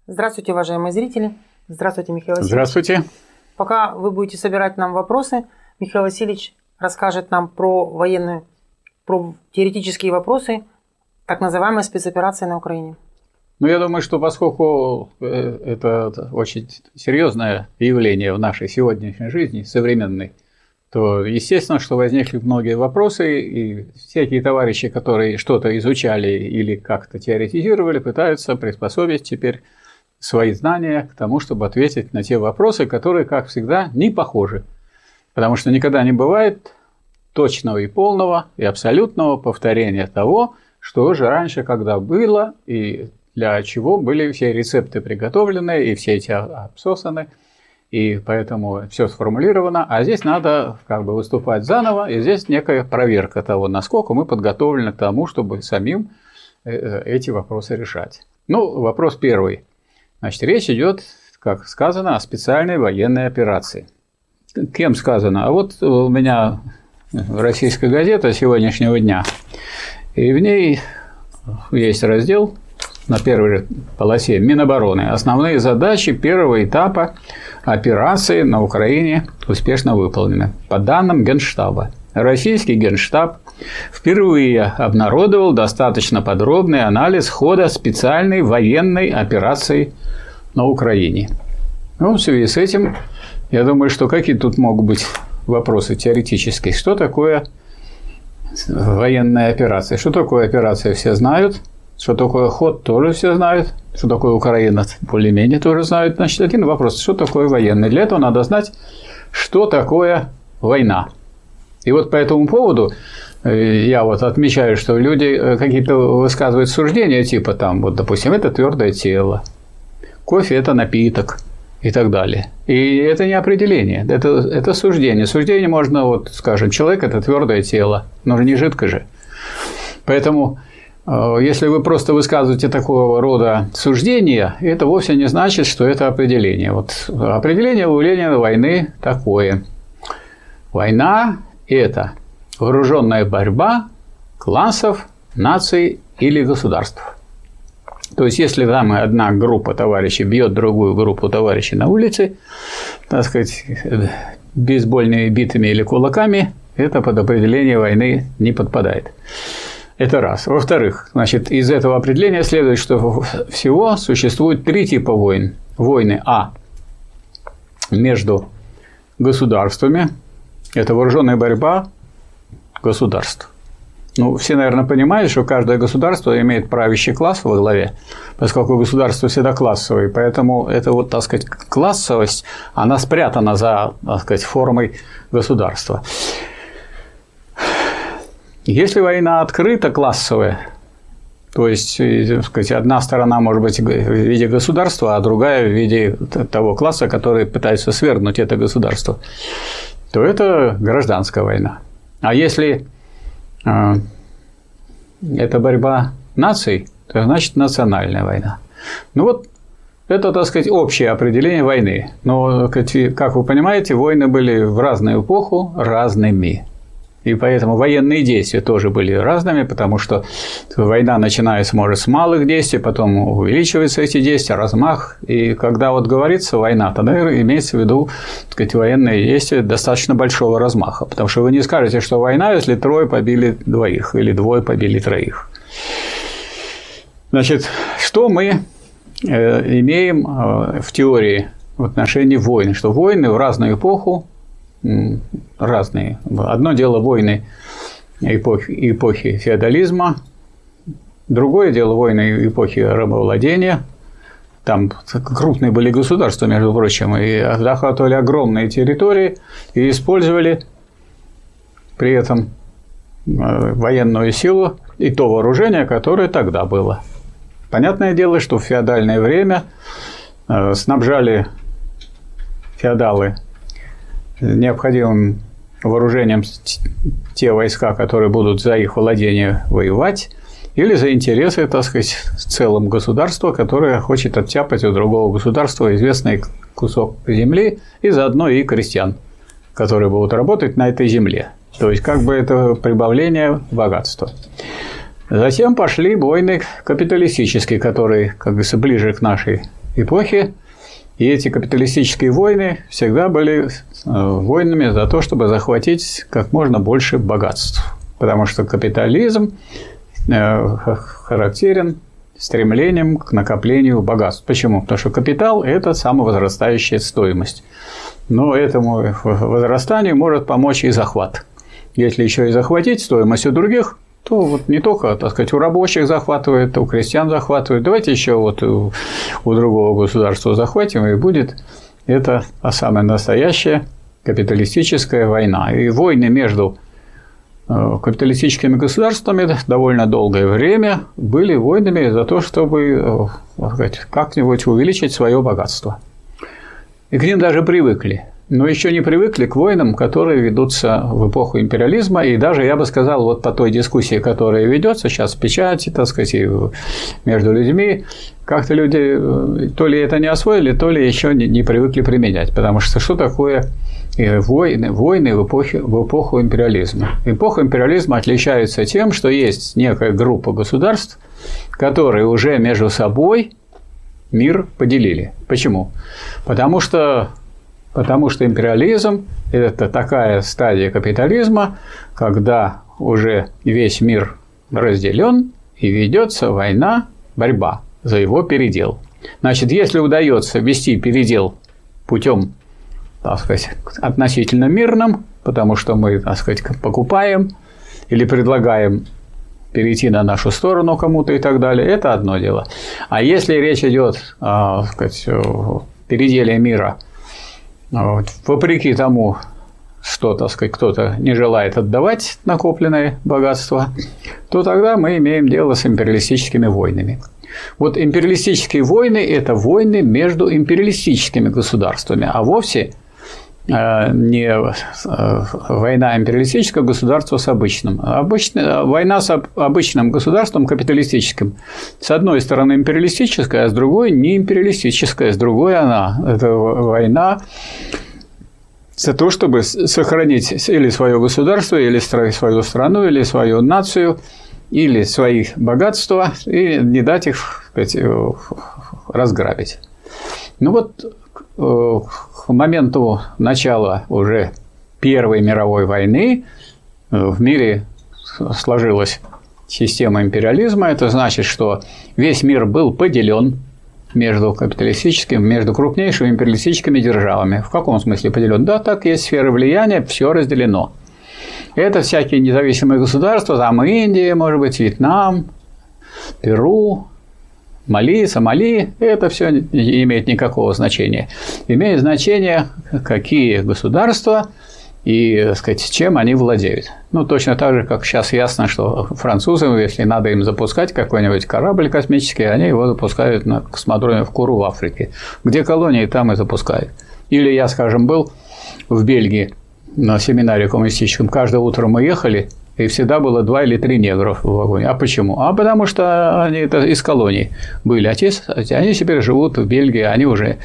Здравствуйте, уважаемые зрители. Здравствуйте, Михаил Васильевич. Здравствуйте. Пока вы будете собирать нам вопросы, Михаил Васильевич расскажет нам про теоретические вопросы так называемой спецоперации на Украине. Я думаю, что поскольку это очень серьезное явление в нашей сегодняшней жизни, современной, то естественно, что возникли многие вопросы, и всякие товарищи, которые что-то изучали или как-то теоретизировали, пытаются приспособить теперь свои знания к тому, чтобы ответить на те вопросы, которые, как всегда, не похожи. Потому что никогда не бывает точного и полного и абсолютного повторения того, что уже раньше когда было, и для чего были все рецепты приготовлены, и все эти обсосаны, и поэтому все сформулировано. А здесь надо выступать заново, и здесь некая проверка того, насколько мы подготовлены к тому, чтобы самим эти вопросы решать. Вопрос первый. Значит, речь идет, как сказано, о специальной военной операции. Кем сказано? А вот у меня российская газета сегодняшнего дня, и в ней есть раздел на первой полосе Минобороны. Основные задачи первого этапа операции на Украине успешно выполнены. По данным Генштаба, российский Генштаб впервые обнародовал достаточно подробный анализ хода специальной военной операции на Украине. В связи с этим, я думаю, что какие тут могут быть вопросы теоретические. Что такое военная операция? Что такое операция, все знают. Что такое ход, тоже все знают. Что такое Украина, более-менее тоже знают. Значит, один вопрос. Что такое военный? Для этого надо знать, что такое война. И вот по этому поводу я отмечаю, что люди какие-то высказывают суждения, типа допустим, это твердое тело, кофе – это напиток и так далее. И это не определение, это суждение. Суждение можно, скажем, человек – это твердое тело, но же не жидко же. Поэтому, если вы просто высказываете такого рода суждения, это вовсе не значит, что это определение. Определение выявления войны такое. Война – это вооруженная борьба классов, наций или государств. То есть, если там одна группа товарищей бьет другую группу товарищей на улице, так сказать, бейсбольными битами или кулаками, это под определение войны не подпадает. Это раз. Во-вторых, из этого определения следует, что всего существует три типа войн. Войны между государствами. Это вооруженная борьба государств. Все, наверное, понимают, что каждое государство имеет правящий класс во главе, поскольку государство всегда классовое, поэтому эта классовость, она спрятана за, формой государства. Если война открыто классовая, то есть, одна сторона может быть в виде государства, а другая в виде того класса, который пытается свергнуть это государство, то это гражданская война. А если это борьба наций, то значит национальная война. Это, общее определение войны. Но, как вы понимаете, войны были в разную эпоху разными. И поэтому военные действия тоже были разными, потому что война начинается, может, с малых действий, потом увеличиваются эти действия, размах. И когда говорится война, тогда имеется в виду, военные действия достаточно большого размаха. Потому что вы не скажете, что война, если трое побили двоих или двое побили троих. Значит, что мы имеем в теории в отношении войн? Что войны в разную эпоху разные. Одно дело войны эпохи феодализма, другое дело войны эпохи рабовладения. Там крупные были государства, между прочим, и захватывали огромные территории и использовали при этом военную силу и то вооружение, которое тогда было. Понятное дело, что в феодальное время снабжали феодалы необходимым вооружением те войска, которые будут за их владение воевать, или за интересы, целым государства, которое хочет оттяпать у другого государства известный кусок земли, и заодно и крестьян, которые будут работать на этой земле. То есть, это прибавление богатства. Затем пошли войны капиталистические, которые, ближе к нашей эпохи. И эти капиталистические войны всегда были войнами за то, чтобы захватить как можно больше богатств. Потому что капитализм характерен стремлением к накоплению богатств. Почему? Потому что капитал – это самовозрастающая стоимость. Но этому возрастанию может помочь и захват. Если еще и захватить стоимость у других, то вот не только, так сказать, у рабочих захватывает, у крестьян захватывает. Давайте еще вот у другого государства захватим, и будет это самая настоящая капиталистическая война. И войны между капиталистическими государствами довольно долгое время были войнами за то, чтобы, так сказать, как-нибудь увеличить свое богатство. И к ним даже привыкли. Но еще не привыкли к войнам, которые ведутся в эпоху империализма. И даже, я бы сказал, вот по той дискуссии, которая ведется сейчас в печати, так сказать, и между людьми, как-то люди то ли это не освоили, то ли еще не привыкли применять. Потому что такое войны в эпоху империализма? Эпоха империализма отличается тем, что есть некая группа государств, которые уже между собой мир поделили. Почему? Потому что империализм – это такая стадия капитализма, когда уже весь мир разделен и ведется война, борьба за его передел. Значит, если удается вести передел путем, так сказать, относительно мирным, потому что мы, так сказать, покупаем или предлагаем перейти на нашу сторону кому-то и так далее, это одно дело. А если речь идет о, так сказать, переделе мира, вопреки тому, что, так сказать, кто-то не желает отдавать накопленное богатство, то тогда мы имеем дело с империалистическими войнами. Вот империалистические войны – это войны между империалистическими государствами, а вовсе не война империалистического государства с обычным. Война с обычным государством капиталистическим с одной стороны империалистическая, а с другой не империалистическая, с другой она. Это война за то, чтобы сохранить или свое государство, или свою страну, или свою нацию, или свои богатства, и не дать их, так сказать, разграбить. Ну вот к моменту начала уже Первой мировой войны в мире сложилась система империализма. Это значит, что весь мир был поделен между крупнейшими империалистическими державами. В каком смысле поделен? Да, так есть сферы влияния, все разделено. Это всякие независимые государства, там Индия, может быть, Вьетнам, Перу, Мали, Сомали, это все не имеет никакого значения. Имеет значение, какие государства и, так сказать, чем они владеют. Ну, точно так же, как сейчас ясно, что французам, если надо им запускать какой-нибудь корабль космический, они его запускают на космодроме в Куру в Африке. Где колонии, там и запускают. Или я, скажем, был в Бельгии на семинаре коммунистическом. Каждое утро мы ехали, и всегда было 2 или 3 негра в вагоне. А почему? А потому что они это из колоний были. Они теперь живут в Бельгии, они уже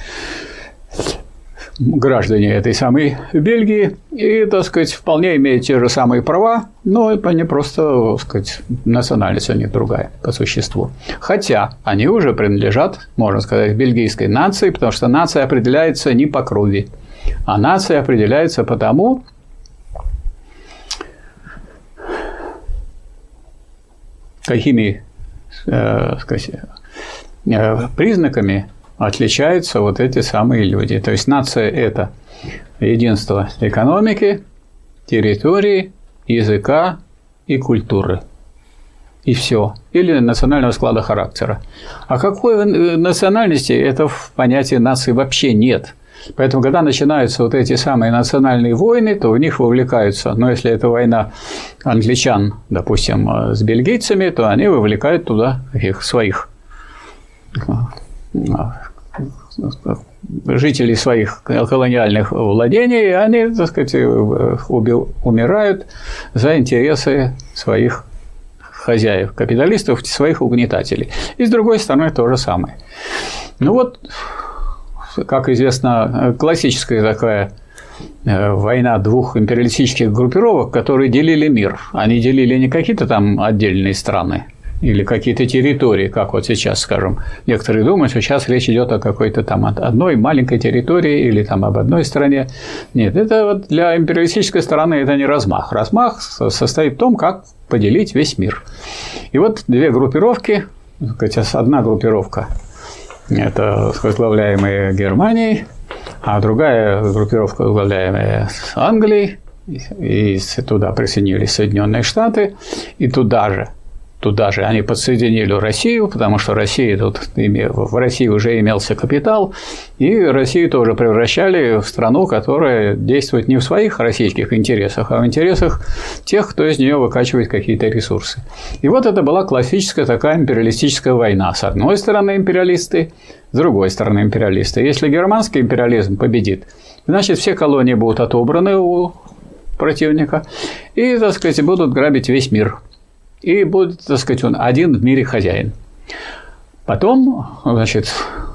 граждане этой самой Бельгии и, так сказать, вполне имеют те же самые права, но они просто, так сказать, национальность у них другая по существу. Хотя они уже принадлежат, можно сказать, бельгийской нации, потому что нация определяется не по крови, а нация определяется по тому, какими, сказать, признаками отличаются вот эти самые люди. То есть нация – это единство экономики, территории, языка и культуры. И все. Или национального склада характера. А какой национальности это в понятии нации вообще нет. Поэтому, когда начинаются вот эти самые национальные войны, то в них вовлекаются, но если это война англичан, допустим, с бельгийцами, то они вовлекают туда их своих жителей своих колониальных владений, и они, так сказать, умирают за интересы своих хозяев, капиталистов, своих угнетателей. И с другой стороны то же самое. Ну вот, как известно, классическая такая война двух империалистических группировок, которые делили мир. Они делили не какие-то там отдельные страны. или какие-то территории, как вот сейчас, скажем, некоторые думают, что сейчас речь идет о какой-то там одной маленькой территории или там об одной стране. Нет, это вот для империалистической стороны это не размах. Размах состоит в том, как поделить весь мир. И вот две группировки, одна группировка – это возглавляемая Германией, а другая группировка, возглавляемая Англией, и туда присоединились Соединенные Штаты, и туда же они подсоединили Россию, потому что в России уже имелся капитал, и Россию тоже превращали в страну, которая действует не в своих российских интересах, а в интересах тех, кто из нее выкачивает какие-то ресурсы. И вот это была классическая такая империалистическая война. С одной стороны империалисты, с другой стороны империалисты. Если германский империализм победит, значит, все колонии будут отобраны у противника и, так сказать, будут грабить весь мир. И будет, так сказать, он один в мире хозяин. Потом, значит,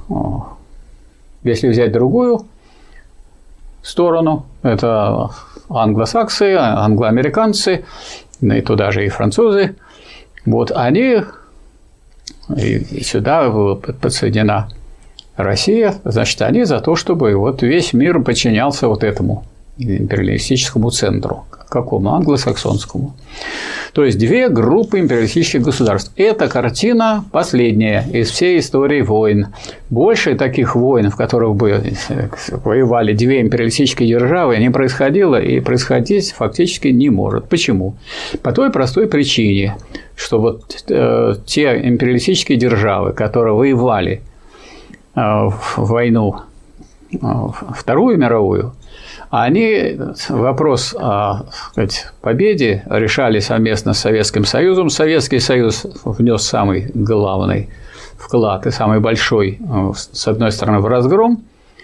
если взять другую сторону, это англосаксы, англоамериканцы, и туда же и французы, вот они, и сюда подсоединена Россия, значит, они за то, чтобы вот весь мир подчинялся вот этому империалистическому центру. Какому? Англосаксонскому. То есть две группы империалистических государств. Эта картина последняя из всей истории войн. Больше таких войн, в которых бы воевали две империалистические державы, не происходило и происходить фактически не может. Почему? По той простой причине, что вот те империалистические державы, которые воевали в войну Вторую мировую, они вопрос о, сказать, победе решали совместно с Советским Союзом. Советский Союз внес самый главный вклад и самый большой, с одной стороны, в разгром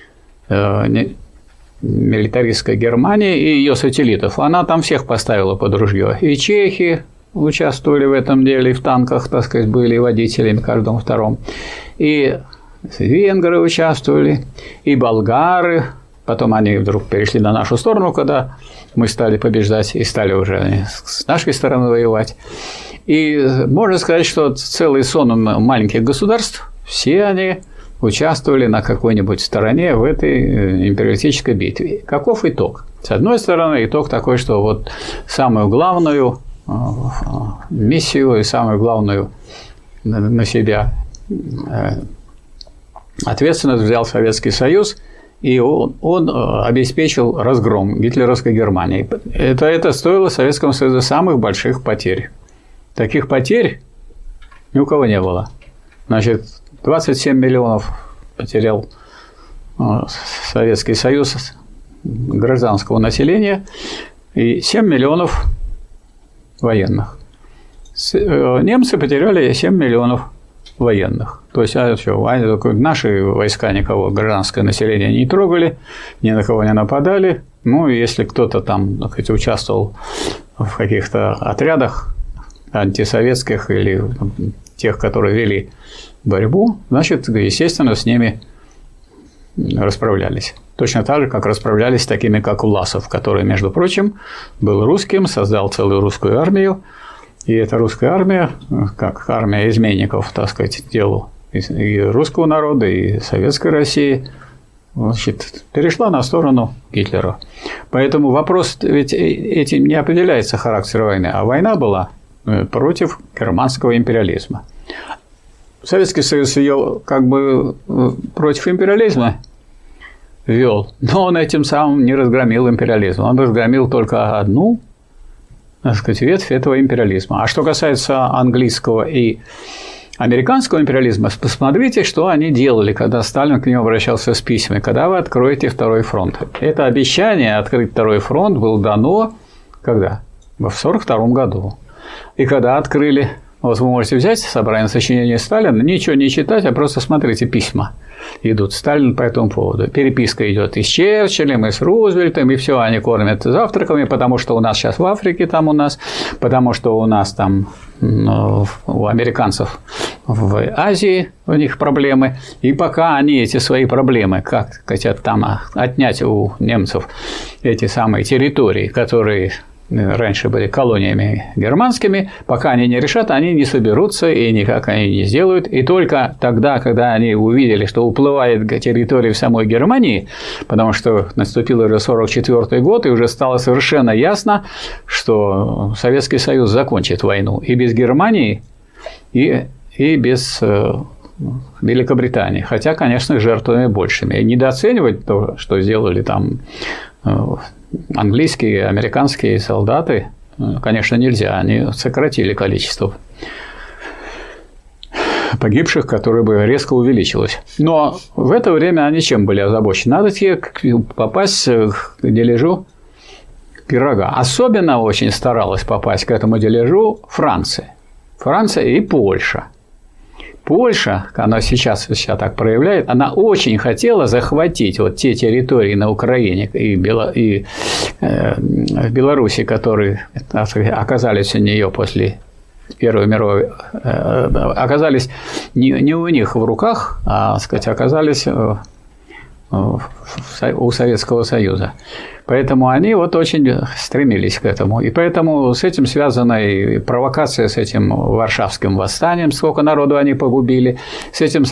милитаристской Германии и ее сателлитов. Она там всех поставила под ружье. И чехи участвовали в этом деле, и в танках, так сказать, были водителями каждом втором. И венгры участвовали, и болгары. Потом они вдруг перешли на нашу сторону, когда мы стали побеждать и стали уже с нашей стороны воевать. И можно сказать, что целый сон маленьких государств, все они участвовали на какой-нибудь стороне в этой империалистической битве. Каков итог? С одной стороны, итог такой, что вот самую главную миссию и самую главную на себя ответственность взял Советский Союз, и он обеспечил разгром гитлеровской Германии. Это стоило Советскому Союзу самых больших потерь. Таких потерь ни у кого не было. Значит, 27 миллионов потерял Советский Союз гражданского населения и 7 миллионов военных. Немцы потеряли 7 миллионов военных. То есть, наши войска никого, гражданское население не трогали, ни на кого не нападали. Ну, и если кто-то там, так сказать, участвовал в каких-то отрядах антисоветских или тех, которые вели борьбу, значит, естественно, с ними расправлялись. Точно так же, как расправлялись с такими, как Власов, который, между прочим, был русским, создал целую русскую армию. И эта русская армия, как армия изменников, так сказать, делу и русского народа, и советской России, значит, перешла на сторону Гитлера. Поэтому вопрос ведь этим не определяется характер войны, а война была против германского империализма. Советский Союз ее как бы против империализма вел, но он этим самым не разгромил империализм. Он разгромил только одну, так сказать, ветвь этого империализма. А что касается английского и американского империализма, посмотрите, что они делали, когда Сталин к ним обращался с письмами, когда вы откроете второй фронт. Это обещание открыть второй фронт было дано когда? В 1942 году. И когда открыли, вот вы можете взять собрание сочинений Сталина, ничего не читать, а просто смотрите письма. Идут Сталин по этому поводу. Переписка идет и с Черчиллем, и с Рузвельтом, и все они кормят завтраками, потому что у нас сейчас в Африке там у нас, потому что у нас там у американцев в Азии у них проблемы. И пока они эти свои проблемы, как хотят там отнять у немцев эти самые территории, которые раньше были колониями германскими, пока они не решат, они не соберутся и никак они не сделают. И только тогда, когда они увидели, что уплывает территория в самой Германии, потому что наступил уже 1944 год, и уже стало совершенно ясно, что Советский Союз закончит войну и без Германии, и без Великобритании. Хотя, конечно, жертвами большими. И недооценивать то, что сделали там английские, американские солдаты, конечно, нельзя. Они сократили количество погибших, которое бы резко увеличилось. Но в это время они чем были озабочены? Надо попасть к дележу пирога. Особенно очень старалась попасть к этому дележу Франция. Франция и Польша. Польша, она сейчас себя так проявляет, она очень хотела захватить вот те территории на Украине и в Беларуси, которые оказались у нее после Первой мировой, оказались не у них в руках, а, сказать, оказались у Советского Союза. Поэтому они вот очень стремились к этому. И поэтому с этим связана и провокация с этим Варшавским восстанием, сколько народу они погубили, с этим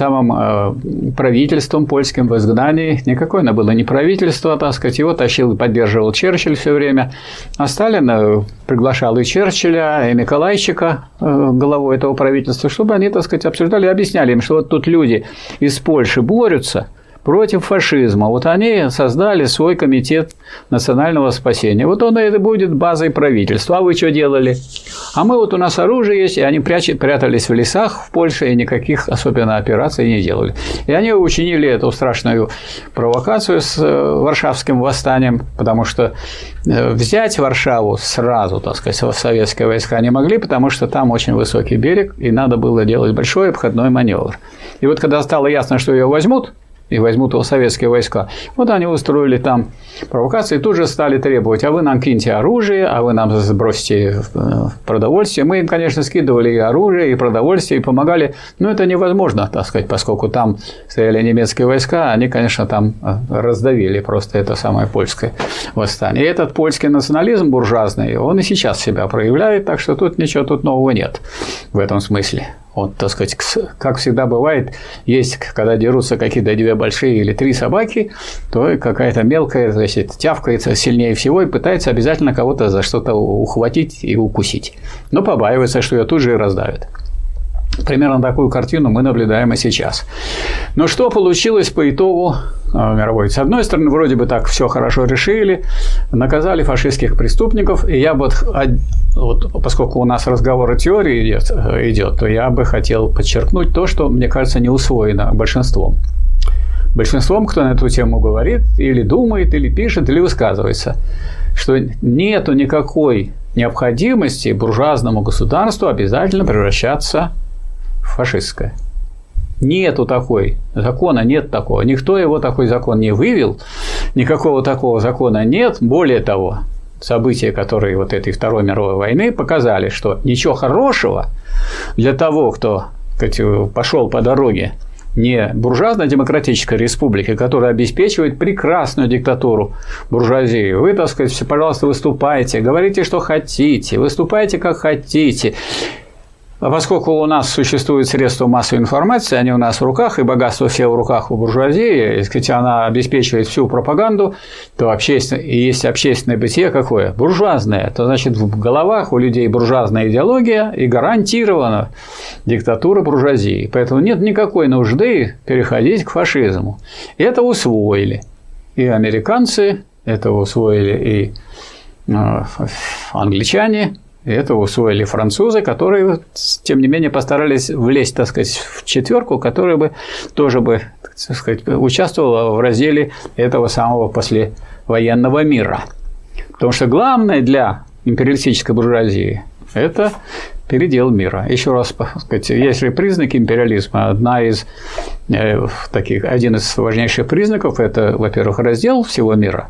самым правительством польским в изгнании. Никакое оно было не правительство, так сказать, его тащил и поддерживал Черчилль все время. А Сталин приглашал и Черчилля, и Миколайчика, главу этого правительства, чтобы они, так сказать, обсуждали и объясняли им, что вот тут люди из Польши борются против фашизма. Вот они создали свой комитет национального спасения. Вот он и будет базой правительства. А вы что делали? А мы вот у нас оружие есть, и они прятались в лесах в Польше и никаких особенно операций не делали. И они учинили эту страшную провокацию с Варшавским восстанием, потому что взять Варшаву сразу, так сказать, советские войска не могли, потому что там очень высокий берег, и надо было делать большой обходной маневр. И вот когда стало ясно, что ее возьмут, и возьмут его советские войска. Вот они устроили там провокации, тут же стали требовать, а вы нам киньте оружие, а вы нам сбросьте продовольствие. Мы им, конечно, скидывали и оружие, и продовольствие, и помогали, но это невозможно, так сказать, поскольку там стояли немецкие войска, они, конечно, там раздавили просто это самое польское восстание. И этот польский национализм буржуазный, он и сейчас себя проявляет, так что тут ничего тут нового нет в этом смысле. Вот, так сказать, как всегда бывает, есть, когда дерутся какие-то две большие или три собаки, то какая-то мелкая, значит, тявкается сильнее всего и пытается обязательно кого-то за что-то ухватить и укусить. Но побаивается, что ее тут же и раздавят. Примерно такую картину мы наблюдаем и сейчас. Но что получилось по итогу мировой? С одной стороны, вроде бы так все хорошо решили, наказали фашистских преступников, и я вот поскольку у нас разговор о теории идет, то я бы хотел подчеркнуть то, что, мне кажется, не усвоено большинством. Большинством, кто на эту тему говорит, или думает, или пишет, или высказывается, что нету никакой необходимости буржуазному государству обязательно превращаться в фашистское. Нету такой закона, нет такого. Никто его такой закон не вывел, никакого такого закона нет. Более того, события, которые вот этой Второй мировой войны показали, что ничего хорошего для того, кто пошел по дороге не буржуазно-демократической республики, которая обеспечивает прекрасную диктатуру буржуазии. Вы, так сказать, пожалуйста, выступайте, говорите, что хотите, выступайте, как хотите. А поскольку у нас существуют средства массовой информации, они у нас в руках, и богатство все в руках у буржуазии, и, сказать, она обеспечивает всю пропаганду, то есть общественное бытие какое? Буржуазное. То, значит, в головах у людей буржуазная идеология и гарантирована диктатура буржуазии. Поэтому нет никакой нужды переходить к фашизму. Это усвоили и американцы, это усвоили и англичане, это усвоили французы, которые, тем не менее, постарались влезть, так сказать, в четверку, которая бы тоже бы, так сказать, участвовала в разделе этого самого послевоенного мира. Потому что главное для империалистической буржуазии – это передел мира. Еще раз, так сказать, если признаки империализма, один из важнейших признаков – это, во-первых, раздел всего мира,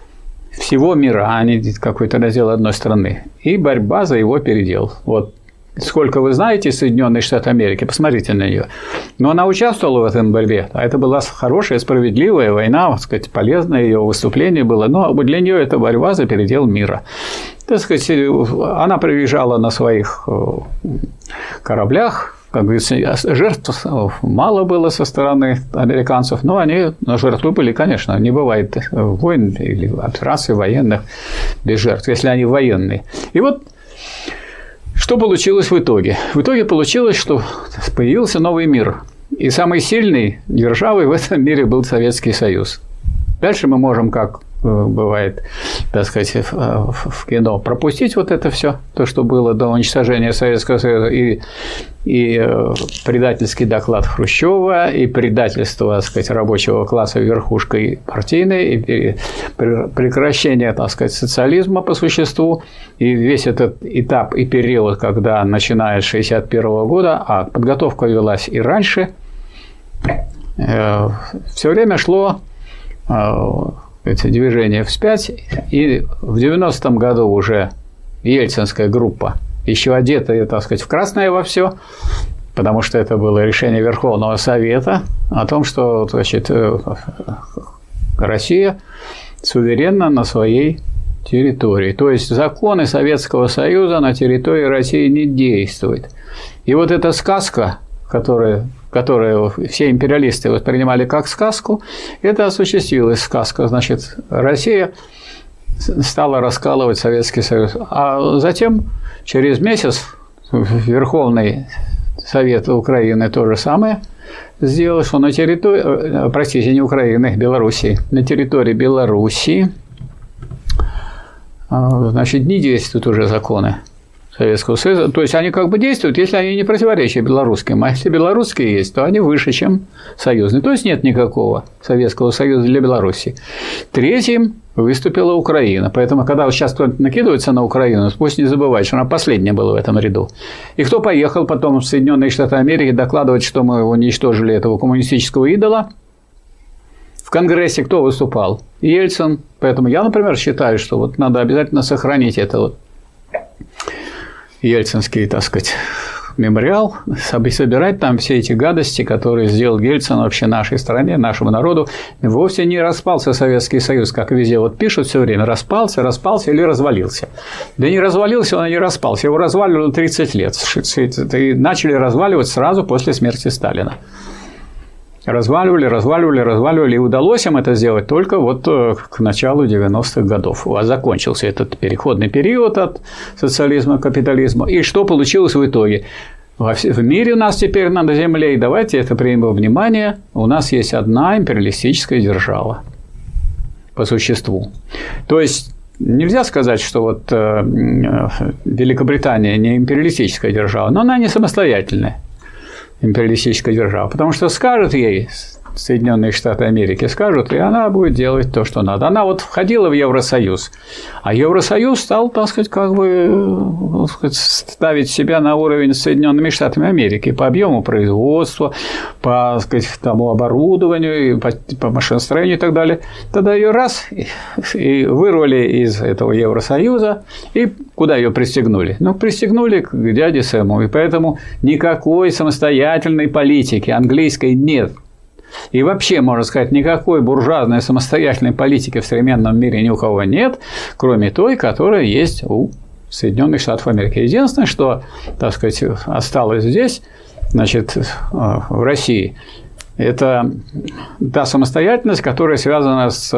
а не какой-то раздел одной страны, и борьба за его передел. Вот сколько вы знаете Соединенные Штаты Америки, посмотрите на нее. Но она участвовала в этом борьбе, а это была хорошая, справедливая война, так сказать, полезное ее выступление было, но для нее это борьба за передел мира. Так сказать, она приезжала на своих кораблях, как говорится, жертв мало было со стороны американцев, но они на жертвы были, конечно, не бывает войн или операций военных без жертв, если они военные. И вот что получилось в итоге? В итоге получилось, что появился новый мир. И самой сильной державой в этом мире был Советский Союз. Дальше мы можем, как бывает, так сказать, в кино, пропустить вот это все, то, что было до уничтожения Советского Союза, и предательский доклад Хрущева, и предательство, так сказать, рабочего класса верхушкой партийной, и прекращение, так сказать, социализма по существу, и весь этот этап и период, когда начиная с 1961 года, а подготовка велась и раньше, все время шло эти движения вспять, и в 90-м году уже ельцинская группа, еще одетая, так сказать, в красное во все, потому что это было решение Верховного Совета о том, что, значит, Россия суверенна на своей территории. То есть законы Советского Союза на территории России не действуют. И вот эта сказка, которую все империалисты воспринимали как сказку, это осуществилась сказка. Значит, Россия стала раскалывать Советский Союз. А затем, через месяц, Верховный Совет Украины то же самое сделал, что на территории, простите, не Украины, Белоруссии, на территории Белоруссии, значит, не действуют уже законы Советского Союза. То есть они как бы действуют, если они не противоречат белорусским. А если белорусские есть, то они выше, чем союзные. То есть нет никакого Советского Союза для Белоруссии. Третьим выступила Украина. Поэтому, когда вот сейчас кто-то накидывается на Украину, пусть не забывает, что она последняя была в этом ряду. И кто поехал потом в Соединенные Штаты Америки докладывать, что мы уничтожили этого коммунистического идола? В Конгрессе кто выступал? Ельцин. Поэтому я, например, считаю, что вот надо обязательно сохранить это вот ельцинский, так сказать, мемориал, собирать там все эти гадости, которые сделал Ельцин вообще нашей стране, нашему народу. Вовсе не распался Советский Союз, как везде вот пишут все время, распался или развалился. Да не развалился он, и не распался. Его разваливали 30 лет. И начали разваливать сразу после смерти Сталина. Разваливали, и удалось им это сделать только вот к началу 90-х годов. Закончился этот переходный период от социализма к капитализму. И что получилось в итоге? В мире у нас теперь на Земле, и давайте это примем во внимание, у нас есть одна империалистическая держава по существу. То есть нельзя сказать, что вот Великобритания не империалистическая держава, но она не самостоятельная империалистическая держава, потому что скажут ей Соединенные Штаты Америки, скажут, и она будет делать то, что надо. Она вот входила в Евросоюз, а Евросоюз стал, так сказать, как бы, так сказать, ставить себя на уровень с Соединенными Штатами Америки по объему производства, по, так сказать, тому оборудованию, по машиностроению и так далее. Тогда ее раз и вырвали из этого Евросоюза, и куда ее пристегнули? Ну, пристегнули к дяде Сэму, и поэтому никакой самостоятельной политики английской нет. И вообще, можно сказать, никакой буржуазной самостоятельной политики в современном мире ни у кого нет, кроме той, которая есть у Соединенных Штатов Америки. Единственное, что, так сказать, осталось здесь, значит, в России, это та самостоятельность, которая связана с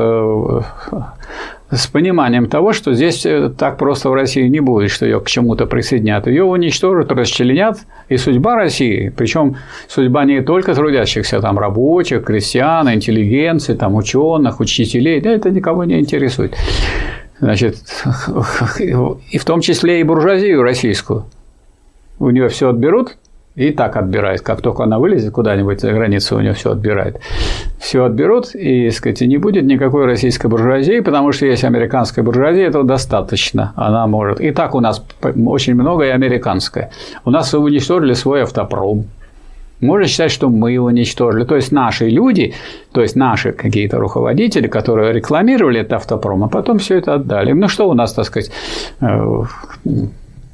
пониманием того, что здесь так просто в России не будет, что ее к чему-то присоединят. Ее уничтожат, расчленят. И судьба России, причем судьба не только трудящихся, там, рабочих, крестьян, интеллигенции, там, ученых, учителей, да, это никого не интересует. Значит, и в том числе и буржуазию российскую. У нее все отберут. И так отбирает, как только она вылезет куда-нибудь за границу, у нее все отбирает. Все отберут, и, так сказать, не будет никакой российской буржуазии, потому что есть американская буржуазия, этого достаточно. Она может. И так у нас очень много и американская. У нас уничтожили свой автопром. Можно считать, что мы его уничтожили. То есть наши люди, то есть наши какие-то руководители, которые рекламировали этот автопром, а потом все это отдали. Ну что у нас, так сказать,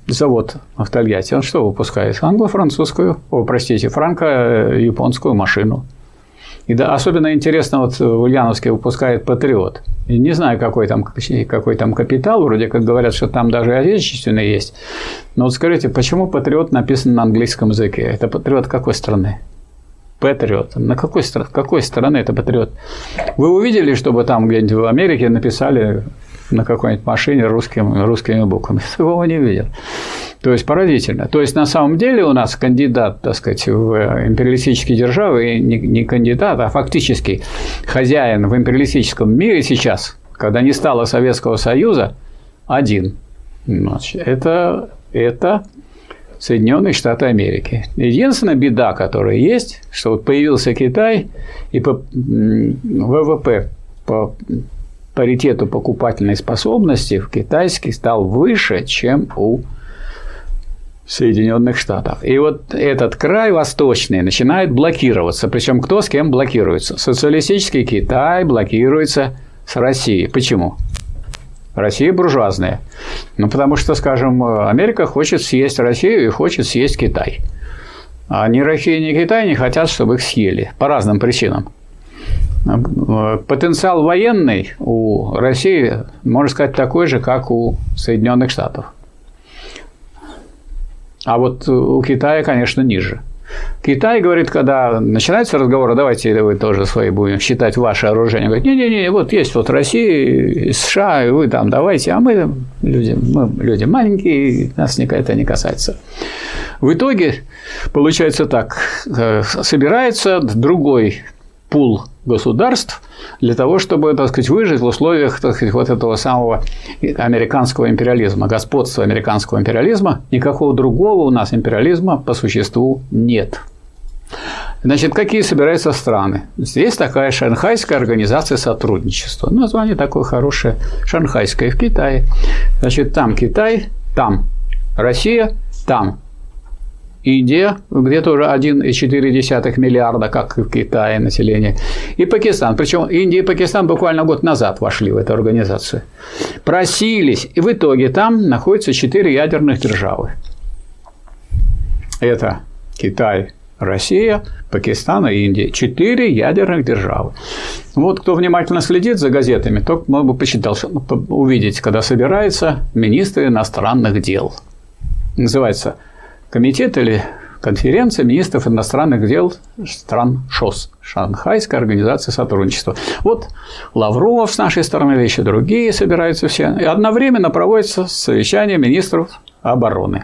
завод в Тольятти, он что выпускает? Англо-французскую, франко-японскую машину. И да, особенно интересно, вот в Ульяновске выпускает «Патриот». И не знаю, какой там капитал, вроде как говорят, что там даже отечественный есть. Но вот скажите, почему «Патриот» написан на английском языке? Это «Патриот» какой страны? «Патриот». На какой стороны это «Патриот»? Вы увидели, чтобы там где-нибудь в Америке написали на какой-нибудь машине русскими буквами? Такого не видел. То есть поразительно. То есть на самом деле у нас кандидат, так сказать, в империалистические державы, не кандидат, а фактически хозяин в империалистическом мире сейчас, когда не стало Советского Союза, один. Это Соединенные Штаты Америки. Единственная беда, которая есть, что вот появился Китай, и по ВВП, по паритету покупательной способности в китайский стал выше, чем у Соединенных Штатов. И вот этот край восточный начинает блокироваться. Причем кто с кем блокируется? Социалистический Китай блокируется с Россией. Почему? Россия буржуазная. Ну, потому что, скажем, Америка хочет съесть Россию и хочет съесть Китай. А ни Россия, ни Китай не хотят, чтобы их съели. По разным причинам. Потенциал военный у России, можно сказать, такой же, как у Соединенных Штатов. А вот у Китая, конечно, ниже. Китай говорит, когда начинается разговор, давайте вы тоже свои будем считать ваше оружие. Говорит, не-не-не, вот есть вот Россия, США, и вы там давайте, а мы люди маленькие, нас это не касается. В итоге получается так, собирается другой пул государств для того, чтобы, так сказать, выжить в условиях, так сказать, вот этого самого американского империализма, господства американского империализма. Никакого другого у нас империализма по существу нет. Значит, какие собираются страны? Здесь такая Шанхайская организация сотрудничества. Название такое хорошее. Шанхайская в Китае. Значит, там Китай, там Россия, там Индия, где тоже 1,4 миллиарда, как и в Китае, население, и Пакистан. Причем Индия и Пакистан буквально год назад вошли в эту организацию. Просились, и в итоге там находятся 4 ядерных державы. Это Китай, Россия, Пакистан и Индия. 4 ядерных державы. Вот кто внимательно следит за газетами, то мог бы посчитал, увидеть, когда собираются министры иностранных дел. Называется Комитет или конференция министров иностранных дел стран ШОС, Шанхайская организация сотрудничества. Вот Лавров с нашей стороны, или еще другие собираются все. И одновременно проводится совещание министров обороны.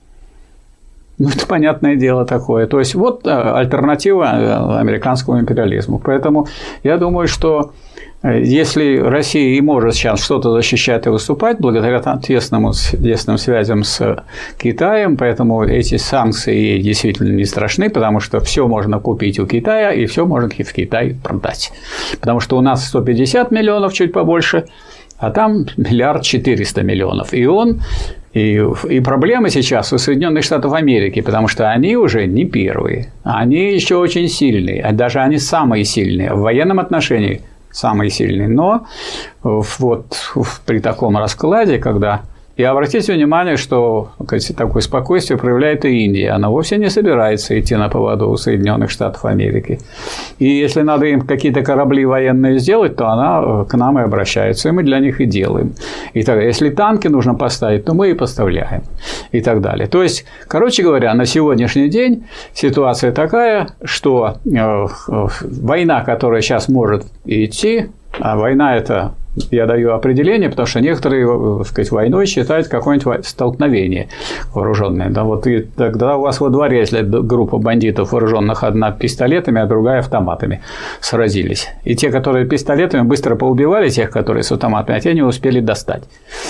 Ну, это понятное дело такое. То есть, вот альтернатива американскому империализму. Поэтому я думаю, что если Россия и может сейчас что-то защищать и выступать благодаря тесным связям с Китаем, поэтому эти санкции ей действительно не страшны, потому что все можно купить у Китая и все можно в Китай продать. Потому что у нас 150 миллионов, чуть побольше, а там 1 400 000 000. И проблемы сейчас у Соединенных Штатов Америки, потому что они уже не первые, они еще очень сильные, а даже они самые сильные в военном отношении. Самый сильный. Но вот при таком раскладе, когда... И обратите внимание, что такое спокойствие проявляет и Индия. Она вовсе не собирается идти на поводу у Соединенных Штатов Америки. И если надо им какие-то корабли военные сделать, то она к нам и обращается, и мы для них и делаем. И так, если танки нужно поставить, то мы и поставляем. И так далее. То есть, короче говоря, на сегодняшний день ситуация такая, что война, которая сейчас может идти, а война – это... Я даю определение, потому что некоторые, так сказать, войной считают какое-нибудь столкновение вооруженное. Да, вот и тогда у вас во дворе, если группа бандитов вооруженных, одна пистолетами, а другая автоматами, сразились. И те, которые пистолетами, быстро поубивали тех, которые с автоматами, а те не успели достать.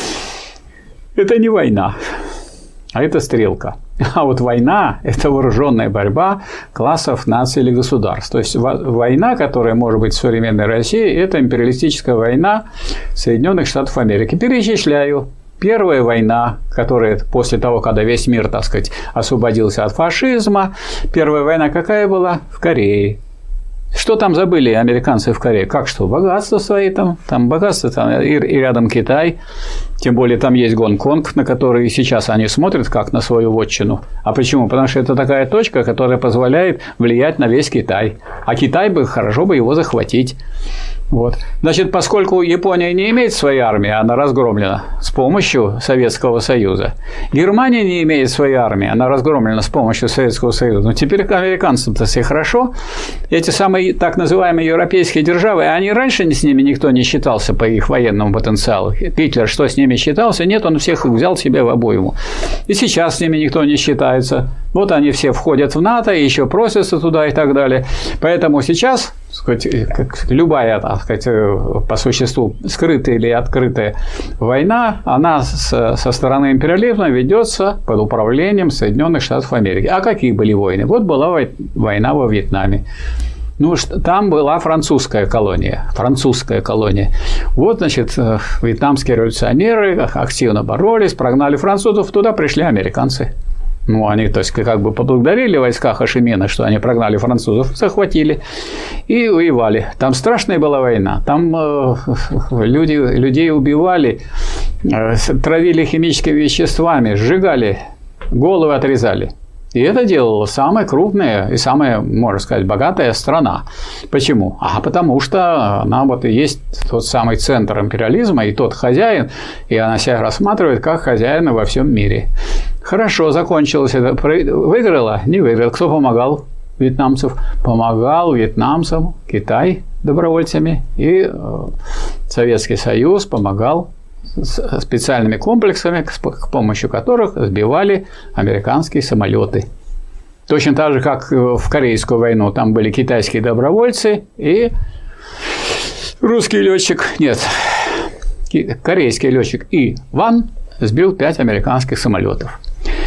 Это не война, а это стрелка. А вот война – это вооруженная борьба классов, наций или государств. То есть война, которая может быть в современной России, это империалистическая война Соединенных Штатов Америки. Перечисляю. Первая война, которая после того, когда весь мир, так сказать, освободился от фашизма, первая война какая была? В Корее. Что там забыли американцы в Корее? Как что? Богатство свои там богатство, там и рядом Китай. Тем более там есть Гонконг, на который сейчас они смотрят как на свою вотчину. А почему? Потому что это такая точка, которая позволяет влиять на весь Китай. А Китай бы хорошо бы его захватить. Вот. Значит, поскольку Япония не имеет своей армии, она разгромлена с помощью Советского Союза. Германия не имеет своей армии, она разгромлена с помощью Советского Союза. Но теперь американцам-то все хорошо. Эти самые так называемые европейские державы, они раньше с ними никто не считался по их военному потенциалу. Гитлер что с ними считался? Нет, он всех взял себе в обойму. И сейчас с ними никто не считается. Вот они все входят в НАТО, и еще просятся туда и так далее. Поэтому сейчас, так сказать, любая, так сказать, по существу скрытая или открытая война, она со стороны империализма ведется под управлением Соединенных Штатов Америки. А какие были войны? Вот была война во Вьетнаме. Ну, там была французская колония. Вот, значит, вьетнамские революционеры активно боролись, прогнали французов, туда пришли американцы. Ну, они, то есть, как бы поблагодарили войска Хошимина, что они прогнали французов, захватили и воевали. Там страшная была война. Там людей убивали, травили химическими веществами, сжигали, головы отрезали. И это делала самая крупная и самая, можно сказать, богатая страна. Почему? Потому что она вот и есть тот самый центр империализма, и тот хозяин, и она себя рассматривает как хозяина во всем мире. Хорошо, закончилось это. Выиграла? Не выиграла. Кто помогал вьетнамцев? Помогал вьетнамцам Китай добровольцами, и Советский Союз помогал специальными комплексами, с помощью которых сбивали американские самолеты. Точно так же, как в Корейскую войну. Там были китайские добровольцы и русский летчик, корейский летчик И. Ван сбил 5 американских самолетов.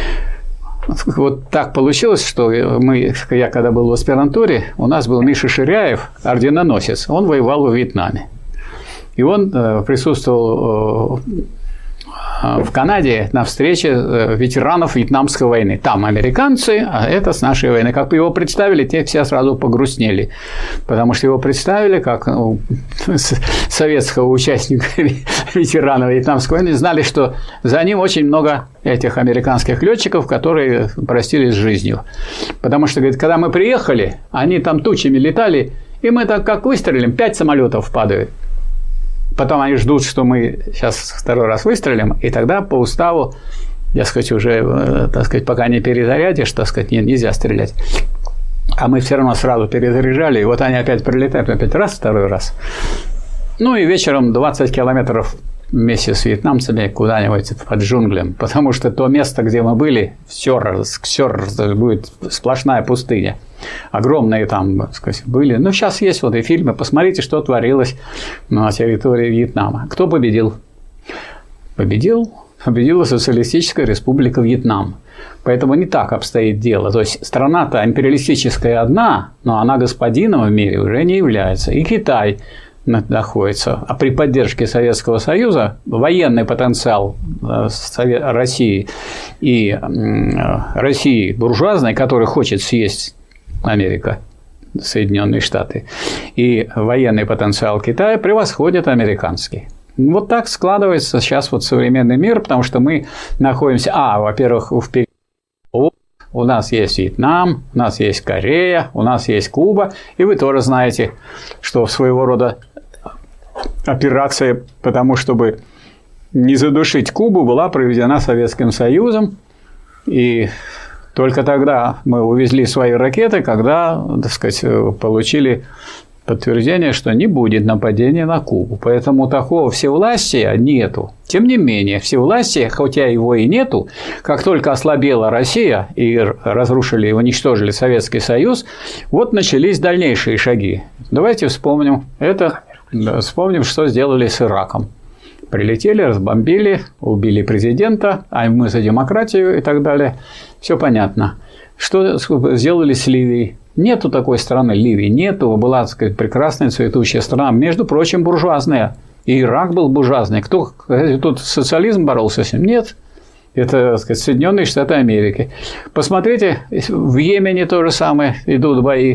Вот так получилось, что я когда был в аспирантуре, у нас был Миша Ширяев, орденоносец. Он воевал во Вьетнаме. И он присутствовал в Канаде на встрече ветеранов Вьетнамской войны. Там американцы, а это с нашей войны. Как его представили, те все сразу погрустнели. Потому что его представили как советского участника, ветерана Вьетнамской войны. Знали, что за ним очень много этих американских летчиков, которые простились с жизнью. Потому что, говорит, когда мы приехали, они там тучами летали, и мы так как выстрелим, 5 самолетов падают. Потом они ждут, что мы сейчас второй раз выстрелим, и тогда по уставу, я сказать, уже, так сказать, пока не перезарядишь, так сказать, нельзя стрелять. А мы все равно сразу перезаряжали, и вот они опять прилетают, опять раз, второй раз. Ну и вечером 20 километров вместе с вьетнамцами куда-нибудь под джунглям, потому что то место, где мы были, все будет сплошная пустыня. Огромные там, так сказать, были. Но сейчас есть вот и фильмы. Посмотрите, что творилось на территории Вьетнама. Кто победил? Победила Социалистическая Республика Вьетнам. Поэтому не так обстоит дело. То есть страна-то империалистическая одна, но она господином в мире уже не является. И Китай находится. А при поддержке Советского Союза военный потенциал России и России буржуазной, который хочет съесть Америка, Соединенные Штаты, и военный потенциал Китая превосходит американский. Вот так складывается сейчас вот современный мир, потому что мы находимся, во-первых, впереди. У нас есть Вьетнам, у нас есть Корея, у нас есть Куба, и вы тоже знаете, что своего рода операция, потому чтобы не задушить Кубу, была проведена Советским Союзом, и только тогда мы увезли свои ракеты, когда, так сказать, получили подтверждение, что не будет нападения на Кубу. Поэтому такого всевластия нету. Тем не менее, всевластия, хотя его и нету, как только ослабела Россия и разрушили и уничтожили Советский Союз, вот начались дальнейшие шаги. Давайте вспомним это, вспомним, что сделали с Ираком. Прилетели, разбомбили, убили президента, а мы за демократию и так далее. Все понятно. Что сделали с Ливией? Нету такой страны, Ливии нету. Была, так сказать, прекрасная цветущая страна, между прочим, буржуазная. И Ирак был буржуазный. Кто тут социализм боролся с ним? Нет. Это, так сказать, Соединенные Штаты Америки. Посмотрите, в Йемене то же самое идут бои.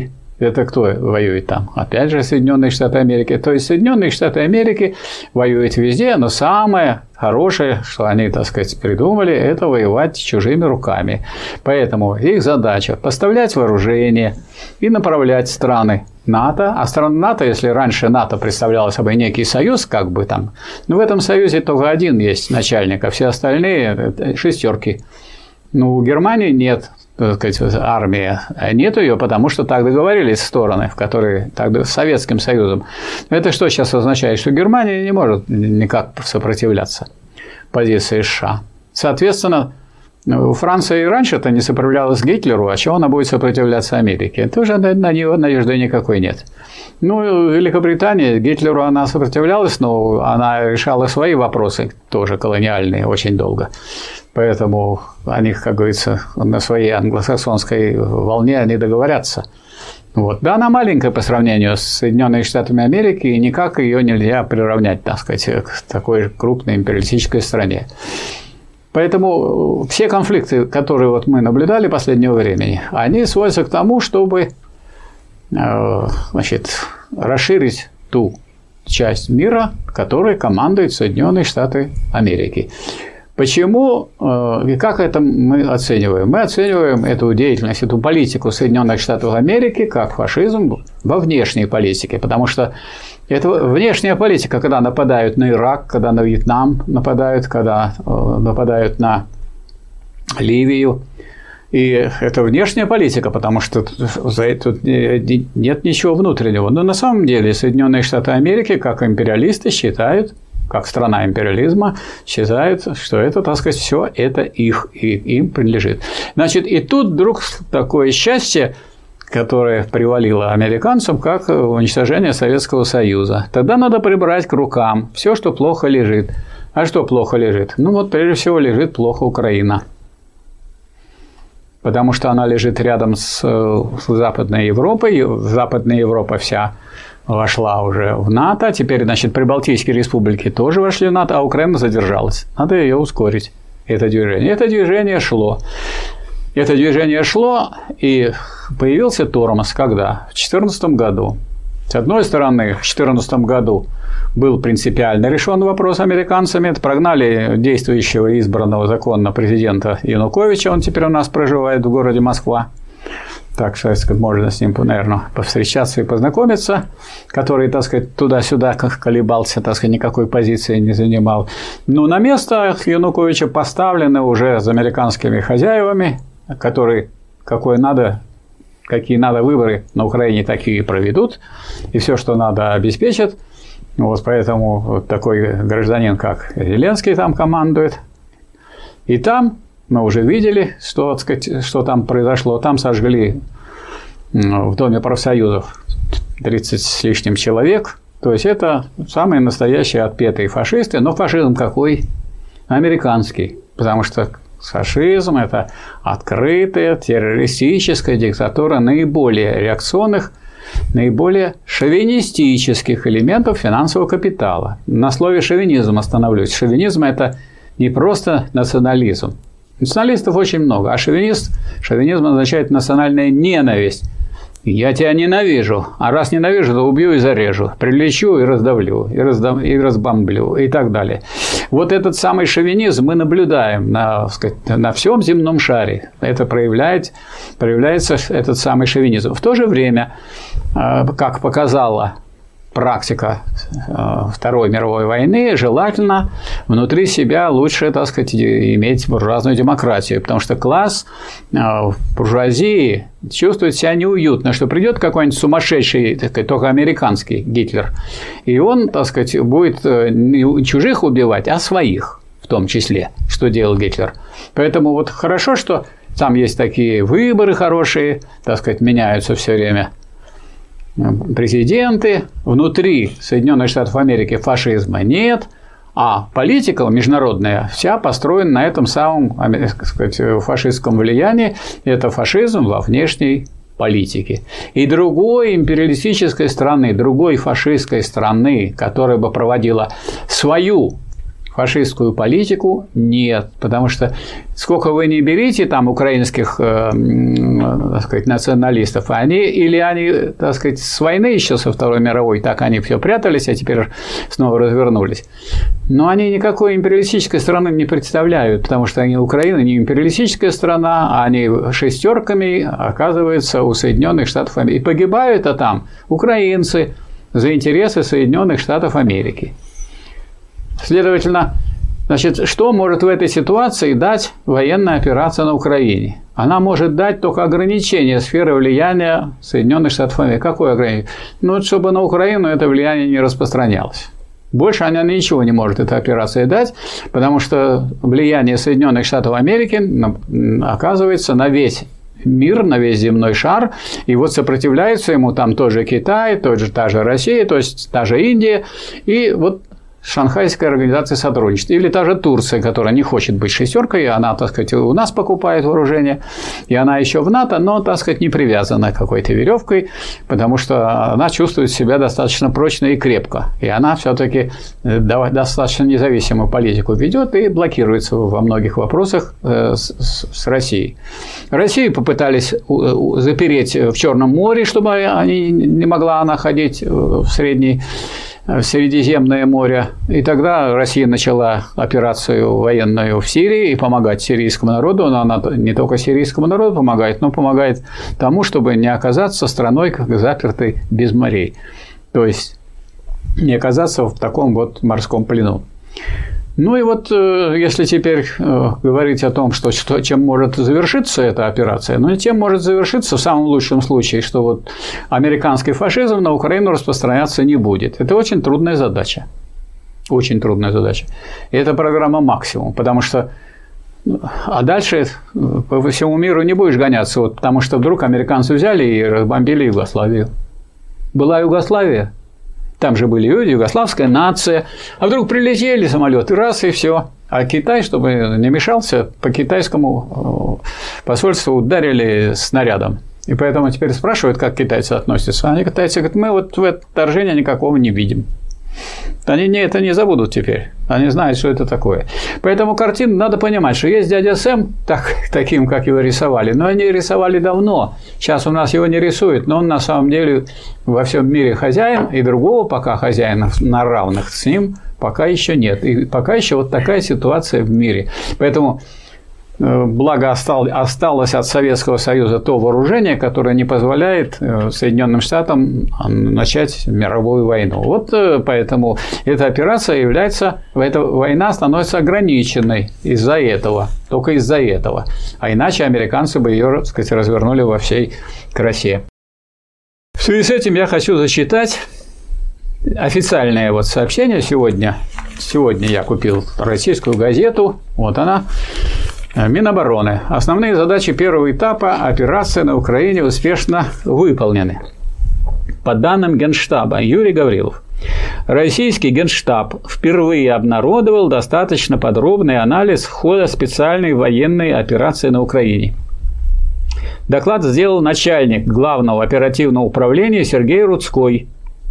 Это кто воюет там? Опять же, Соединенные Штаты Америки. То есть Соединенные Штаты Америки воюют везде, но самое хорошее, что они, так сказать, придумали, это воевать чужими руками. Поэтому их задача поставлять вооружение и направлять страны НАТО. А страны НАТО, если раньше НАТО представляло собой некий союз, как бы там, но в этом союзе только один есть начальник, а все остальные шестерки. Ну, у Германии нет, так сказать, армии. Нет ее, потому что так договорились стороны, в которые тогда с Советским Союзом. Это что сейчас означает? Что Германия не может никак сопротивляться позиции США. Соответственно, Франция и раньше-то не сопротивлялась Гитлеру, а чего она будет сопротивляться Америке? Тоже на нее надежды никакой нет. Ну, Великобритания, Гитлеру она сопротивлялась, но она решала свои вопросы, тоже колониальные, очень долго. Поэтому они, как говорится, на своей англосаксонской волне они договорятся. Вот. Да, она маленькая по сравнению с Соединенными Штатами Америки, и никак ее нельзя приравнять, так сказать, к такой крупной империалистической стране. Поэтому все конфликты, которые вот мы наблюдали в последнее время, они сводятся к тому, чтобы, значит, расширить ту часть мира, которой командуют Соединенные Штаты Америки. Почему и как это мы оцениваем? Мы оцениваем эту деятельность, эту политику Соединенных Штатов Америки как фашизм во внешней политике, потому что это внешняя политика, когда нападают на Ирак, когда на Вьетнам нападают, когда нападают на Ливию. И это внешняя политика, потому что тут нет ничего внутреннего. Но на самом деле Соединенные Штаты Америки, как империалисты, считают, как страна империализма, считают, что это, так сказать, все это их, и им принадлежит. Значит, и тут вдруг такое счастье, которое привалило американцам, как уничтожение Советского Союза. Тогда надо прибрать к рукам все, что плохо лежит. А что плохо лежит? Ну вот, прежде всего, лежит плохо Украина. Потому что она лежит рядом с Западной Европой. Западная Европа вся вошла уже в НАТО. Теперь, значит, Прибалтийские республики тоже вошли в НАТО, а Украина задержалась. Надо ее ускорить, это движение. Это движение шло. Это движение шло, и появился тормоз когда? В 2014 году. С одной стороны, в 2014 году был принципиально решен вопрос американцами. Это прогнали действующего избранного законно президента Януковича. Он теперь у нас проживает в городе Москва. Так что, можно с ним, наверное, повстречаться и познакомиться, который, так сказать, туда-сюда колебался, так сказать, никакой позиции не занимал. Но на место Януковича поставлены уже с американскими хозяевами, которые какие надо выборы на Украине, такие и проведут, и все, что надо, обеспечат. Вот поэтому вот такой гражданин, как Зеленский, там командует. И там мы уже видели, что, так сказать, что там произошло. Там сожгли в Доме профсоюзов 30 с лишним человек. То есть это самые настоящие отпетые фашисты. Но фашизм какой? Американский. Потому что фашизм – это открытая террористическая диктатура наиболее реакционных, наиболее шовинистических элементов финансового капитала. На слове шовинизм остановлюсь. Шовинизм – это не просто национализм. Националистов очень много, а шовинизм означает национальная ненависть. Я тебя ненавижу, а раз ненавижу, то убью и зарежу, прилечу и раздавлю, и разбомблю, и так далее. Вот этот самый шовинизм мы наблюдаем на всем земном шаре. Это проявляется этот самый шовинизм. В то же время, как показала практика Второй мировой войны, желательно внутри себя лучше, так сказать, иметь буржуазную демократию, потому что класс буржуазии чувствует себя неуютно, что придет какой-нибудь сумасшедший, так сказать, только американский Гитлер, и он, так сказать, будет не чужих убивать, а своих в том числе, что делал Гитлер. Поэтому вот хорошо, что там есть такие выборы хорошие, так сказать, меняются все время президенты, внутри Соединенных Штатов Америки фашизма нет, а политика международная вся построена на этом самом, так сказать, фашистском влиянии. Это фашизм во внешней политике. И другой империалистической страны, другой фашистской страны, которая бы проводила свою фашистскую политику? Нет, потому что сколько вы не берите там украинских, так сказать, националистов, они, так сказать, с войны еще со Второй мировой, так они все прятались, а теперь снова развернулись. Но они никакой империалистической страны не представляют, потому что Украина не империалистическая страна, а они шестерками оказываются у Соединенных Штатов Америки. И погибают там украинцы за интересы Соединенных Штатов Америки. Следовательно, значит, что может в этой ситуации дать военная операция на Украине? Она может дать только ограничение сферы влияния Соединенных Штатов Америки. Какое ограничение? Ну, чтобы на Украину это влияние не распространялось. Больше она ничего не может эта операция дать, потому что влияние Соединенных Штатов Америки оказывается на весь мир, на весь земной шар, и вот сопротивляется ему там тот же Китай, та же Россия, то есть та же Индия, и вот Шанхайская организация сотрудничества. Или та же Турция, которая не хочет быть шестеркой, она, так сказать, у нас покупает вооружение, и она еще в НАТО, но, так сказать, не привязана какой-то веревкой, потому что она чувствует себя достаточно прочно и крепко. И она все-таки достаточно независимую политику ведет и блокируется во многих вопросах с Россией. Россию попытались запереть в Черном море, чтобы не могла она ходить в Средиземное море. И тогда Россия начала операцию военную в Сирии и помогать сирийскому народу. Но она не только сирийскому народу помогает, но помогает тому, чтобы не оказаться страной, как запертой без морей. То есть не оказаться в таком вот морском плену. Ну и вот, если теперь говорить о том, чем может завершиться эта операция, ну, тем может завершиться в самом лучшем случае, что вот американский фашизм на Украину распространяться не будет. Это очень трудная задача. Очень трудная задача. И это программа «Максимум», потому что а дальше по всему миру не будешь гоняться, вот, потому что вдруг американцы взяли и разбомбили Югославию. Была Югославия. Там же были люди, югославская нация. А вдруг прилетели самолеты, раз и все. А Китай, чтобы не мешался, по китайскому посольству ударили снарядом. И поэтому теперь спрашивают, как китайцы относятся. Они, китайцы, говорят, мы вот в это вторжение никакого не видим. Они это не забудут теперь. Они знают, что это такое. Поэтому картину надо понимать, что есть дядя Сэм, таким, как его рисовали, но они рисовали давно. Сейчас у нас его не рисуют, но он на самом деле во всем мире хозяин, и другого пока хозяина на равных с ним пока еще нет. И пока еще вот такая ситуация в мире. Поэтому благо осталось от Советского Союза то вооружение, которое не позволяет Соединенным Штатам начать мировую войну. Вот поэтому эта операция эта война становится ограниченной из-за этого, только из-за этого. А иначе американцы бы ее, так сказать, развернули во всей красе. В связи с этим я хочу зачитать официальное вот сообщение сегодня. Сегодня я купил российскую газету, вот она. Минобороны. Основные задачи первого этапа операции на Украине успешно выполнены. По данным Генштаба, Юрий Гаврилов, российский Генштаб впервые обнародовал достаточно подробный анализ хода специальной военной операции на Украине. Доклад сделал начальник Главного оперативного управления Сергей Рудской,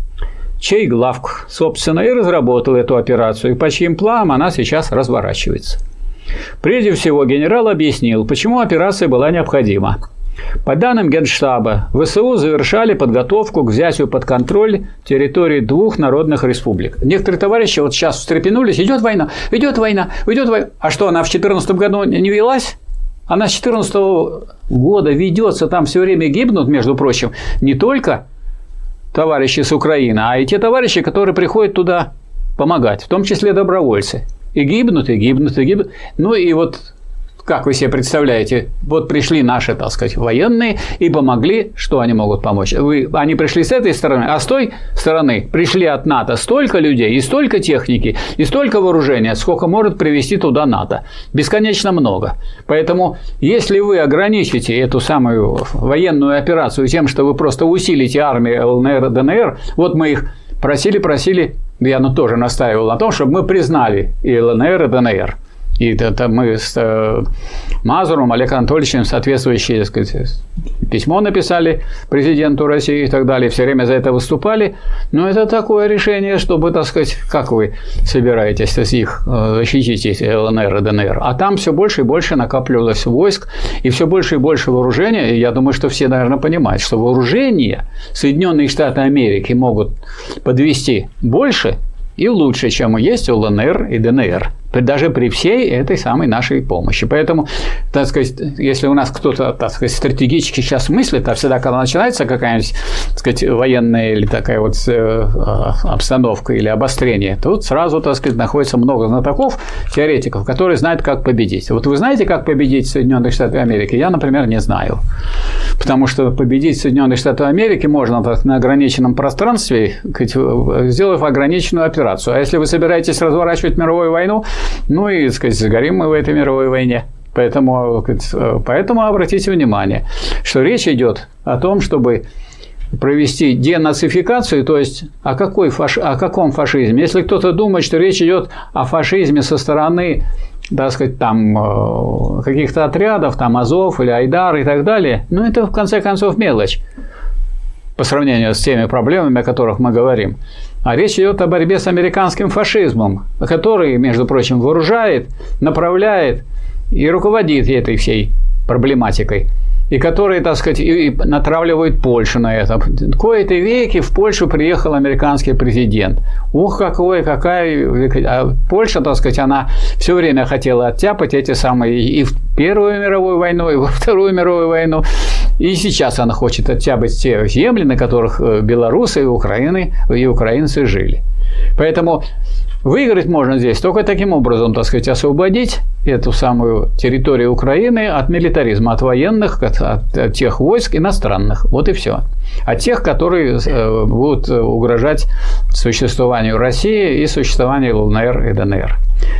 чей главк, собственно, и разработал эту операцию, и по чьим планам она сейчас разворачивается. Прежде всего, генерал объяснил, почему операция была необходима. По данным Генштаба, ВСУ завершали подготовку к взятию под контроль территории двух народных республик. Некоторые товарищи вот сейчас встрепенулись: идет война, идет война, идет война. А что, она в 2014 году не велась? Она с 2014 года ведется, там все время гибнут, между прочим, не только товарищи с Украины, а и те товарищи, которые приходят туда помогать, в том числе добровольцы. И гибнут, и гибнут, и гибнут. Ну и вот, как вы себе представляете, вот пришли наши, так сказать, военные и помогли. Что они могут помочь? Они пришли с этой стороны, а с той стороны пришли от НАТО столько людей, и столько техники, и столько вооружения, сколько может привести туда НАТО. Бесконечно много. Поэтому, если вы ограничите эту самую военную операцию тем, что вы просто усилите армию ЛНР, ДНР, вот мы их просили, я тоже настаивал на том, чтобы мы признали и ЛНР, и ДНР. И это мы с Мазуром Олегом Анатольевичем соответствующее, так сказать, письмо написали президенту России и так далее, все время за это выступали. Но это такое решение, чтобы, так сказать, как вы собираетесь их защитить, ЛНР и ДНР. А там все больше и больше накапливалось войск, и все больше и больше вооружения. И я думаю, что все, наверное, понимают, что вооружение Соединенные Штаты Америки могут подвести больше и лучше, чем есть у ЛНР и ДНР. Даже при всей этой самой нашей помощи. Поэтому, так сказать, если у нас кто-то, так сказать, стратегически сейчас мыслит, а всегда, когда начинается какая-нибудь, так сказать, военная или такая вот обстановка или обострение, тут сразу, так сказать, находится много знатоков, теоретиков, которые знают, как победить. Вот вы знаете, как победить Соединенные Штаты Америки? Я, например, не знаю. Потому что победить Соединенные Штаты Америки можно так, на ограниченном пространстве, сделав ограниченную операцию. А если вы собираетесь разворачивать мировую войну, ну и, так сказать, сгорим мы в этой мировой войне. Поэтому обратите внимание, что речь идет о том, чтобы провести денацификацию, то есть о каком фашизме. Если кто-то думает, что речь идет о фашизме со стороны, так сказать, там каких-то отрядов, там Азов или Айдар и так далее, ну это в конце концов мелочь по сравнению с теми проблемами, о которых мы говорим. А речь идет о борьбе с американским фашизмом, который, между прочим, вооружает, направляет и руководит этой всей проблематикой. И который, так сказать, и натравливает Польшу на это. В кои-то веки в Польшу приехал американский президент. Ух, какая... А Польша, так сказать, она все время хотела оттяпать эти самые и в Первую мировую войну, и во Вторую мировую войну. И сейчас она хочет оттяпать те земли, на которых белорусы и украинцы жили. Поэтому выиграть можно здесь только таким образом, так сказать, освободить эту самую территорию Украины от милитаризма, от военных, от тех войск иностранных. Вот и все. От тех, которые будут угрожать существованию России и существованию ЛНР и ДНР.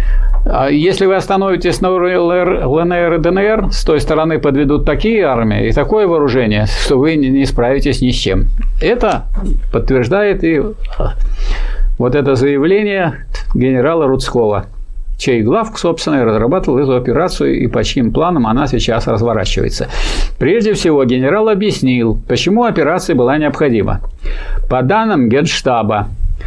Если вы остановитесь на ЛНР и ДНР, с той стороны подведут такие армии и такое вооружение, что вы не справитесь ни с чем. Это подтверждает и вот это заявление генерала Рудского, чей главк, собственно, разрабатывал эту операцию и по чьим планам она сейчас разворачивается. Прежде всего, генерал объяснил, почему операция была необходима. По данным Генштаба,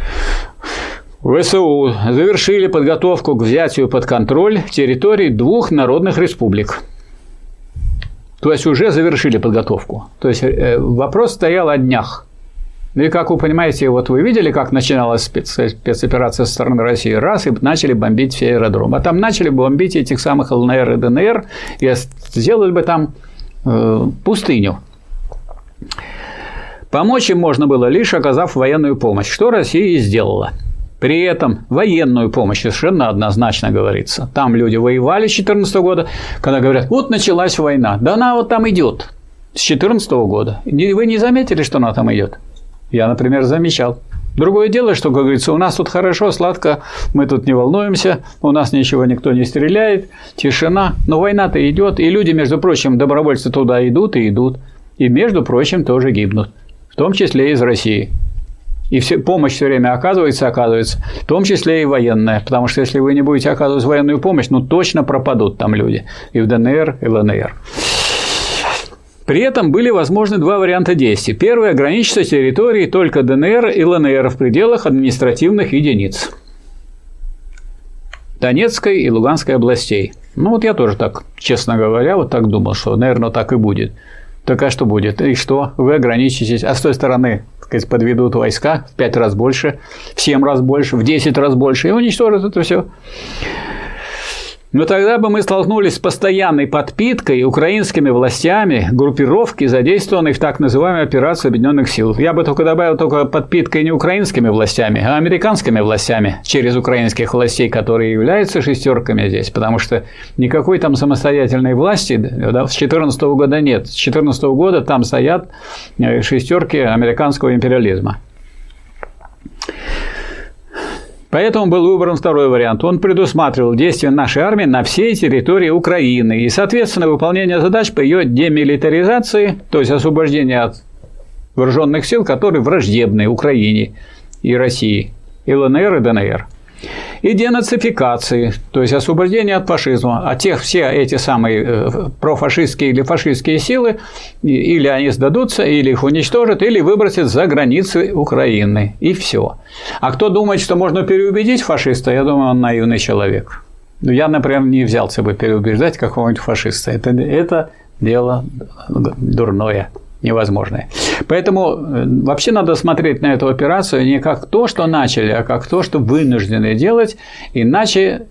ВСУ завершили подготовку к взятию под контроль территорий 2 народных республик. То есть, уже завершили подготовку. То есть, вопрос стоял о днях. И, как вы понимаете, вот вы видели, как начиналась спецоперация со стороны России? Раз, и начали бомбить все аэродромы. А там начали бомбить этих самых ЛНР и ДНР, и сделали бы там пустыню. Помочь им можно было, лишь оказав военную помощь, что Россия и сделала. При этом военную помощь совершенно однозначно говорится. Там люди воевали с 2014 года, когда говорят, вот началась война. Да она вот там идет с 2014 года. Вы не заметили, что она там идет? Я, например, замечал. Другое дело, что, как говорится, у нас тут хорошо, сладко, мы тут не волнуемся, у нас ничего никто не стреляет, тишина. Но война-то идет, и люди, между прочим, добровольцы туда идут и идут. И, между прочим, тоже гибнут. В том числе из России. И помощь все время оказывается, в том числе и военная. Потому что если вы не будете оказывать военную помощь, ну точно пропадут там люди. И в ДНР, и ЛНР. При этом были возможны 2 варианта действий. Первый – ограничиться территорией только ДНР и ЛНР в пределах административных единиц Донецкой и Луганской областей. Ну, вот я тоже так, честно говоря, вот так думал, что, наверное, так и будет. Так а что будет? И что? Вы ограничитесь. А с той стороны, так сказать, подведут войска в 5 раз больше, в 7 раз больше, в 10 раз больше и уничтожат это все. Но тогда бы мы столкнулись с постоянной подпиткой украинскими властями группировки, задействованной в так называемой операции Объединенных сил. Я бы только добавил подпиткой не украинскими властями, а американскими властями через украинских властей, которые являются шестерками здесь, потому что никакой там самостоятельной власти с 2014 года нет. С 2014 года там стоят шестерки американского империализма. Поэтому был выбран второй вариант. Он предусматривал действия нашей армии на всей территории Украины и, соответственно, выполнение задач по ее демилитаризации, то есть освобождение от вооруженных сил, которые враждебны Украине и России, и ЛНР, и ДНР. и денацификации, то есть освобождения от фашизма. А все эти самые профашистские или фашистские силы или они сдадутся, или их уничтожат, или выбросят за границы Украины. И все. А кто думает, что можно переубедить фашиста, я думаю, он наивный человек. Я, например, не взялся бы переубеждать какого-нибудь фашиста. Это дело дурное, невозможное. Поэтому вообще надо смотреть на эту операцию не как то, что начали, а как то, что вынуждены делать, иначе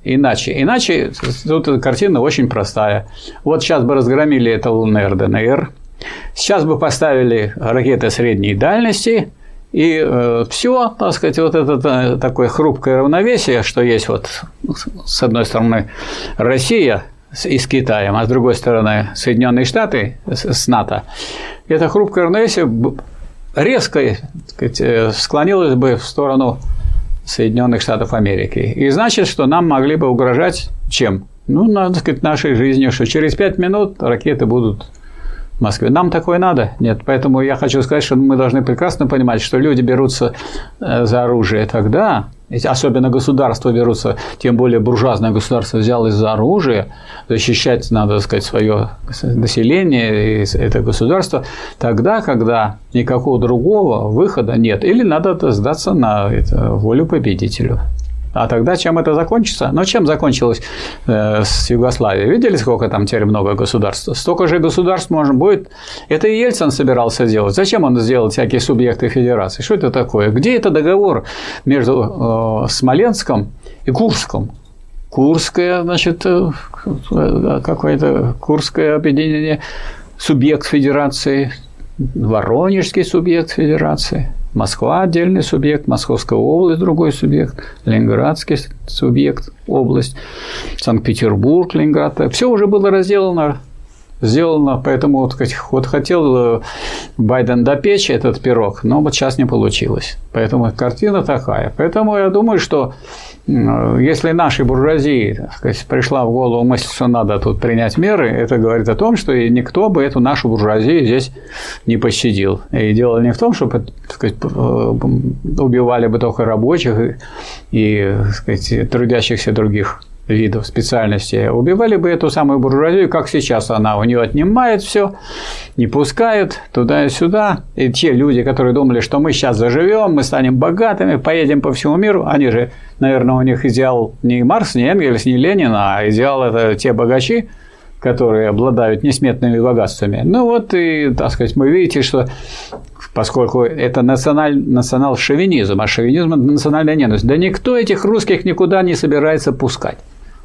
тут картина очень простая. Вот сейчас бы разгромили это ЛНР, ДНР, сейчас бы поставили ракеты средней дальности, и все, так сказать, вот это такое хрупкое равновесие, что есть вот с одной стороны Россия и с Китаем, а с другой стороны Соединенные Штаты с НАТО, это хрупкое равновесие резко, так сказать, склонилось бы в сторону Соединенных Штатов Америки. И значит, что нам могли бы угрожать чем? Ну, надо сказать, нашей жизнью, что через 5 минут ракеты будут в Москве. Нам такое надо? Нет. Поэтому я хочу сказать, что мы должны прекрасно понимать, что люди берутся за оружие тогда, особенно государства берутся, тем более буржуазное государство взялось за оружие, защищать, надо сказать, свое население и это государство, тогда, когда никакого другого выхода нет. Или надо сдаться на волю победителю. А тогда чем это закончится? Ну, чем закончилось с Югославией? Видели, сколько там теперь много государств? Столько же государств можно будет. Это и Ельцин собирался делать. Зачем он сделал всякие субъекты федерации? Что это такое? Где это договор между Смоленском и Курском? Курское, значит, какое-то Курское объединение, субъект федерации, Воронежский субъект федерации. Москва – отдельный субъект, Московская область – другой субъект, Ленинградский субъект, область, Санкт-Петербург, Ленинград. Все уже было сделано, поэтому вот хотел Байден допечь этот пирог, но вот сейчас не получилось. Поэтому картина такая. Поэтому я думаю, что если нашей буржуазии, так сказать, пришла в голову мысль, что надо тут принять меры, это говорит о том, что и никто бы эту нашу буржуазию здесь не пощадил. И дело не в том, чтобы, так сказать, убивали бы только рабочих и так сказать, трудящихся других видов специальностей, убивали бы эту самую буржуазию, как сейчас она у нее отнимает все, не пускают туда и сюда. И те люди, которые думали, что мы сейчас заживем, мы станем богатыми, поедем по всему миру, они же, наверное, у них идеал не Маркс, не Энгельс, не Ленин, а идеал – это те богачи, которые обладают несметными богатствами. Ну вот и, так сказать, вы видите, что поскольку это национал-шовинизм, а шовинизм – это национальная ненависть, да никто этих русских никуда не собирается пускать.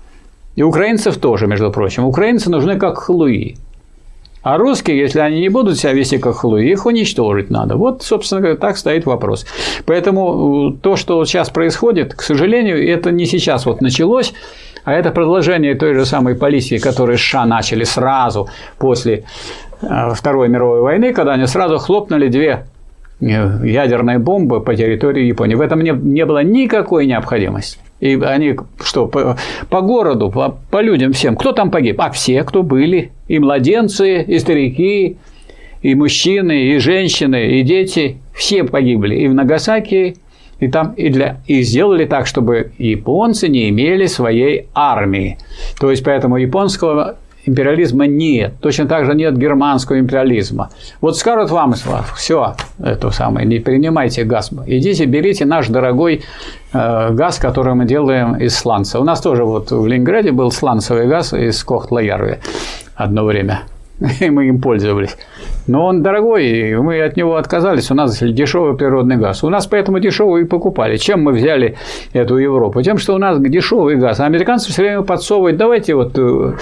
И украинцев тоже, между прочим. Украинцы нужны как хлуи. А русские, если они не будут себя вести как хлуи, их уничтожить надо. Вот, собственно говоря, так стоит вопрос. Поэтому то, что вот сейчас происходит, к сожалению, это не сейчас вот началось, а это продолжение той же самой политики, которую США начали сразу после Второй мировой войны, когда они сразу хлопнули 2 ядерные бомбы по территории Японии. В этом не было никакой необходимости. И они что, по городу, по людям всем, кто там погиб? А все, кто были. И младенцы, и старики, и мужчины, и женщины, и дети. Все погибли. И в Нагасаки, и там, и сделали так, чтобы японцы не имели своей армии. То есть, поэтому японского империализма нет. Точно так же нет германского империализма. Вот скажут вам, все, это самое, не принимайте газ. Идите, берите наш дорогой газ, который мы делаем из сланца. У нас тоже вот в Ленинграде был сланцевый газ из Кохтла-Ярви одно время. И мы им пользовались. Но он дорогой, и мы от него отказались. У нас дешевый природный газ. У нас поэтому дешевый и покупали. Чем мы взяли эту Европу? Тем, что у нас дешевый газ. А американцы все время подсовывают: давайте вот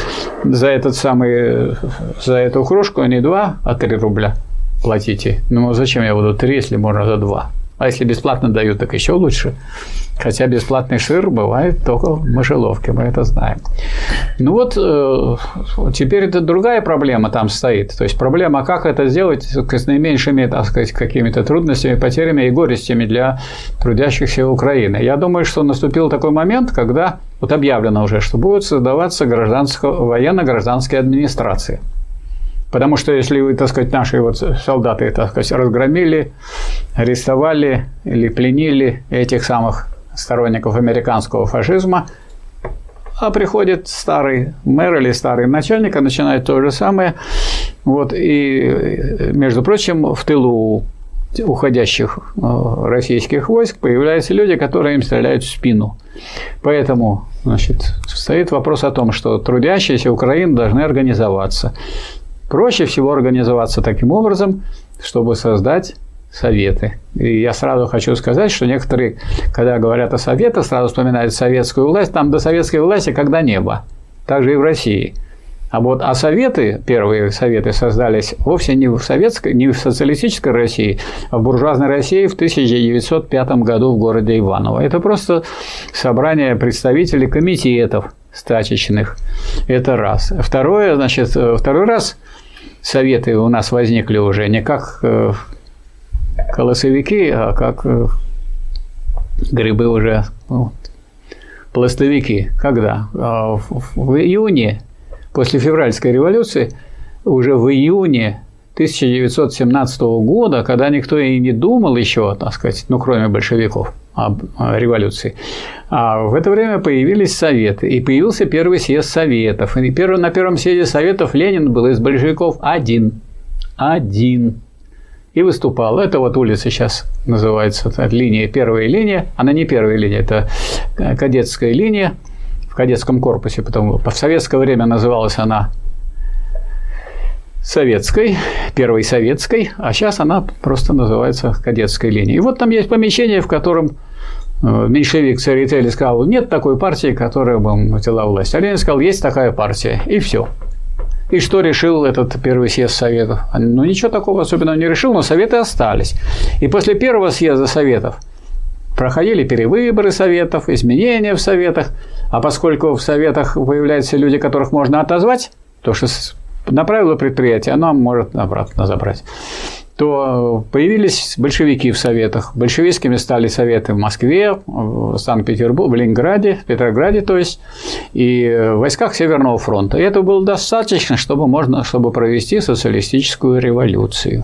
за эту кружку не 2, а 3 рубля платите. Ну, зачем я буду 3, если можно за 2? А если бесплатно дают, так еще лучше. Хотя бесплатный сыр бывает только в мышеловке, мы это знаем. Ну вот, теперь это другая проблема там стоит. То есть проблема, как это сделать с наименьшими, так сказать, какими-то трудностями, потерями и горестями для трудящихся Украины. Я думаю, что наступил такой момент, когда вот объявлено уже, что будут создаваться военно-гражданские администрации. Потому что если вы, так сказать, наши вот солдаты, так сказать, разгромили, арестовали или пленили этих самых сторонников американского фашизма, а приходит старый мэр или старый начальник, и начинает то же самое. Вот, и, между прочим, в тылу уходящих российских войск появляются люди, которые им стреляют в спину. Поэтому, значит, стоит вопрос о том, что трудящиеся Украины должны организоваться. Проще всего организоваться таким образом, чтобы создать советы. И я сразу хочу сказать, что некоторые, когда говорят о советах, сразу вспоминают советскую власть. Там до советской власти когда небо. Так же и в России. А советы, первые советы создались вовсе не в советской, не в социалистической России, а в буржуазной России в 1905 году в городе Иваново. Это просто собрание представителей комитетов стачечных. Это раз. Второе, значит, второй раз советы у нас возникли уже не как колосовики, а как грибы уже, пластовики. Когда? В июне, после февральской революции, уже в июне 1917 года, когда никто и не думал еще, так сказать, ну, кроме большевиков, об революции, а в это время появились советы, и появился первый съезд советов. И на первом съезде советов Ленин был из большевиков один. И выступал. Это вот улица сейчас называется, линия, первая линия. Она не первая линия, это кадетская линия в кадетском корпусе. Потому в советское время называлась она советской, первой советской, а сейчас она просто называется кадетской линией. И вот там есть помещение, в котором меньшевик Церетели сказал, нет такой партии, которая бы взяла власть. А Ленин сказал, есть такая партия. И все. И что решил этот первый съезд Советов? Ну, ничего такого особенного не решил, но Советы остались. И после первого съезда Советов проходили перевыборы Советов, изменения в Советах. А поскольку в Советах появляются люди, которых можно отозвать, то что направило предприятие, оно может обратно забрать, то появились большевики в Советах. Большевистскими стали Советы в Москве, в Санкт-Петербурге, в Ленинграде, в Петрограде, то есть, и в войсках Северного фронта. И этого было достаточно, чтобы провести социалистическую революцию.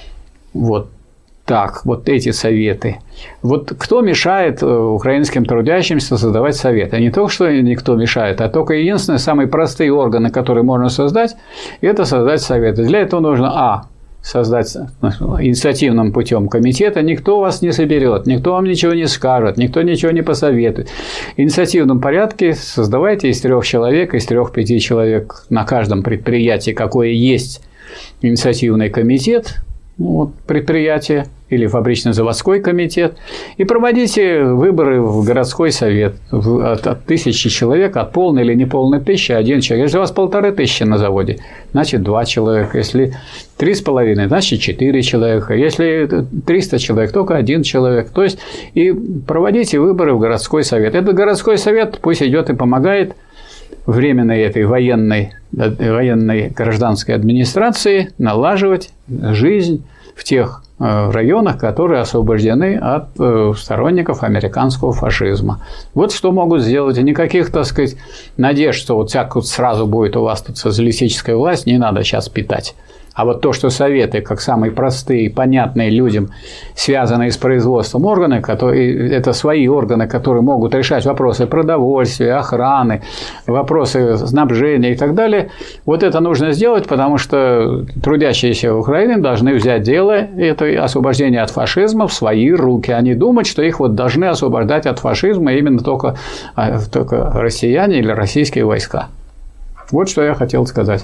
Вот так, вот эти советы. Вот кто мешает украинским трудящимся создавать советы? Не то, что никто мешает, а только единственные, самые простые органы, которые можно создать, это создать советы. Для этого нужно создать инициативным путем комитета, никто вас не соберет, никто вам ничего не скажет, никто ничего не посоветует. В инициативном порядке создавайте из 3 человек, из 3-5 человек на каждом предприятии, какое есть инициативный комитет, предприятие или фабрично-заводской комитет, и проводите выборы в городской совет от 1000 человек, от полной или неполной 1000, 1 человек. Если у вас 1500 на заводе, значит 2 человека. Если 3,5, значит 4 человека. Если 300 человек, только 1 человек. То есть, и проводите выборы в городской совет. Этот городской совет пусть идет и помогает временной этой военной гражданской администрации налаживать жизнь в тех районах, которые освобождены от сторонников американского фашизма. Вот что могут сделать. И никаких, так сказать, надежд, что вот сразу будет у вас тут социалистическая власть, не надо сейчас питать. А вот то, что советы, как самые простые, понятные людям, связанные с производством органы, это свои органы, которые могут решать вопросы продовольствия, охраны, вопросы снабжения и так далее, вот это нужно сделать, потому что трудящиеся в Украине должны взять дело, это освобождение от фашизма, в свои руки, а не думать, что их вот должны освобождать от фашизма именно только россияне или российские войска. Вот что я хотел сказать.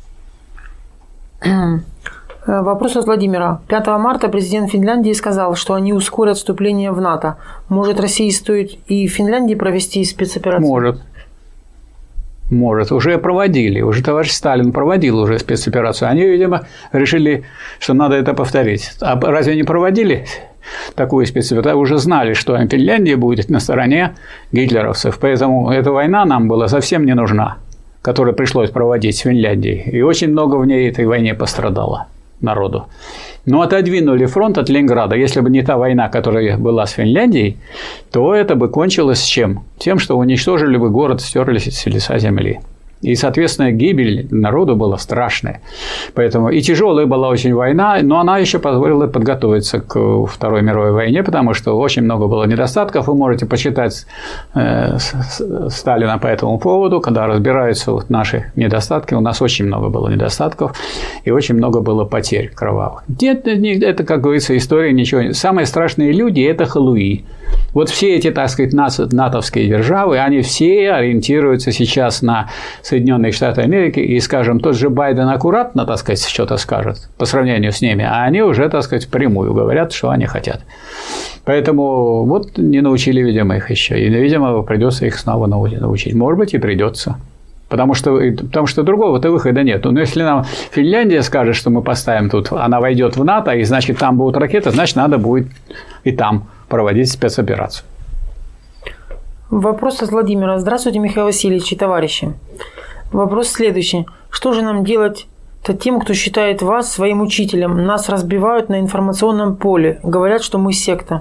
Вопрос от Владимира. 5 марта президент Финляндии сказал, что они ускорят вступление в НАТО. Может, России стоит и в Финляндии провести спецоперацию? Может. Уже проводили. Уже товарищ Сталин проводил уже спецоперацию. Они, видимо, решили, что надо это повторить. А разве не проводили такую спецоперацию? Уже знали, что Финляндия будет на стороне гитлеровцев. Поэтому эта война нам была совсем не нужна, которую пришлось проводить в Финляндии. И очень много в ней этой войне пострадало народу. Но отодвинули фронт от Ленинграда. Если бы не та война, которая была с Финляндией, то это бы кончилось с чем? Тем, что уничтожили бы город, стерлись с лица земли. И, соответственно, гибель народу была страшная. Поэтому и тяжелая была очень война, но она еще позволила подготовиться к Второй мировой войне, потому что очень много было недостатков. Вы можете почитать Сталина по этому поводу, когда разбираются вот наши недостатки. У нас очень много было недостатков и очень много было потерь кровавых. Нет, это, как говорится, история ничего. Самые страшные люди – это халуи. Вот все эти, так сказать, натовские державы, они все ориентируются сейчас на Соединенные Штаты Америки, и, скажем, тот же Байден аккуратно, так сказать, что-то скажет по сравнению с ними, а они уже, так сказать, впрямую говорят, что они хотят. Поэтому вот не научили, видимо, их еще, и, видимо, придется их снова научить. Может быть, и придется. Потому что другого-то выхода нет. Но если нам Финляндия скажет, что мы поставим тут, она войдет в НАТО, и значит там будут ракеты, значит надо будет и там проводить спецоперацию. Вопрос от Владимира. Здравствуйте, Михаил Васильевич и товарищи. Вопрос следующий. Что же нам делать-то тем, кто считает вас своим учителем? Нас разбивают на информационном поле. Говорят, что мы секта.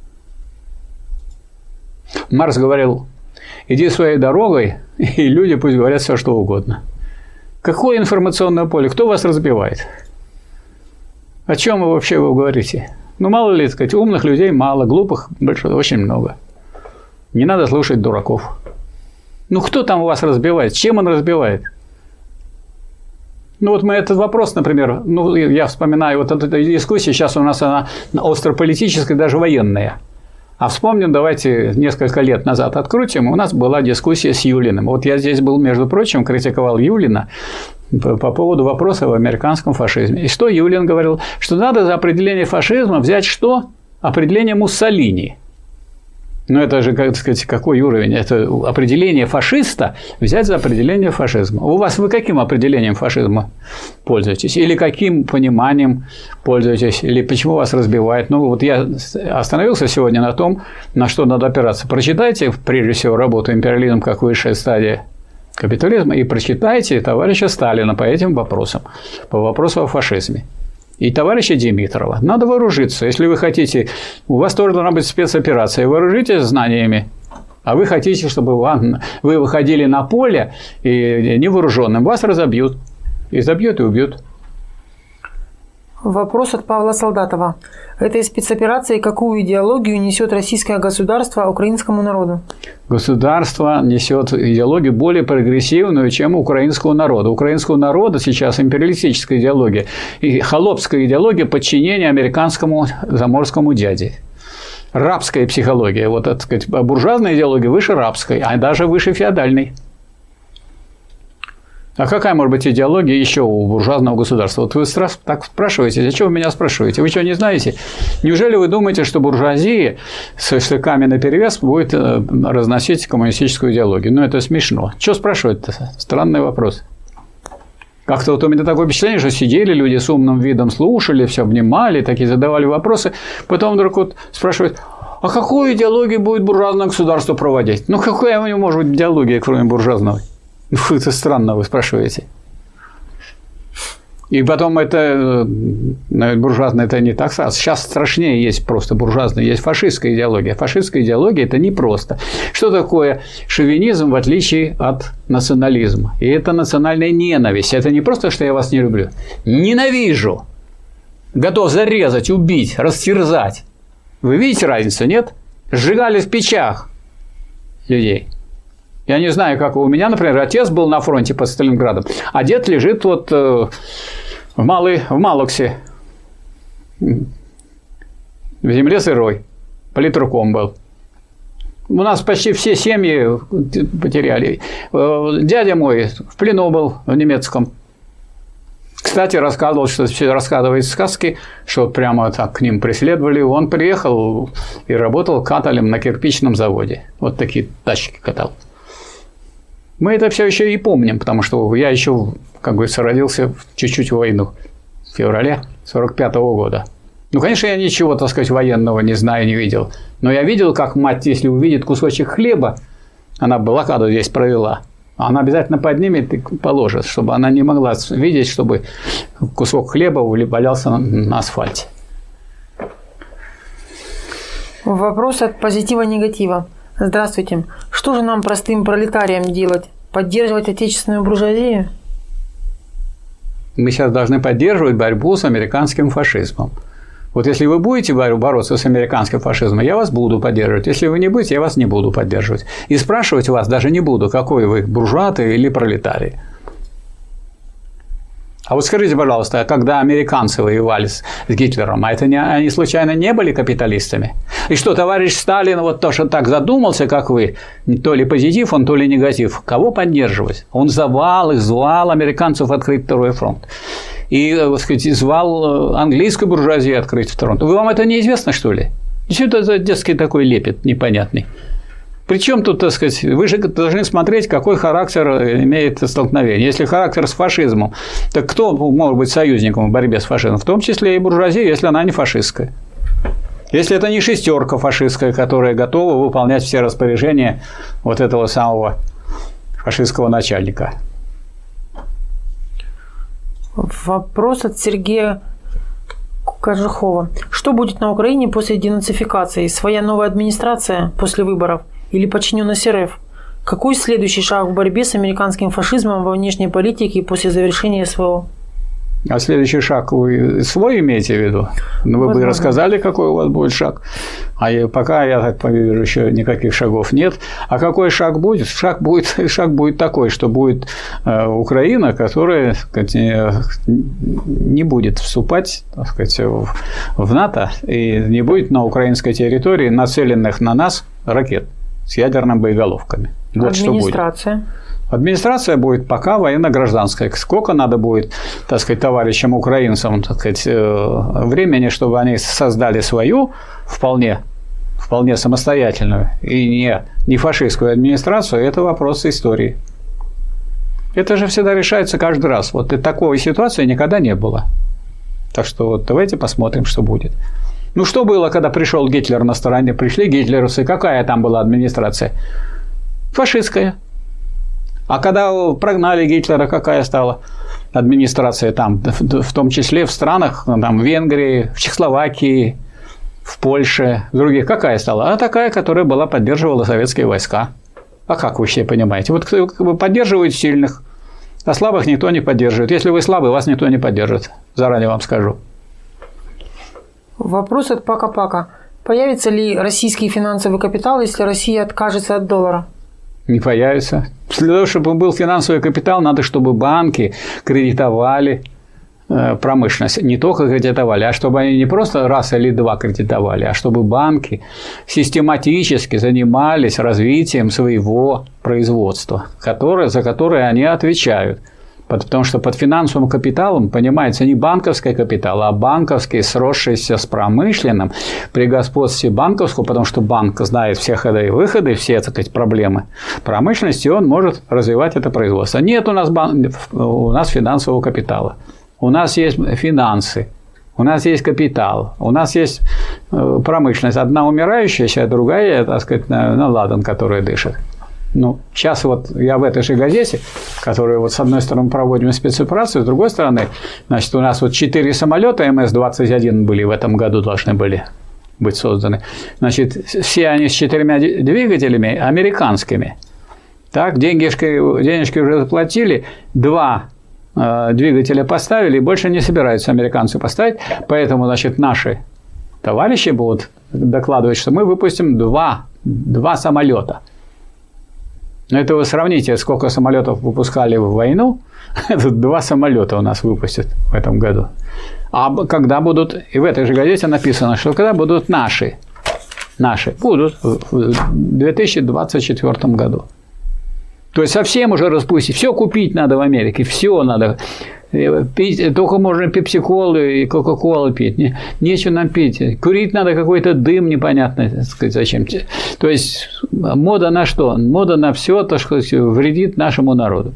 Маркс говорил: иди своей дорогой, и люди пусть говорят все, что угодно. Какое информационное поле? Кто вас разбивает? О чем вы вообще говорите? Ну, мало ли, так сказать, умных людей мало, глупых очень много. Не надо слушать дураков. Ну, кто там у вас разбивает? Чем он разбивает? Ну, вот мы этот вопрос, например, я вспоминаю, вот эта дискуссия сейчас у нас она острополитическая, даже военная. А вспомним, давайте несколько лет назад открутим, у нас была дискуссия с Юлиным. Вот я здесь был, между прочим, критиковал Юлина по поводу вопроса об американском фашизме. И что Юлин говорил? Что надо за определение фашизма взять что? Определение Муссолини. Ну, это же, как сказать, какой уровень? Это определение фашиста взять за определение фашизма. Вы каким определением фашизма пользуетесь? Или каким пониманием пользуетесь? Или почему вас разбивает? Ну, вот я остановился сегодня на том, на что надо опираться. Прочитайте, прежде всего, работу «Империализм как высшая стадия капитализма» и прочитайте товарища Сталина по этим вопросам, по вопросу о фашизме. И товарища Димитрова. Надо вооружиться. Если вы хотите, у вас тоже должна быть спецоперация. Вооружитесь знаниями. А вы хотите, чтобы вы выходили на поле и невооруженным. Вас разобьют. И забьют, и убьют. Вопрос от Павла Солдатова. Этой спецоперацией какую идеологию несет российское государство украинскому народу? Государство несет идеологию более прогрессивную, чем у украинского народа. У украинского народа сейчас империалистическая идеология и холопская идеология подчинения американскому заморскому дяде. Рабская психология. Вот, так сказать, буржуазная идеология выше рабской, а даже выше феодальной. А какая может быть идеология еще у буржуазного государства? Вот вы так спрашиваете, зачем вы меня спрашиваете? Вы что, не знаете? Неужели вы думаете, что буржуазия с штыками наперевес будет разносить коммунистическую идеологию? Ну, это смешно. Что спрашивать-то? Странный вопрос. Как-то вот у меня такое впечатление, что сидели люди с умным видом, слушали, все внимали, такие задавали вопросы. Потом вдруг вот спрашивают: а какую идеологию будет буржуазное государство проводить? Ну, какая у него может быть идеология, кроме буржуазной? Это странно, вы спрашиваете. И потом это буржуазное это не так сразу. Сейчас страшнее есть просто буржуазная, есть фашистская идеология. Фашистская идеология – это не просто. Что такое шовинизм в отличие от национализма? И это национальная ненависть. Это не просто, что я вас не люблю. Ненавижу. Готов зарезать, убить, растерзать. Вы видите разницу, нет? Сжигали в печах людей. Я не знаю, как у меня, например, отец был на фронте под Сталинградом, а дед лежит вот в Малоксе, в земле сырой, политруком был. У нас почти все семьи потеряли. Дядя мой в плену был в немецком. Кстати, рассказывал, что все рассказывает сказки, что прямо так к ним преследовали. Он приехал и работал каталем на кирпичном заводе. Вот такие тачки катал. Мы это все еще и помним, потому что я еще, как говорится, родился чуть-чуть в войну в феврале 1945 года. Ну, конечно, я ничего, так сказать, военного не знаю, не видел. Но я видел, как мать, если увидит кусочек хлеба, она блокаду здесь провела, она обязательно поднимет и положит, чтобы она не могла видеть, чтобы кусок хлеба валялся на асфальте. Вопрос от позитива-негатива. Здравствуйте. Что же нам, простым пролетариям, делать? Поддерживать отечественную буржуазию? Мы сейчас должны поддерживать борьбу с американским фашизмом. Вот если вы будете бороться с американским фашизмом, я вас буду поддерживать. Если вы не будете, я вас не буду поддерживать. И спрашивать вас даже не буду, какой вы, буржуа или пролетарий. А вот скажите, пожалуйста, когда американцы воевали с Гитлером, а это они случайно не были капиталистами? И что, товарищ Сталин вот тоже так задумался, как вы, то ли позитив он, то ли негатив. Кого поддерживать? Он звал американцев открыть второй фронт. И, так сказать, звал английскую буржуазию открыть фронт. Вам это неизвестно, что ли? Что это за детский такой лепет непонятный? Причем тут, так сказать, вы же должны смотреть, какой характер имеет столкновение. Если характер с фашизмом, так кто может быть союзником в борьбе с фашизмом? В том числе и буржуазия, если она не фашистская. Если это не шестерка фашистская, которая готова выполнять все распоряжения вот этого самого фашистского начальника. Вопрос от Сергея Кожухова. Что будет на Украине после денацификации? Своя новая администрация после выборов? Или подчиненность РФ? Какой следующий шаг в борьбе с американским фашизмом во внешней политике после завершения СВО? А следующий шаг вы свой имеете в виду? Ну, вы бы рассказали, какой у вас будет шаг. А пока, я так вижу, еще никаких шагов нет. А какой шаг будет? Шаг будет такой, что будет Украина, которая, так сказать, не будет вступать, так сказать, в НАТО и не будет на украинской территории нацеленных на нас ракет с ядерными боеголовками. Вот администрация? Администрация будет пока военно-гражданская. Сколько надо будет, так сказать, товарищам украинцам, так сказать, времени, чтобы они создали свою вполне самостоятельную и не фашистскую администрацию, это вопрос истории. Это же всегда решается каждый раз. Вот и такой ситуации никогда не было. Так что вот давайте посмотрим, что будет. Ну, что было, когда пришел Гитлер на стороне? Пришли гитлеровцы. Какая там была администрация? Фашистская. А когда прогнали Гитлера, какая стала администрация там, в том числе в странах, там, в Венгрии, в Чехословакии, в Польше, в других, какая стала? А такая, которая поддерживала советские войска. А как вы все понимаете? Вот поддерживают сильных, а слабых никто не поддерживает. Если вы слабый, вас никто не поддержит. Заранее вам скажу. Вопрос от Пака-Пака. Появится ли российский финансовый капитал, если Россия откажется от доллара? Не появится. Для того, чтобы был финансовый капитал, надо, чтобы банки кредитовали промышленность. Не только кредитовали, а чтобы они не просто раз или два кредитовали, а чтобы банки систематически занимались развитием своего производства, за которое они отвечают. Потому что под финансовым капиталом понимается не банковский капитал, а банковский, сросшийся с промышленным при господстве банковского, потому что банк знает все ходы и выходы, все, так сказать, проблемы промышленности, и он может развивать это производство. Нет у нас финансового капитала. У нас есть финансы, у нас есть капитал, у нас есть промышленность. Одна умирающая, другая, так сказать, на ладан, которая дышит. Ну, сейчас вот я в этой же газете, которую вот с одной стороны проводим спецоперацию, с другой стороны, значит, у нас вот 4 самолета МС-21 были в этом году, должны были быть созданы. Значит, все они с 4 двигателями американскими. Так, денежки уже заплатили, 2 двигателя поставили, и больше не собираются американцы поставить. Поэтому, значит, наши товарищи будут докладывать, что мы выпустим 2 самолета. Но это вы сравните, сколько самолетов выпускали в войну, 2 самолета у нас выпустят в этом году. А когда будут, и в этой же газете написано, что когда будут наши будут в 2024 году. То есть совсем уже распустить, все купить надо в Америке, все надо. Пить, только можно пепси-колу и кока-колу пить. Нечего нам пить. Курить надо какой-то дым непонятный, так сказать, зачем. То есть мода на что? Мода на все, так сказать, вредит нашему народу.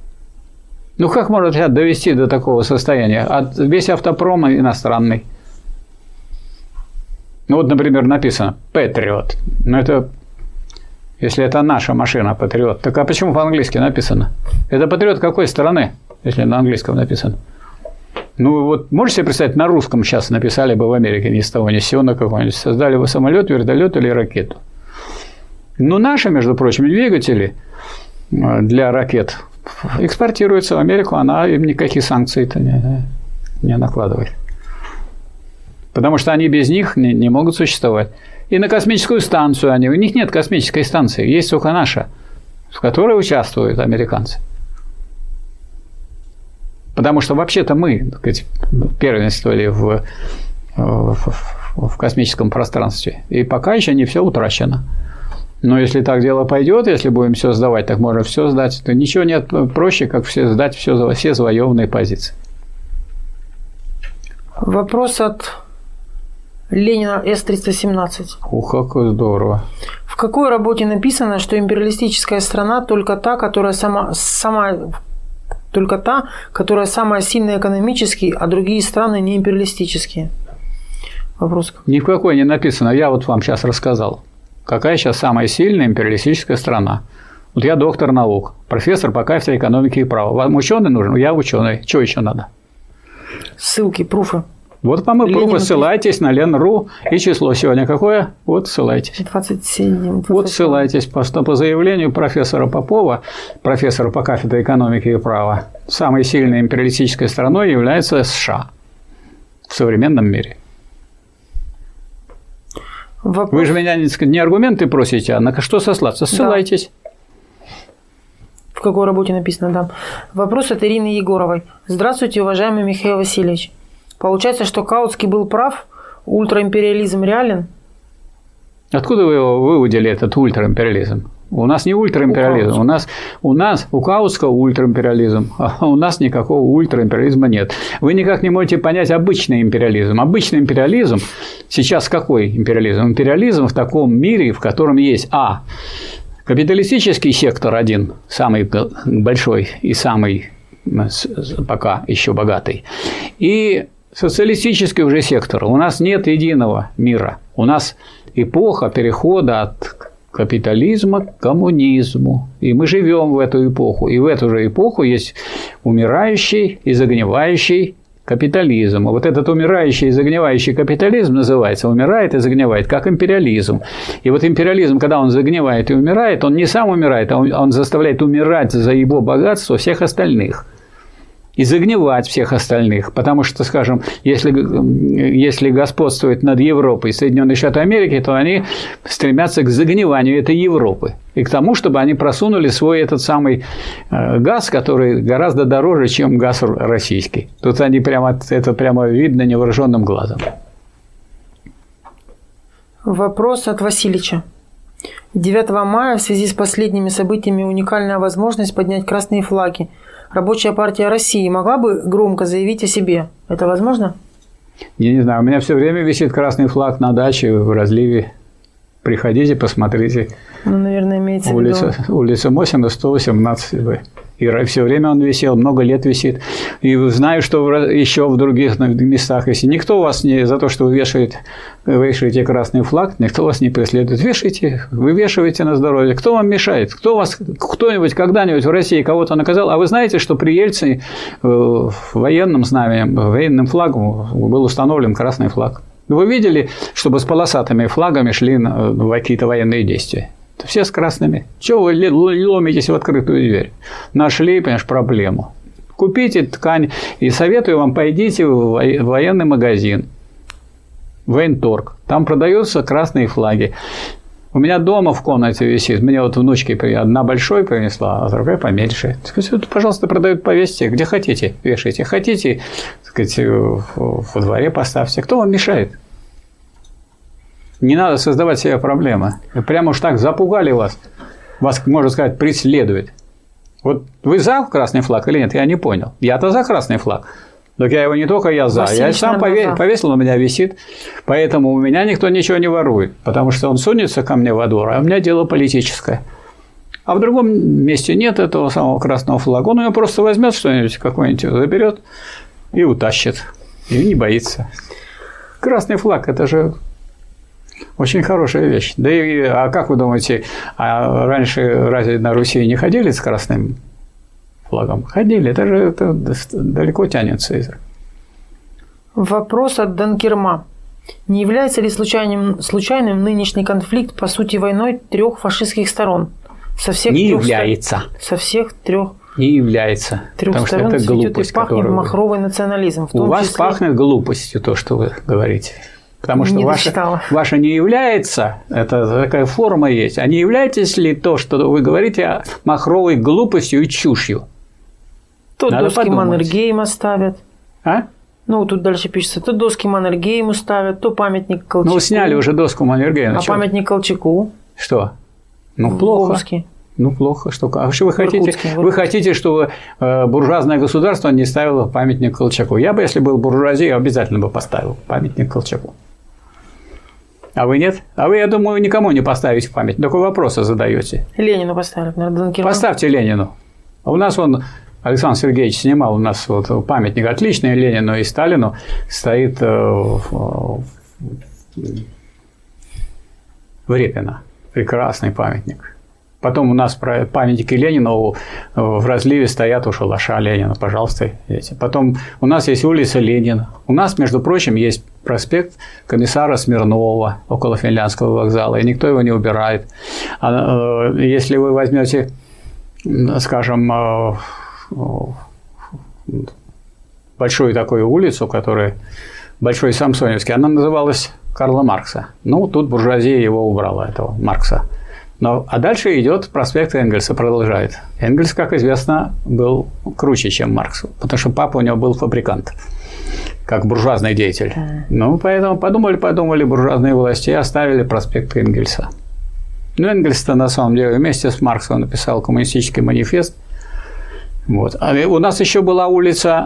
Ну как можно сейчас довести до такого состояния? Весь автопром иностранный. Ну вот, например, написано Patriot. Но это если это наша машина Patriot. Так а почему по-английски написано? Это Patriot какой страны? Если на английском написано. Ну, вот можете себе представить, на русском сейчас написали бы в Америке ни с того ни с сего на какой-нибудь. Создали бы самолет, вертолет или ракету. Но наши, между прочим, двигатели для ракет экспортируется в Америку, она им никаких санкций-то не накладывает. Потому что они без них не могут существовать. И на космическую станцию у них нет космической станции, есть только наша, в которой участвуют американцы. Потому что вообще-то мы, так сказать, первенствовали в космическом пространстве. И пока еще не все утрачено. Но если так дело пойдет, если будем все сдавать, так можно все сдать, то ничего нет проще, как все сдать все завоеванные позиции. Вопрос от Ленина С-317. Ух, как здорово. В какой работе написано, что империалистическая страна только та, которая которая самая сильная экономически, а другие страны не империалистические? Вопрос. Ни в какой не написано. Я вот вам сейчас рассказал. Какая сейчас самая сильная империалистическая страна? Вот я доктор наук, профессор по кафедре экономики и права. Вам ученый нужен? Я ученый. Что еще надо? Ссылки, пруфы. Вот вам и пруфы. Ссылайтесь на Лен.ру. И число сегодня какое? Вот ссылайтесь. 27. Вот ссылайтесь по заявлению профессора Попова, профессора по кафедре экономики и права. Самой сильной империалистической страной является США в современном мире. Вопрос. Вы же меня не аргументы просите, а на что сослаться? Ссылайтесь. Да. В какой работе написано, да. Вопрос от Ирины Егоровой. Здравствуйте, уважаемый Михаил Васильевич. Получается, что Каутский был прав? Ультраимпериализм реален? Откуда вы его выудили, этот ультраимпериализм? У нас не ультраимпериализм. У Каутского ультраимпериализм, а у нас никакого ультраимпериализма нет. Вы никак не можете понять обычный империализм. Обычный империализм сейчас какой империализм? Империализм в таком мире, в котором есть капиталистический сектор один, самый большой и самый пока еще богатый, и социалистический уже сектор. У нас нет единого мира. У нас эпоха перехода от капитализма к коммунизму. И мы живем в эту эпоху. И в эту же эпоху есть умирающий и загнивающий капитализм. Вот этот умирающий и загнивающий капитализм называется, умирает и загнивает, как империализм. И вот империализм, когда он загнивает и умирает, он не сам умирает, а он заставляет умирать за его богатство всех остальных. И загнивать всех остальных. Потому что, скажем, если господствует над Европой Соединенные Штаты Америки, то они стремятся к загниванию этой Европы. И к тому, чтобы они просунули свой этот самый газ, который гораздо дороже, чем газ российский. Тут это прямо видно невооруженным глазом. Вопрос от Васильича. 9 мая в связи с последними событиями уникальная возможность поднять красные флаги. Рабочая партия России могла бы громко заявить о себе. Это возможно? Я не знаю. У меня все время висит красный флаг на даче в разливе. Приходите, посмотрите. Ну, наверное, имеется в виду. Улица Мосина, 118Б. И все время он висел, много лет висит. И знаю, что еще в других местах висит. Никто вас не за то, что вы вешаете красный флаг, никто вас не преследует. Вешайте, вывешивайте на здоровье. Кто вам мешает? Кто-нибудь когда-нибудь в России кого-то наказал? А вы знаете, что при Ельцине военным знаменем, военным флагом был установлен красный флаг? Вы видели, чтобы с полосатыми флагами шли на какие-то военные действия? Все с красными. Чего вы ломитесь в открытую дверь? Нашли, понимаешь, проблему. Купите ткань и советую вам, пойдите в военный магазин, военторг. Там продаются красные флаги. У меня дома в комнате висит. Мне вот внучки одна большой принесла, а другая поменьше. Пожалуйста, продают, повесьте, где хотите, вешайте. Хотите, так сказать, во дворе поставьте. Кто вам мешает? Не надо создавать себе проблемы. Прямо уж так запугали вас. Вас, можно сказать, преследует. Вот вы за красный флаг или нет? Я не понял. Я-то за красный флаг. Так я его не только я за. Я сам повесил, у меня висит. Поэтому у меня никто ничего не ворует. Потому что он сунется ко мне во двор, а у меня дело политическое. А в другом месте нет этого самого красного флага. Он его просто возьмет что-нибудь, какой-нибудь заберет и утащит. И не боится. Красный флаг – это же очень хорошая вещь. Да и, а как вы думаете, раньше разве на Руси не ходили с красным флагом? Ходили. Это далеко тянется. Вопрос от Данкирма. Не является ли случайным нынешний конфликт, по сути, войной 3 фашистских сторон? Со всех не трех является. Со всех трех Потому что это глупость, и пахнет которую... махровый национализм. У вас пахнет глупостью то, что вы говорите. Потому что ваше не является, это такая форма есть, а не являетесь ли то, что вы говорите, махровой глупостью и чушью? То доски подумать. Маннергейма ставят. А? Ну, тут дальше пишется, то доски Маннергейму ставят, то памятник Колчаку. Ну, сняли уже доску Маннергейма. А памятник Колчаку? Что? Ну, плохо. Ну, плохо. Что? А что вы хотите? Вы хотите, чтобы буржуазное государство не ставило памятник Колчаку? Я бы, если был буржуазией, обязательно бы поставил памятник Колчаку. А вы нет? А вы, я думаю, никому не поставите памятник. Только вопросы задаете. Ленину поставили, наверное, Поставьте Ленину. А у нас Александр Сергеевич снимал у нас вот памятник отличный Ленину и Сталину стоит в Репино. Прекрасный памятник. Потом у нас памятники Ленину в разливе стоят у шалаша Ленина, пожалуйста. Потом у нас есть улица Ленина. У нас, между прочим, есть проспект комиссара Смирнова около Финляндского вокзала, и никто его не убирает. Если вы возьмете, скажем, большую такую улицу, которая Большой Самсоневский, она называлась Карла Маркса. Ну, тут буржуазия его убрала, этого Маркса. А дальше идет проспект Энгельса, продолжает. Энгельс, как известно, был круче, чем Маркс, потому что папа у него был фабрикант, как буржуазный деятель. Ну, поэтому подумали буржуазные власти и оставили проспект Энгельса. Ну, Энгельс-то на самом деле вместе с Марксом написал коммунистический манифест. Вот. А у нас еще была улица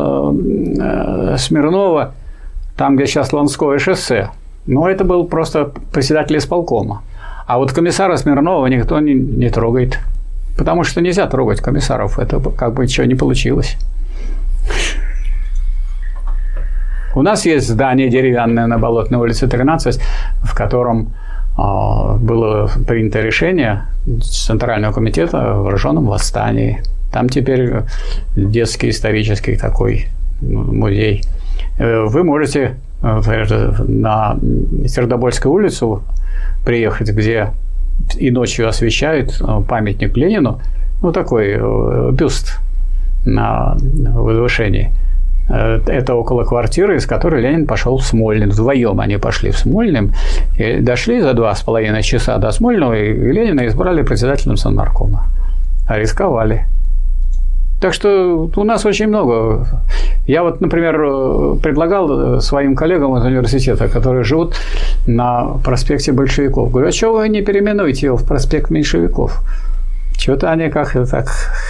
Смирнова, там, где сейчас Ланское шоссе. Но это был просто председатель исполкома. А вот комиссара Смирнова никто не трогает. Потому что нельзя трогать комиссаров. Это как бы ничего не получилось. У нас есть здание деревянное на Болотной улице 13, в котором было принято решение Центрального комитета о вооруженном восстании. Там теперь детский исторический такой музей. Вы можете на Сердобольскую улицу приехать, где и ночью освещают памятник Ленину, ну, такой бюст на возвышении. Это около квартиры, из которой Ленин пошел в Смольный. Вдвоем они пошли в Смольный, и дошли за 2,5 часа до Смольного, и Ленина избрали председателем Совнаркома. А рисковали. Так что у нас очень много. Я вот, например, предлагал своим коллегам из университета, которые живут на проспекте Большевиков. Говорю, а чего вы не переименуете его в проспект Меньшевиков? Чего-то они как-то так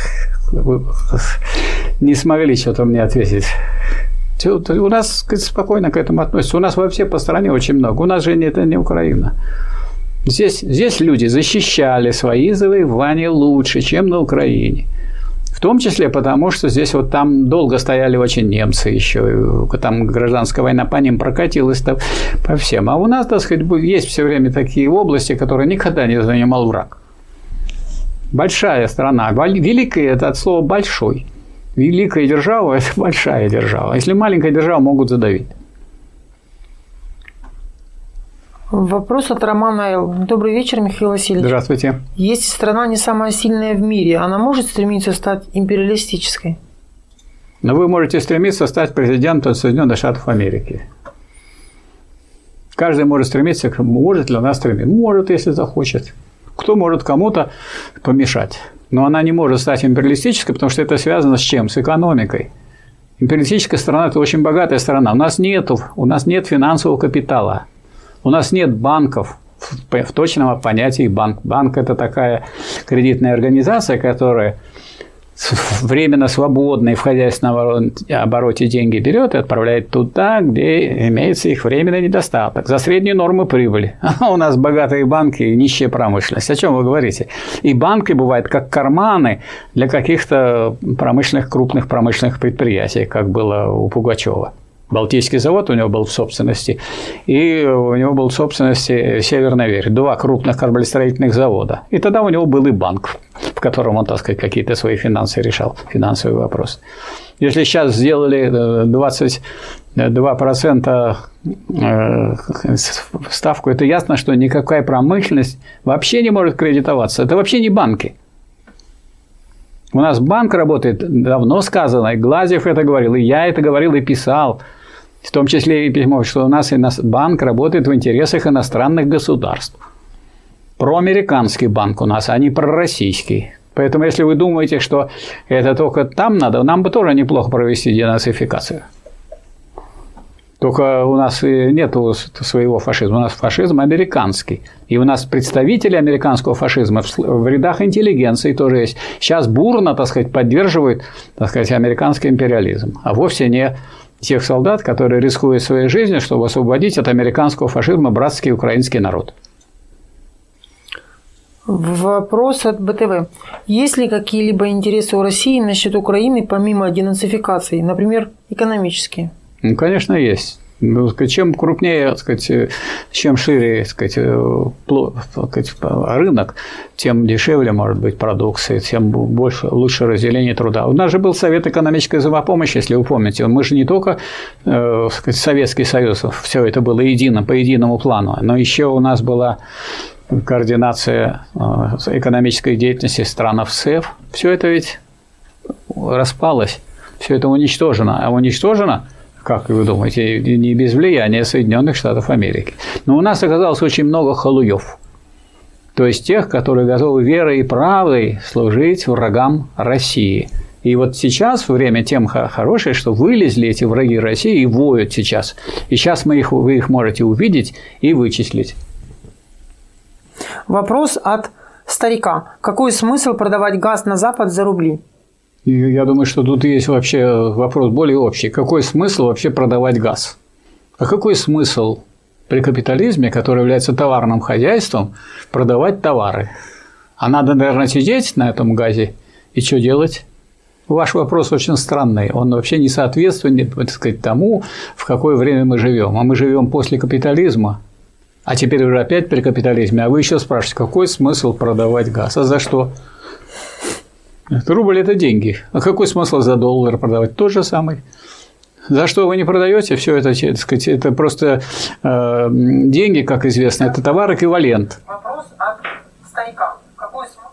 не смогли что-то мне ответить. У нас спокойно к этому относятся. У нас вообще по стране очень много. У нас же это не Украина. Здесь люди защищали свои завоевания лучше, чем на Украине. В том числе потому, что здесь вот там долго стояли очень немцы еще, там гражданская война по ним прокатилась по всем. А у нас, так сказать, есть все время такие области, которые никогда не занимал враг. Большая страна. Великая – это от слова «большой». Великая держава – это большая держава. Если маленькая держава, могут задавить. Вопрос от Романа Л. Добрый вечер, Михаил Васильевич. Здравствуйте. Если страна не самая сильная в мире, она может стремиться стать империалистической? Но вы можете стремиться стать президентом Соединенных Штатов Америки. Каждый может стремиться, может ли она стремиться? Может, если захочет. Кто может кому-то помешать? Но она не может стать империалистической, потому что это связано с чем? С экономикой. Империалистическая страна – это очень богатая страна. У нас нет финансового капитала. У нас нет банков в точном понятии банк. Банк – это такая кредитная организация, которая временно свободные в хозяйственном обороте деньги берет и отправляет туда, где имеется их временный недостаток. За среднюю норму прибыли. А у нас богатые банки и нищая промышленность. О чем вы говорите? И банки бывают как карманы для каких-то крупных промышленных предприятий, как было у Пугачева. Балтийский завод у него был в собственности, и у него был в собственности Северная Верь, 2 крупных кораблестроительных завода. И тогда у него был и банк, в котором он, так сказать, какие-то свои финансы решал, финансовые вопросы. Если сейчас сделали 22% ставку, это ясно, что никакая промышленность вообще не может кредитоваться. Это вообще не банки. У нас банк работает, давно сказано, и Глазьев это говорил, и я это говорил и писал, в том числе и письмо, что у нас банк работает в интересах иностранных государств. Проамериканский банк у нас, а не пророссийский. Поэтому, если вы думаете, что это только там надо, нам бы тоже неплохо провести денацификацию. Только у нас нет своего фашизма, у нас фашизм американский. И у нас представители американского фашизма в рядах интеллигенции тоже есть. Сейчас бурно, так сказать, поддерживают, так сказать, американский империализм, а вовсе не тех солдат, которые рискуют своей жизнью, чтобы освободить от американского фашизма братский украинский народ. Вопрос от БТВ. Есть ли какие-либо интересы у России насчет Украины помимо денацификации, например, экономические? Ну, конечно, есть. Чем крупнее, так сказать, чем шире, так сказать, рынок, тем дешевле может быть продукция, тем больше, лучше разделение труда. У нас же был Совет экономической взаимопомощи, если вы помните. Мы же не только, так сказать, Советский Союз, все это было едино, по единому плану, но еще у нас была координация экономической деятельности стран СЭФ. Все это ведь распалось, все это уничтожено. А уничтожено, как вы думаете, не без влияния Соединенных Штатов Америки. Но у нас оказалось очень много халуев. То есть тех, которые готовы верой и правдой служить врагам России. И вот сейчас время тем хорошее, что вылезли эти враги России и воют сейчас. И сейчас вы их можете увидеть и вычислить. Вопрос от старика. Какой смысл продавать газ на Запад за рубли? И я думаю, что тут есть вообще вопрос более общий. Какой смысл вообще продавать газ? А какой смысл при капитализме, который является товарным хозяйством, продавать товары? А надо, наверное, сидеть на этом газе и что делать? Ваш вопрос очень странный. Он вообще не соответствует, так сказать, тому, в какое время мы живем. А мы живем после капитализма. А теперь уже опять при капитализме. А вы еще спрашиваете, какой смысл продавать газ? А за что? Рубль – это деньги. А какой смысл за доллар продавать? Тот же самый. За что вы не продаете, все это, так сказать, это просто деньги, как известно, это товар-эквивалент. Вопрос от старика. Какой смысл?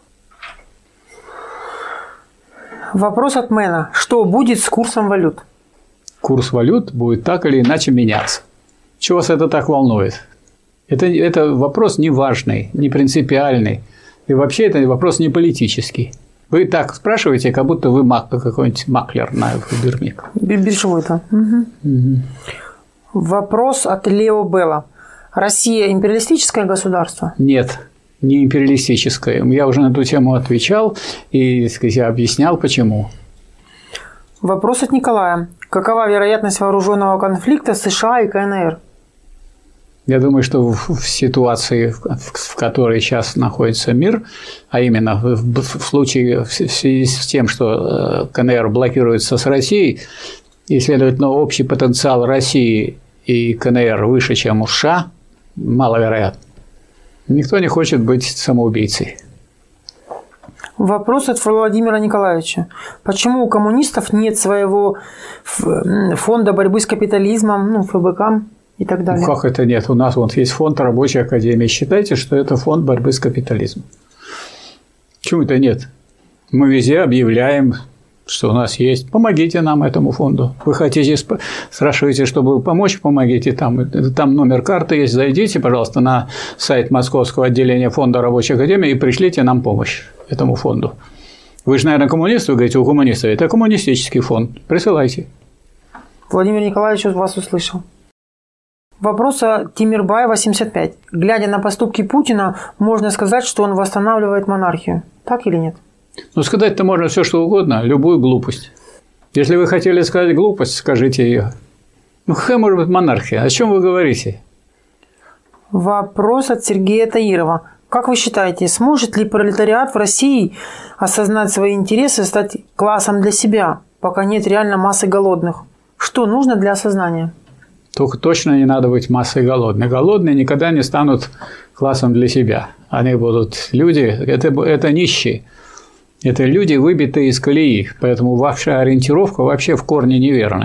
Вопрос от Мэна. Что будет с курсом валют? Курс валют будет так или иначе меняться. Чего вас это так волнует? Это вопрос не важный, не принципиальный. И вообще это вопрос не политический. Вы так спрашиваете, как будто вы какой-нибудь маклер на Бирмик. Биржевой, да. Угу. Вопрос от Лео Белла. Россия империалистическое государство? Нет, не империалистическое. Я уже на эту тему отвечал и, так сказать, объяснял, почему. Вопрос от Николая. Какова вероятность вооруженного конфликта США и КНР? Я думаю, что в ситуации, в которой сейчас находится мир, а именно в случае в связи с тем, что КНР блокируется с Россией, и, следовательно, общий потенциал России и КНР выше, чем у США, маловероятно. Никто не хочет быть самоубийцей. Вопрос от Владимира Николаевича. Почему у коммунистов нет своего фонда борьбы с капитализмом, ФБК? И так далее. Как это нет? У нас вот есть фонд Рабочей Академии. Считайте, что это фонд борьбы с капитализмом. Почему это нет? Мы везде объявляем, что у нас есть. Помогите нам этому фонду. Вы хотите, спрашиваете, чтобы помочь, помогите. Там номер карты есть. Зайдите, пожалуйста, на сайт Московского отделения фонда Рабочей Академии и пришлите нам помощь этому фонду. Вы же, наверное, коммунист, вы говорите, у коммунистов. Это коммунистический фонд. Присылайте. Владимир Николаевич вас услышал. Вопрос от Тимирбаева, 75. Глядя на поступки Путина, можно сказать, что он восстанавливает монархию. Так или нет? Ну, сказать-то можно все, что угодно, любую глупость. Если вы хотели сказать глупость, скажите ее. Ну, какая может быть монархия? О чем вы говорите? Вопрос от Сергея Таирова. Как вы считаете, сможет ли пролетариат в России осознать свои интересы и стать классом для себя, пока нет реально массы голодных? Что нужно для осознания? Только точно не надо быть массой голодной. Голодные никогда не станут классом для себя. Они будут люди, это нищие. Это люди, выбитые из колеи. Поэтому ваша ориентировка вообще в корне неверная.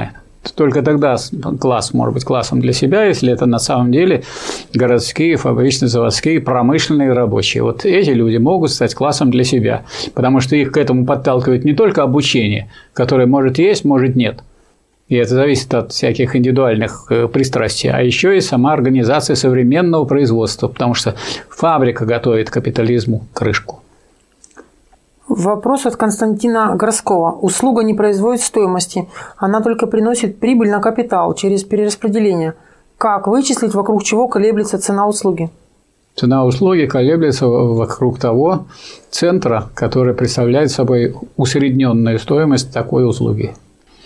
Только тогда класс может быть классом для себя, если это на самом деле городские, фабрично-заводские, промышленные рабочие. Вот эти люди могут стать классом для себя, потому что их к этому подталкивает не только обучение, которое может есть, может нет. И это зависит от всяких индивидуальных пристрастий, а еще и сама организация современного производства, потому что фабрика готовит капитализму крышку. Вопрос от Константина Горского. Услуга не производит стоимости, она только приносит прибыль на капитал через перераспределение. Как вычислить, вокруг чего колеблется цена услуги? Цена услуги колеблется вокруг того центра, который представляет собой усредненную стоимость такой услуги.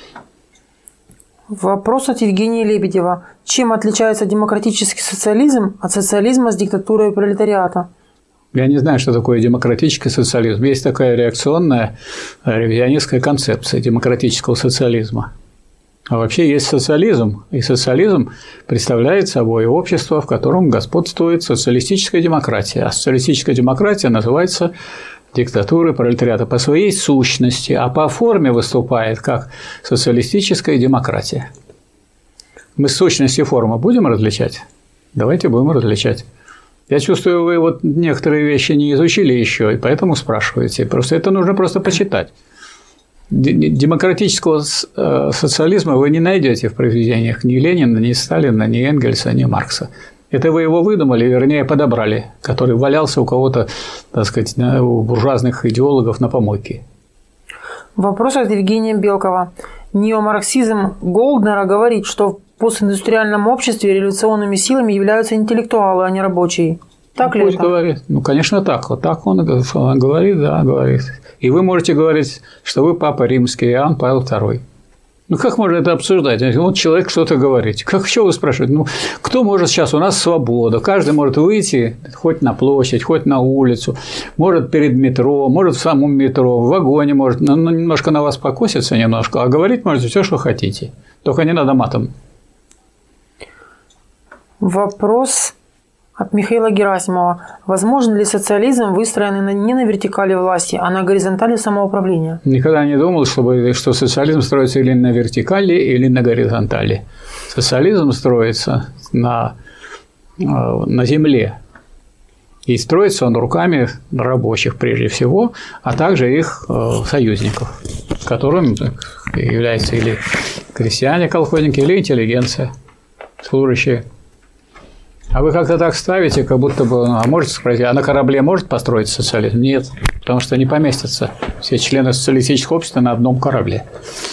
Вопрос от Евгения Лебедева. Чем отличается демократический социализм от социализма с диктатурой пролетариата? Я не знаю, что такое демократический социализм. Есть такая реакционная ревизионистская концепция демократического социализма. А вообще есть социализм. И социализм представляет собой общество, в котором господствует социалистическая демократия. А социалистическая демократия называется диктатурой пролетариата по своей сущности, а по форме выступает как социалистическая демократия. Мы сущность и форму будем различать? Давайте будем различать. Я чувствую, вы вот некоторые вещи не изучили еще, и поэтому спрашиваете. Просто это нужно просто почитать. Демократического социализма вы не найдете в произведениях ни Ленина, ни Сталина, ни Энгельса, ни Маркса. Это вы его выдумали, вернее, подобрали, который валялся у кого-то, так сказать, у буржуазных идеологов на помойке. Вопрос от Евгения Белкова. Неомарксизм Голднера говорит, что в постиндустриальном обществе революционными силами являются интеллектуалы, а не рабочие. Так ли это? Говорит. Ну, конечно, так. Вот так он говорит, да, говорит. И вы можете говорить, что вы Папа Римский, Иоанн Павел II. Ну, как можно это обсуждать? Вот человек что-то говорит. Как что вы спрашиваете? Ну, кто может сейчас? У нас свобода. Каждый может выйти хоть на площадь, хоть на улицу, может перед метро, может в самом метро, в вагоне может, ну, немножко на вас покосится немножко, а говорить можете все, что хотите. Только не надо матом. Вопрос от Михаила Герасимова. Возможен ли социализм, выстроенный не на вертикали власти, а на горизонтали самоуправления? Никогда не думал, что социализм строится или на вертикали, или на горизонтали. Социализм строится на земле. И строится он руками рабочих прежде всего, а также их союзников, которыми являются или крестьяне, колхозники, или интеллигенция, служащие. А вы как-то так ставите, как будто бы, а можете спросить, а на корабле может построить социализм? Нет, потому что не поместятся все члены социалистического общества на одном корабле.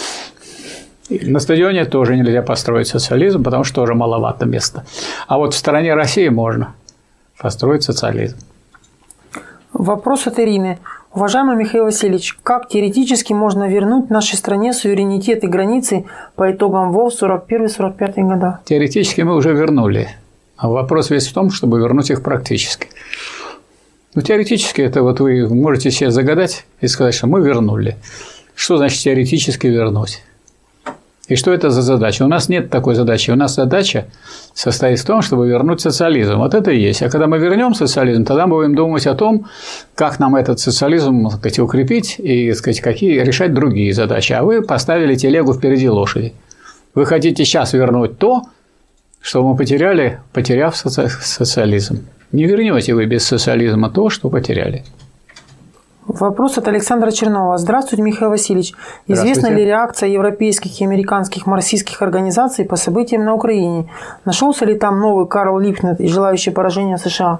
И на стадионе тоже нельзя построить социализм, потому что тоже маловато места. А вот в стороне России можно построить социализм. Вопрос от Ирины. Уважаемый Михаил Васильевич, как теоретически можно вернуть нашей стране суверенитет и границы по итогам ВОВ 41-45 года? Теоретически мы уже вернули. А вопрос весь в том, чтобы вернуть их практически. Ну, теоретически это вот вы можете себе загадать и сказать, что мы вернули. Что значит теоретически вернуть? И что это за задача? У нас нет такой задачи. У нас задача состоит в том, чтобы вернуть социализм. Вот это и есть. А когда мы вернем социализм, тогда мы будем думать о том, как нам этот социализм, так сказать, укрепить и, так сказать, какие решать другие задачи. А вы поставили телегу впереди лошади. Вы хотите сейчас вернуть то, что мы потеряли, потеряв социализм. Не вернете вы без социализма то, что потеряли. Вопрос от Александра Чернова. Здравствуйте, Михаил Васильевич. Известна ли реакция европейских и американских марксистских организаций по событиям на Украине? Нашелся ли там новый Карл Липкнехт и желающий поражения США?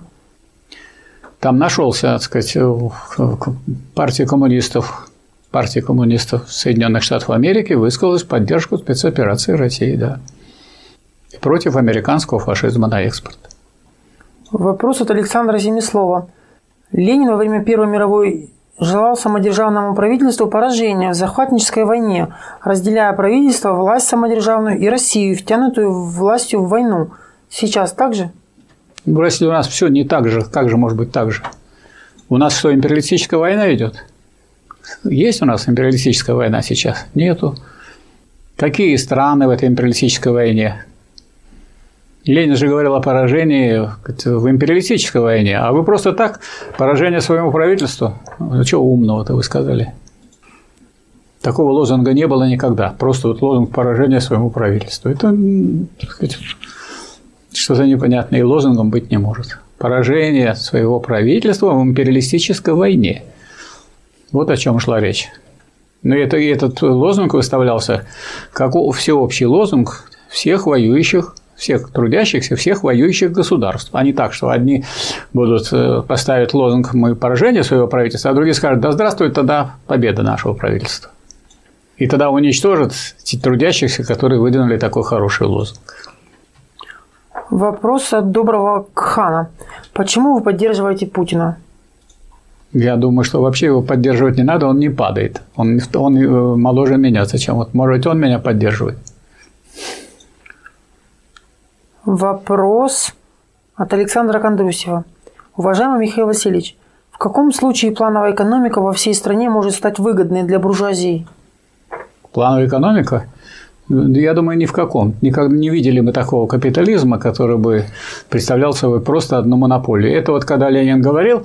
Там нашелся, так сказать, партия коммунистов Соединенных Штатов Америки высказалась в поддержку спецоперации России, да. Против американского фашизма на экспорт. Вопрос от Александра Семислова. Ленин во время Первой мировой желал самодержавному правительству поражения в захватнической войне, разделяя правительство, власть самодержавную и Россию, втянутую властью в войну. Сейчас так же? В России у нас все не так же. Как же может быть так же? У нас что, империалистическая война идет? Есть у нас империалистическая война сейчас? Нету. Какие страны в этой империалистической войне? Ленин же говорил о поражении в империалистической войне, а вы просто так поражение своему правительству? Ну, чего умного-то вы сказали? Такого лозунга не было никогда. Просто вот лозунг поражения своему правительству. Это, так сказать, что-то непонятное, и лозунгом быть не может. Поражение своего правительства в империалистической войне. Вот о чем шла речь. Но этот лозунг выставлялся как всеобщий лозунг всех воюющих, всех трудящихся, всех воюющих государств. А не так, что одни будут поставить лозунг «мы поражение своего правительства», а другие скажут «да здравствует тогда победа нашего правительства». И тогда уничтожат трудящихся, которые выдвинули такой хороший лозунг. Вопрос от доброго Кхана. Почему вы поддерживаете Путина? Я думаю, что вообще его поддерживать не надо, он не падает. Он моложе меня. Зачем? Вот, может, он меня поддерживает. Вопрос от Александра Кондрусева. Уважаемый Михаил Васильевич, в каком случае плановая экономика во всей стране может стать выгодной для буржуазии? Плановая экономика? Я думаю, ни в каком. Никогда не видели мы такого капитализма, который бы представлял собой просто одну монополию. Это вот когда Ленин говорил,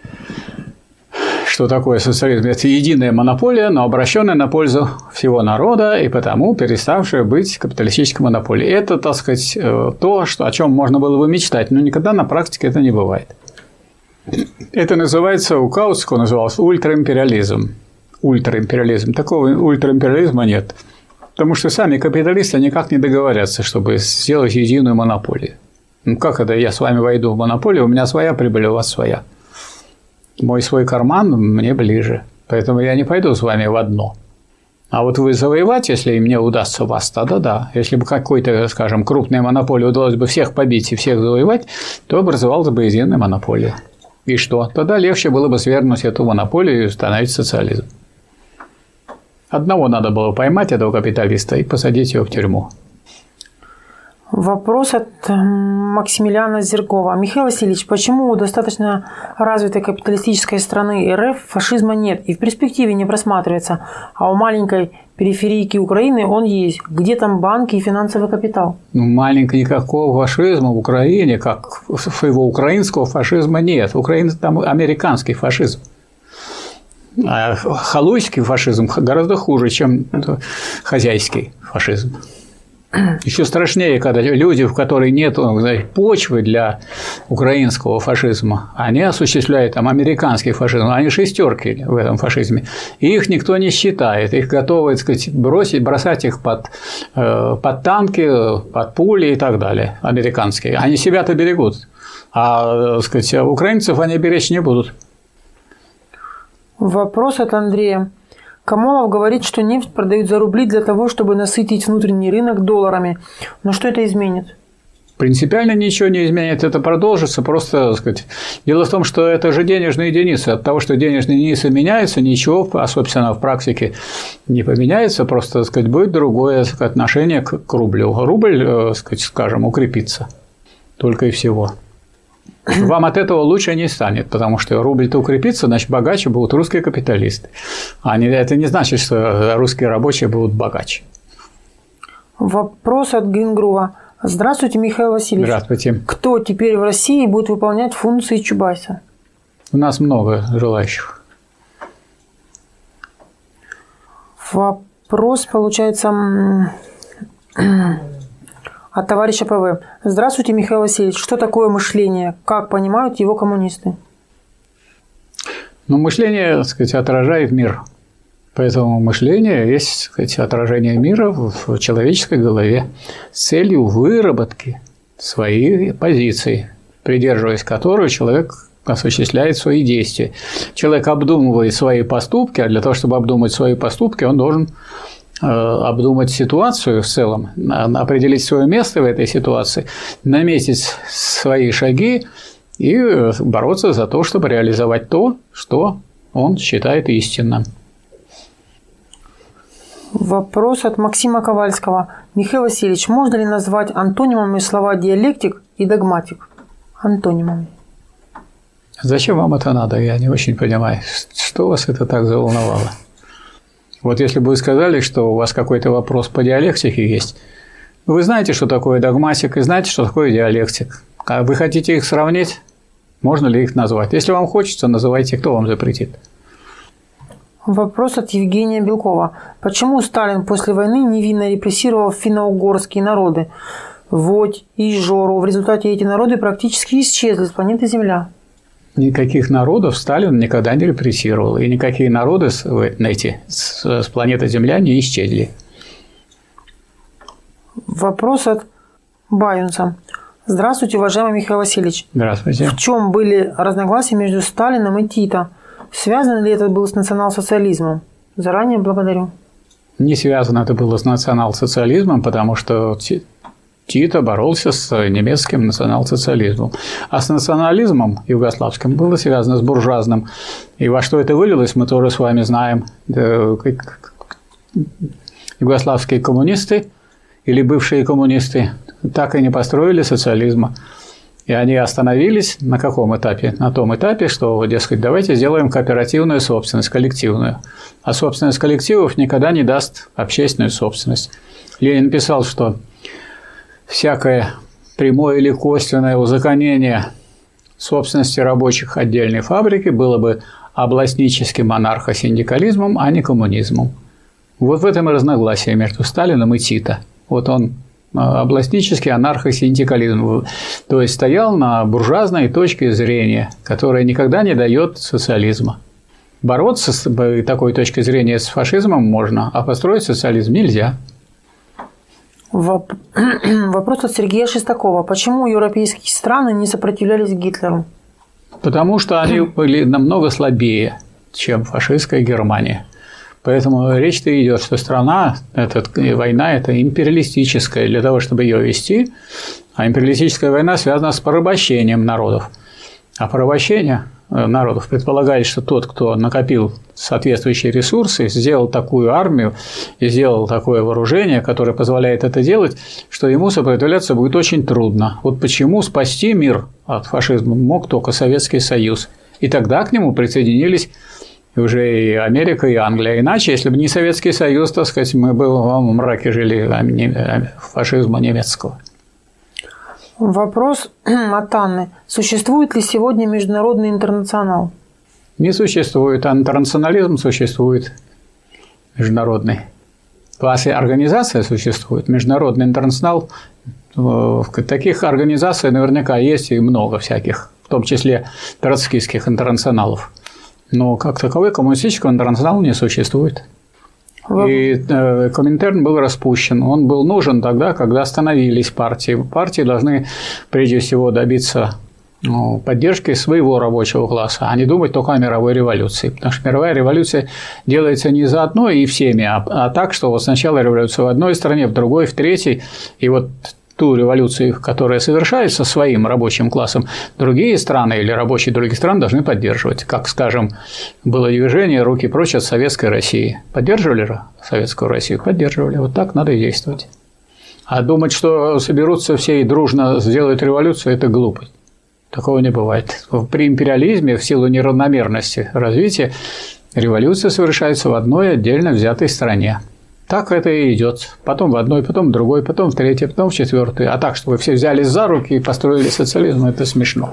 что такое социализм? Это единая монополия, но обращенная на пользу всего народа и потому переставшая быть капиталистической монополией. Это, так сказать, то, о чем можно было бы мечтать, но никогда на практике это не бывает. Это называется, у Каутского называлось ультраимпериализм. Ультраимпериализм. Такого ультраимпериализма нет. Потому что сами капиталисты никак не договорятся, чтобы сделать единую монополию. Ну, как это я с вами войду в монополию, у меня своя прибыль, у вас своя. Мой свой карман мне ближе. Поэтому я не пойду с вами в одно. А вот вы завоевать, если мне удастся вас, тогда да. Если бы какой-то, скажем, крупной монополии удалось бы всех побить и всех завоевать, то образовалась бы единая монополия. И что? Тогда легче было бы свергнуть эту монополию и установить социализм. Одного надо было поймать, этого капиталиста, и посадить его в тюрьму. Вопрос от Максимилиана Зеркова. Михаил Васильевич, почему у достаточно развитой капиталистической страны РФ фашизма нет и в перспективе не просматривается, а у маленькой периферийки Украины он есть? Где там банки и финансовый капитал? Ну, маленького никакого фашизма в Украине, как своего украинского фашизма нет. В Украине там американский фашизм. А халуйский фашизм гораздо хуже, чем хозяйский фашизм. Еще страшнее, когда люди, в которых нет почвы для украинского фашизма, они осуществляют там американский фашизм, они шестерки в этом фашизме. И их никто не считает, их готовы, так сказать, бросать их под танки, под пули и так далее, американские. Они себя-то берегут, а, так сказать, украинцев они беречь не будут. Вопрос от Андрея. Камолов говорит, что нефть продают за рубли для того, чтобы насытить внутренний рынок долларами. Но что это изменит? Принципиально ничего не изменит, это продолжится. Просто, так сказать, дело в том, что это же денежные единицы. От того, что денежные единицы меняются, ничего, собственно, в практике не поменяется. Просто, так сказать, будет другое отношение к рублю. Рубль, так сказать, скажем, укрепится. Только и всего. Вам от этого лучше не станет, потому что рубль-то укрепится, значит, богаче будут русские капиталисты. А это не значит, что русские рабочие будут богаче. Вопрос от Грингрува. Здравствуйте, Михаил Васильевич. Здравствуйте. Кто теперь в России будет выполнять функции Чубайса? У нас много желающих. Вопрос, получается, от товарища ПВ. Здравствуйте, Михаил Васильевич. Что такое мышление? Как понимают его коммунисты? Ну, мышление, так сказать, отражает мир. Поэтому мышление есть, так сказать, отражение мира в человеческой голове с целью выработки своей позиции, придерживаясь которой человек осуществляет свои действия. Человек обдумывает свои поступки, а для того, чтобы обдумать свои поступки, он должен обдумать ситуацию в целом, определить свое место в этой ситуации, наметить свои шаги и бороться за то, чтобы реализовать то, что он считает истинным. Вопрос от Максима Ковальского. Михаил Васильевич, можно ли назвать антонимами слова диалектик и догматик? Антонимами. Зачем вам это надо? Я не очень понимаю. Что вас это так заволновало? Вот если бы вы сказали, что у вас какой-то вопрос по диалектике есть, вы знаете, что такое догматик, и знаете, что такое диалектик. А вы хотите их сравнить? Можно ли их назвать? Если вам хочется, называйте, кто вам запретит. Вопрос от Евгения Белкова. Почему Сталин после войны невинно репрессировал финно-угорские народы? Водь и Ижору. В результате эти народы практически исчезли с планеты Земля. Никаких народов Сталин никогда не репрессировал. И никакие народы с планеты Земля не исчезли. Вопрос от Баюнса. Здравствуйте, уважаемый Михаил Васильевич. Здравствуйте. В чем были разногласия между Сталином и Тито? Связано ли это было с национал-социализмом? Заранее благодарю. Не связано это было с национал-социализмом, потому что Тито боролся с немецким национал-социализмом. А с национализмом югославским было связано с буржуазным. И во что это вылилось, мы тоже с вами знаем. Югославские коммунисты или бывшие коммунисты так и не построили социализма. И они остановились на каком этапе? На том этапе, что, дескать, давайте сделаем кооперативную собственность, коллективную. А собственность коллективов никогда не даст общественную собственность. Ленин писал, что всякое прямое или косвенное узаконение собственности рабочих отдельной фабрики было бы областническим анархосиндикализмом, а не коммунизмом. Вот в этом и разногласие между Сталином и Тито. Вот он областнический анархосиндикализм, то есть стоял на буржуазной точке зрения, которая никогда не дает социализма. Бороться с такой точкой зрения с фашизмом можно, а построить социализм нельзя. Вопрос от Сергея Шестакова. Почему европейские страны не сопротивлялись Гитлеру? Потому что они были намного слабее, чем фашистская Германия. Поэтому речь-то идет, что война – это империалистическая для того, чтобы ее вести, а империалистическая война связана с порабощением народов. А порабощение народов предполагает, что тот, кто накопил соответствующие ресурсы, сделал такую армию и сделал такое вооружение, которое позволяет это делать, что ему сопротивляться будет очень трудно. Вот почему спасти мир от фашизма мог только Советский Союз. И тогда к нему присоединились уже и Америка, и Англия. Иначе, если бы не Советский Союз, так сказать, мы бы в мраке жили фашизма немецкого. Вопрос от Анны. Существует ли сегодня международный интернационал? Не существует. А интернационализм существует. Международный. Организация существует. Международный интернационал. Таких организаций наверняка есть и много всяких. В том числе троцкистских интернационалов. Но как таковой коммунистического интернационала не существует. И Коминтерн был распущен. Он был нужен тогда, когда становились партии. Партии должны прежде всего добиться поддержки своего рабочего класса, а не думать только о мировой революции. Потому что мировая революция делается не заодно и всеми, а так, что вот сначала революция в одной стране, в другой, в третьей. И вот ту революцию, которая совершается своим рабочим классом, другие страны или рабочие других стран должны поддерживать. Как, скажем, было движение «Руки прочь от Советской России». Поддерживали Советскую Россию? Поддерживали. Вот так надо и действовать. А думать, что соберутся все и дружно сделают революцию – это глупость. Такого не бывает. При империализме, в силу неравномерности развития, революция совершается в одной отдельно взятой стране. Так это и идет. Потом в одной, потом в другой, потом в третьей, потом в четвертой. А так, чтобы все взялись за руки и построили социализм, это смешно.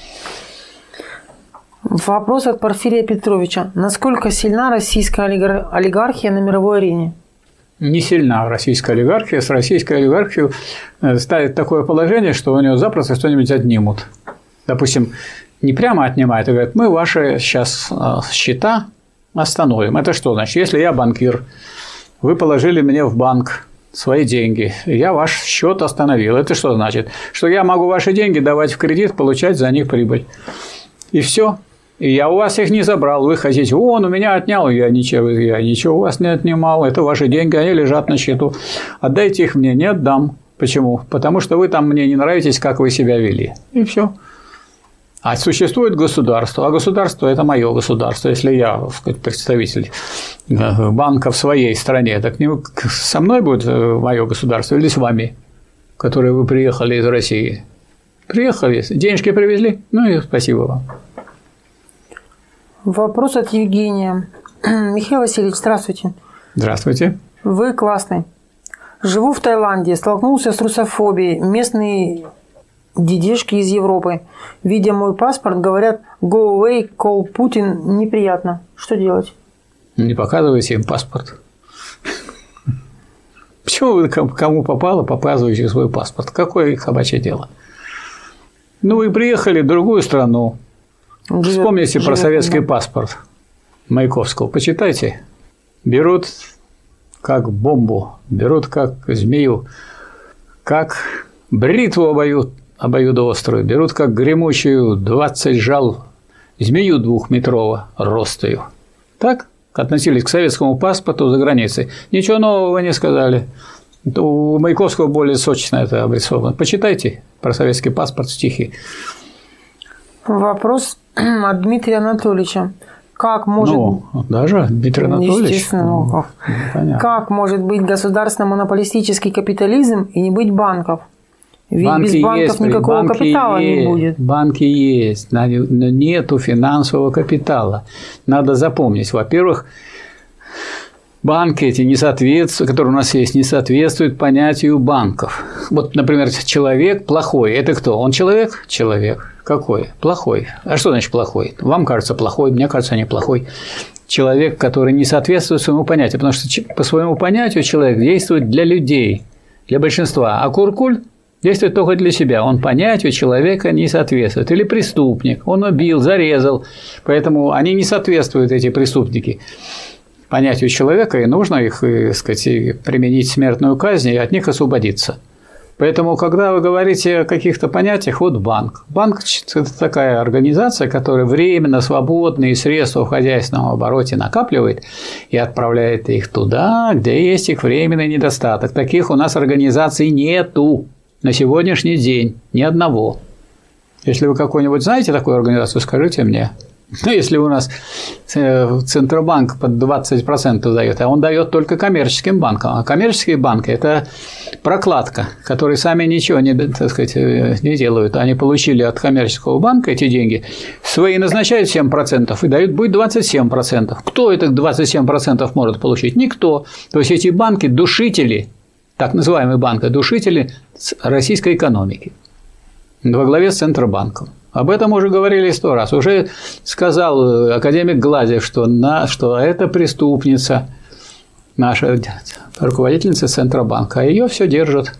Вопрос от Порфирия Петровича. Насколько сильна российская олигархия на мировой арене? Не сильна российская олигархия. С российской олигархией ставит такое положение, что у нее запросто что-нибудь отнимут. Допустим, не прямо отнимают, а говорят, мы ваши сейчас счета остановим. Это что значит? Если я банкир, вы положили мне в банк свои деньги, я ваш счет остановил. Это что значит? Что я могу ваши деньги давать в кредит, получать за них прибыль. И все. И я у вас их не забрал. Вы хотите, он у меня отнял, я ничего у вас не отнимал. Это ваши деньги, они лежат на счету. Отдайте их мне, не отдам. Почему? Потому что вы там мне не нравитесь, как вы себя вели. И все. А существует государство, а государство – это мое государство. Если я, так сказать, представитель банка в своей стране, так со мной будет мое государство или с вами, которые вы приехали из России? Приехали, денежки привезли, ну и спасибо вам. Вопрос от Евгения. Михаил Васильевич, здравствуйте. Здравствуйте. Вы классный. Живу в Таиланде, столкнулся с русофобией. Местные дедишки из Европы, видя мой паспорт, говорят «Go away, call Putin». Неприятно. Что делать? Не показывайте им паспорт. Почему вы кому попало показываете свой паспорт? Какое собачье дело? Ну, вы приехали в другую страну. Вспомните про советский паспорт Маяковского. Почитайте. Берут как бомбу, берут как змею, как бритву обоюдоострую, берут как гремучую 20 жал змею 2-метрового ростою. Так относились к советскому паспорту за границей. Ничего нового не сказали. У Маяковского более сочно это обрисовано. Почитайте про советский паспорт стихи. Вопрос от Дмитрия Анатольевича. Как может... даже Дмитрий Анатольевич. Естественно. Как может быть государственно-монополистический капитализм и не быть банков? Ведь банки без банков есть, никакого капитала не будет. Банки есть, но нету финансового капитала. Надо запомнить, во-первых, банки эти не соответствуют, которые у нас есть, не соответствуют понятию банков. Вот, например, человек плохой. Это кто? Он человек? Человек. Какой? Плохой. А что значит плохой? Вам кажется плохой, мне кажется неплохой. Человек, который не соответствует своему понятию, потому что по своему понятию человек действует для людей, для большинства, а куркуль действует только для себя. Он понятию человека не соответствует. Или преступник. Он убил, зарезал. Поэтому они не соответствуют, эти преступники, понятию человека, и нужно их, так сказать, применить смертную казнь и от них освободиться. Поэтому, когда вы говорите о каких-то понятиях, вот банк. Банк – это такая организация, которая временно свободные средства в хозяйственном обороте накапливает и отправляет их туда, где есть их временный недостаток. Таких у нас организаций нету на сегодняшний день, ни одного. Если вы какую-нибудь знаете такую организацию, скажите мне. Ну, если у нас Центробанк под 20% дает, а он дает только коммерческим банкам. А коммерческие банки – это прокладка, которые сами ничего не, так сказать, не делают. Они получили от коммерческого банка эти деньги, свои назначают 7% и дают будет 27%. Кто этих 27% может получить? Никто. То есть эти банки – душители, так называемые банки – душители российской экономики во главе с Центробанком. Об этом уже говорили 100 раз. Уже сказал академик Гладев, что это преступница, наша руководительница Центробанка, а ее все держат.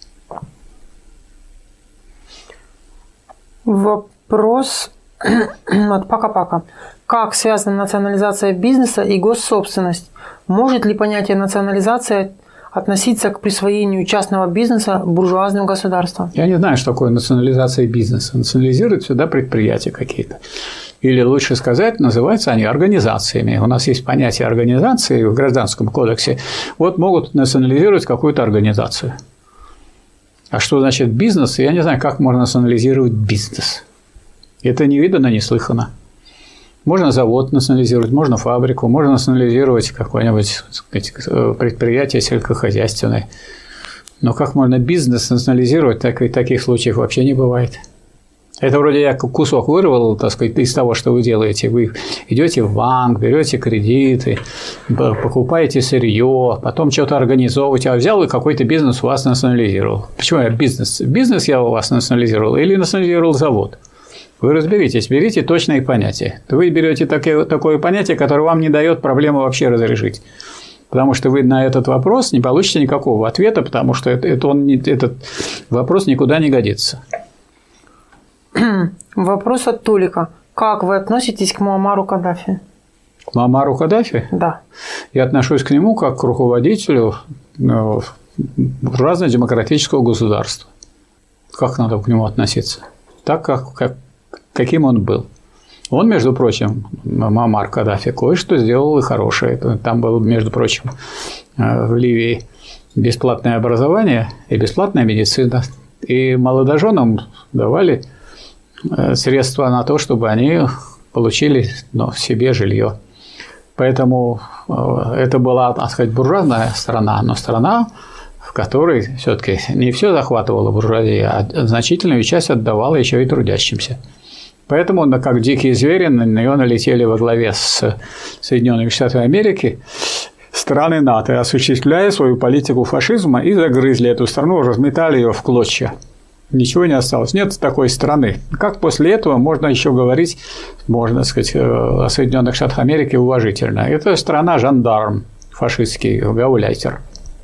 Вопрос от Пака-Пака. Как связана национализация бизнеса и госсобственность? Может ли понятие национализация относиться к присвоению частного бизнеса буржуазным государствам? Я не знаю, что такое национализация бизнеса. Национализируют сюда предприятия какие-то. Или лучше сказать, называются они организациями. У нас есть понятие организации в Гражданском кодексе. Вот могут национализировать какую-то организацию. А что значит бизнес? Я не знаю, как можно национализировать бизнес. Это не видано, не слыхано. Можно завод национализировать, можно фабрику, можно национализировать какое-нибудь предприятие сельскохозяйственное. Но как можно бизнес национализировать, таких случаев вообще не бывает. Это вроде я кусок вырвал, так сказать, из того, что вы делаете. Вы идете в банк, берете кредиты, покупаете сырье, потом что-то организовываете, а взял и какой-то бизнес у вас национализировал. Почему я бизнес? Бизнес я у вас национализировал или национализировал завод? Вы разберитесь, берите точные понятия. Вы берете такое понятие, которое вам не дает проблему вообще разрешить. Потому что вы на этот вопрос не получите никакого ответа, потому что этот вопрос никуда не годится. Вопрос от Толика. Как вы относитесь к Муаммару Каддафи? К Муаммару Каддафи? Да. Я отношусь к нему как к руководителю буржуазно-демократического государства. Как надо к нему относиться? Так, каким он был. Он, между прочим, Муаммар Каддафи, кое-что сделал и хорошее. Там было, между прочим, в Ливии бесплатное образование и бесплатная медицина. И молодоженам давали средства на то, чтобы они получили себе жилье. Поэтому это была, так сказать, буржуазная страна, но страна, в которой все-таки не все захватывала буржуазия, а значительную часть отдавала еще и трудящимся. Поэтому, как дикие звери, на нее налетели во главе с Соединенными Штатами Америки страны НАТО, осуществляя свою политику фашизма, и загрызли эту страну, разметали ее в клочья. Ничего не осталось. Нет такой страны. Как после этого можно еще говорить, можно сказать, о Соединенных Штатах Америки уважительно? Это страна-жандарм, фашистский гауляйтер.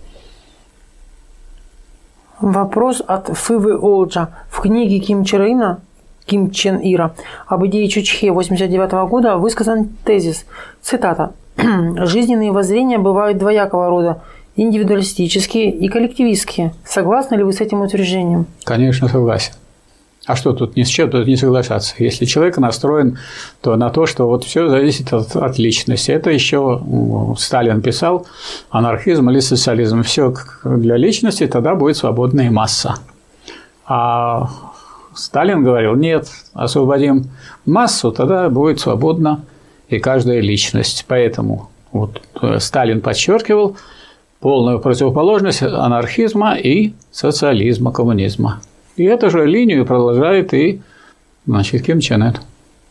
Вопрос от Фывы Олджа. В книге Ким Чен Ира об идее Чучхе 1989 года высказан тезис, цитата: «Жизненные воззрения бывают двоякого рода, индивидуалистические и коллективистские. Согласны ли вы с этим утверждением?» Конечно, согласен. А что тут ни с чем тут не соглашаться? Если человек настроен то на то, что вот все зависит от личности. Это еще Сталин писал: анархизм или социализм. Все для личности, тогда будет свободная масса. А Сталин говорил: нет, освободим массу, тогда будет свободна и каждая личность. Поэтому вот Сталин подчеркивал полную противоположность анархизма и социализма, коммунизма. И эту же линию продолжает и, значит, Ким Чен Ир.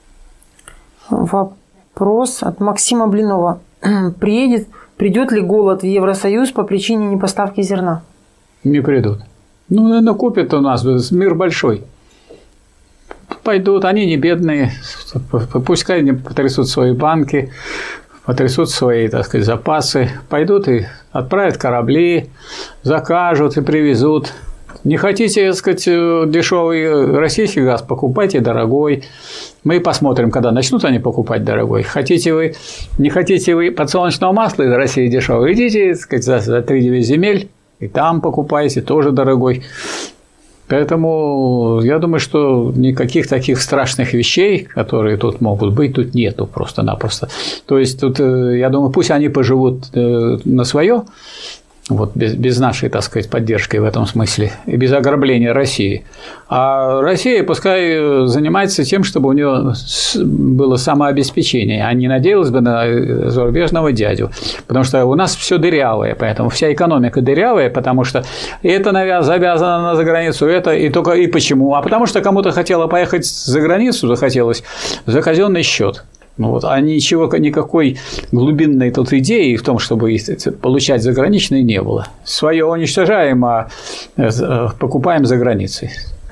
Вопрос от Максима Блинова. Придет ли голод в Евросоюз по причине непоставки зерна? Не придут. Ну, наверное, купят у нас, мир большой. Пойдут, они не бедные, пускай они потрясут свои банки, потрясут свои, так сказать, запасы, пойдут и отправят корабли, закажут и привезут. Не хотите, так сказать, дешевый российский газ, покупайте дорогой. Мы посмотрим, когда начнут они покупать дорогой. Не хотите вы подсолнечного масла из России дешевого, идите, так сказать, за 3-9 земель и там покупайте, тоже дорогой. Поэтому я думаю, что никаких таких страшных вещей, которые тут могут быть, тут нету просто-напросто. То есть тут, я думаю, пусть они поживут на свое, вот без нашей, так сказать, поддержки в этом смысле и без ограбления России. А Россия пускай занимается тем, чтобы у нее было самообеспечение, а не надеялась бы на зарубежного дядю. Потому что у нас все дырявое, поэтому вся экономика дырявая, потому что это завязано на заграницу, это и почему? А потому что кому-то хотело поехать за границу, захотелось за казенный счет. Ну вот, а никакой глубинной тут идеи в том, чтобы получать заграничные, не было. Свое уничтожаем, а покупаем за границей.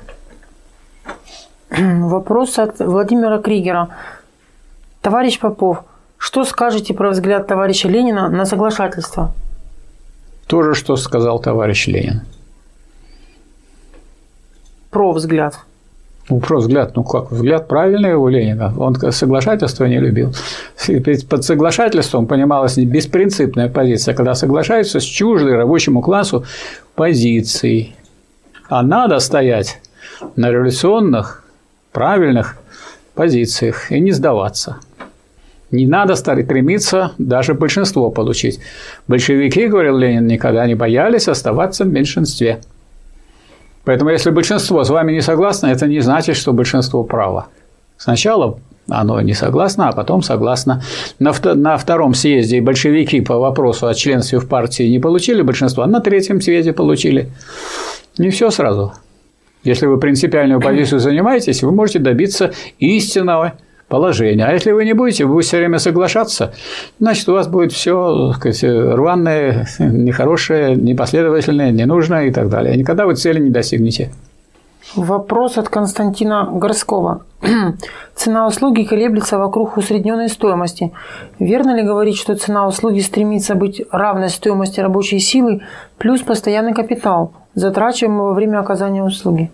Вопрос от Владимира Кригера. Товарищ Попов, что скажете про взгляд товарища Ленина на соглашательство? То же, что сказал товарищ Ленин. Про взгляд. Про взгляд, как взгляд правильный у Ленина, он соглашательство не любил. Под соглашательством понималась беспринципная позиция, когда соглашаются с чуждой рабочему классу позицией. А надо стоять на революционных, правильных позициях и не сдаваться. Не надо стремиться даже большинство получить. Большевики, говорил Ленин, никогда не боялись оставаться в меньшинстве. Поэтому, если большинство с вами не согласно, это не значит, что большинство право. Сначала оно не согласно, а потом согласно. На втором съезде большевики по вопросу о членстве в партии не получили большинство, а на третьем съезде получили. Не все сразу. Если вы принципиальную позицию занимаетесь, вы можете добиться истинного положения. А если вы не будете, вы будете все время соглашаться, значит, у вас будет все, так сказать, рваное, нехорошее, непоследовательное, ненужное и так далее. И никогда вы цели не достигнете. Вопрос от Константина Горского. Цена услуги колеблется вокруг усредненной стоимости. Верно ли говорить, что цена услуги стремится быть равной стоимости рабочей силы плюс постоянный капитал, затрачиваемый во время оказания услуги?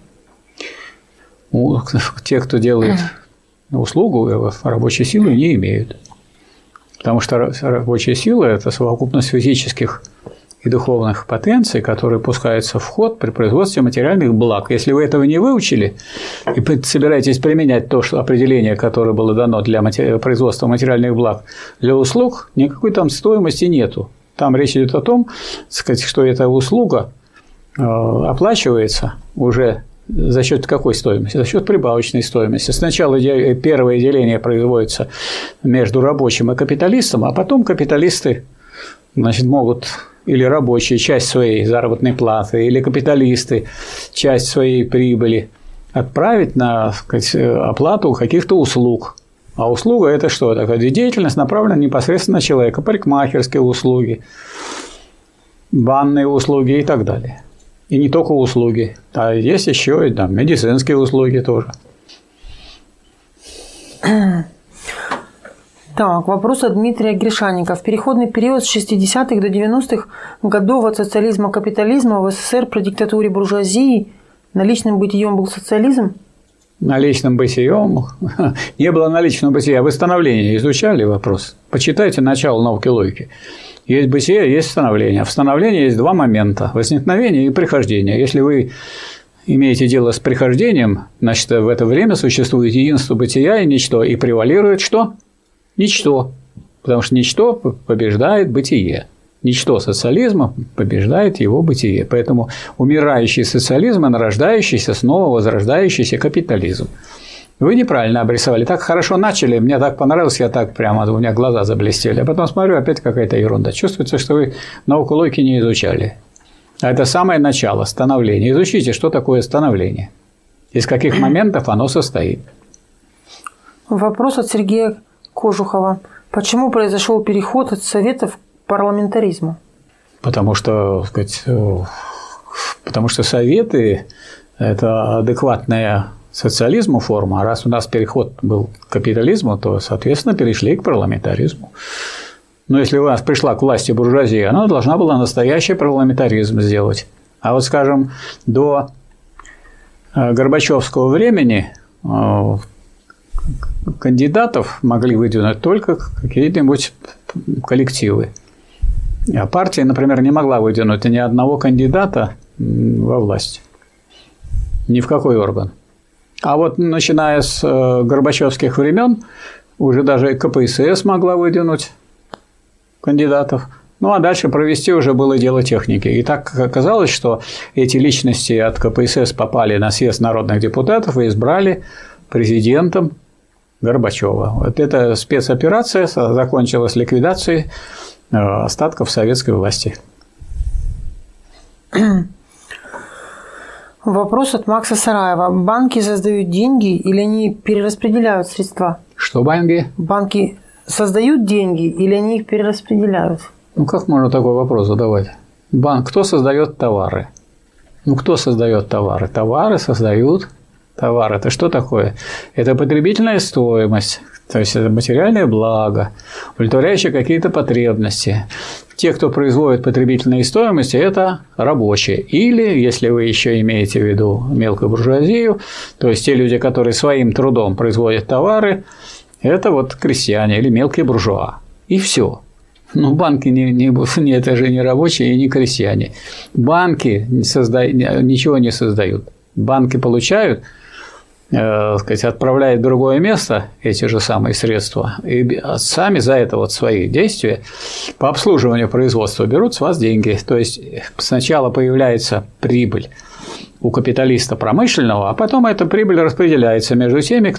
Те, кто делает услугу, рабочей силы не имеют. Потому что рабочая сила – это совокупность физических и духовных потенций, которые пускаются в ход при производстве материальных благ. Если вы этого не выучили и собираетесь применять то определение, которое было дано для производства материальных благ для услуг, никакой там стоимости нету. Там речь идет о том, что эта услуга оплачивается уже за счет какой стоимости? За счет прибавочной стоимости. Сначала первое деление производится между рабочим и капиталистом, а потом капиталисты, значит, могут или рабочие часть своей заработной платы, или капиталисты часть своей прибыли отправить на, сказать, оплату каких-то услуг. А услуга – это что? Такая деятельность направлена непосредственно на человека. Парикмахерские услуги, банные услуги и так далее. И не только услуги, а есть еще и там, медицинские услуги тоже. Так, вопрос от Дмитрия Гришаника. В переходный период с 60-х до 90-х годов от социализма к капитализму в СССР при диктатуре буржуазии наличным бытием был социализм? Наличным бытием? Не было наличного бытия. Вы становление изучали вопрос? Почитайте начало науки логики. Есть бытие, есть становление. В становлении есть два момента – возникновение и прихождение. Если вы имеете дело с прихождением, значит, в это время существует единство бытия и ничто, и превалирует что? Ничто. Потому что ничто побеждает бытие. Ничто социализма побеждает его бытие. Поэтому умирающий социализм – это рождающийся, снова возрождающийся капитализм. Вы неправильно обрисовали. Так хорошо начали, мне так понравилось, я так прямо, у меня глаза заблестели. А потом смотрю, опять какая-то ерунда. Чувствуется, что вы науку логики не изучали. А это самое начало, становление. Изучите, что такое становление. Из каких моментов оно состоит. Вопрос от Сергея Кожухова. Почему произошел переход от советов к парламентаризму? Потому что советы – это адекватная социализму форма, а раз у нас переход был к капитализму, то, соответственно, перешли к парламентаризму. Но если у нас пришла к власти буржуазия, она должна была настоящий парламентаризм сделать. А вот, скажем, до Горбачевского времени кандидатов могли выдвинуть только какие-нибудь коллективы. А партия, например, не могла выдвинуть ни одного кандидата во власть. Ни в какой орган. А вот начиная с горбачевских времен уже даже КПСС могла выдвинуть кандидатов. Ну, а дальше провести уже было дело техники. И так оказалось, что эти личности от КПСС попали на съезд народных депутатов и избрали президентом Горбачева. Вот эта спецоперация закончилась ликвидацией остатков советской власти. Вопрос от Макса Сараева. Банки создают деньги или они перераспределяют средства? Что банки? Банки создают деньги или они их перераспределяют? Ну, как можно такой вопрос задавать? Кто создает товары? Ну, кто создает товары? Товары создают товары. Это что такое? Это потребительная стоимость, то есть это материальное благо, удовлетворяющее какие-то потребности. Те, кто производит потребительные стоимости, это рабочие. Или, если вы еще имеете в виду мелкую буржуазию, то есть те люди, которые своим трудом производят товары, это вот крестьяне или мелкие буржуа. И все. Ну, банки это же не рабочие и не крестьяне. Банки ничего не создают. Банки получают, отправляют в другое место эти же самые средства, и сами за это вот свои действия по обслуживанию производства берут с вас деньги. То есть сначала появляется прибыль у капиталиста промышленного, а потом эта прибыль распределяется между теми,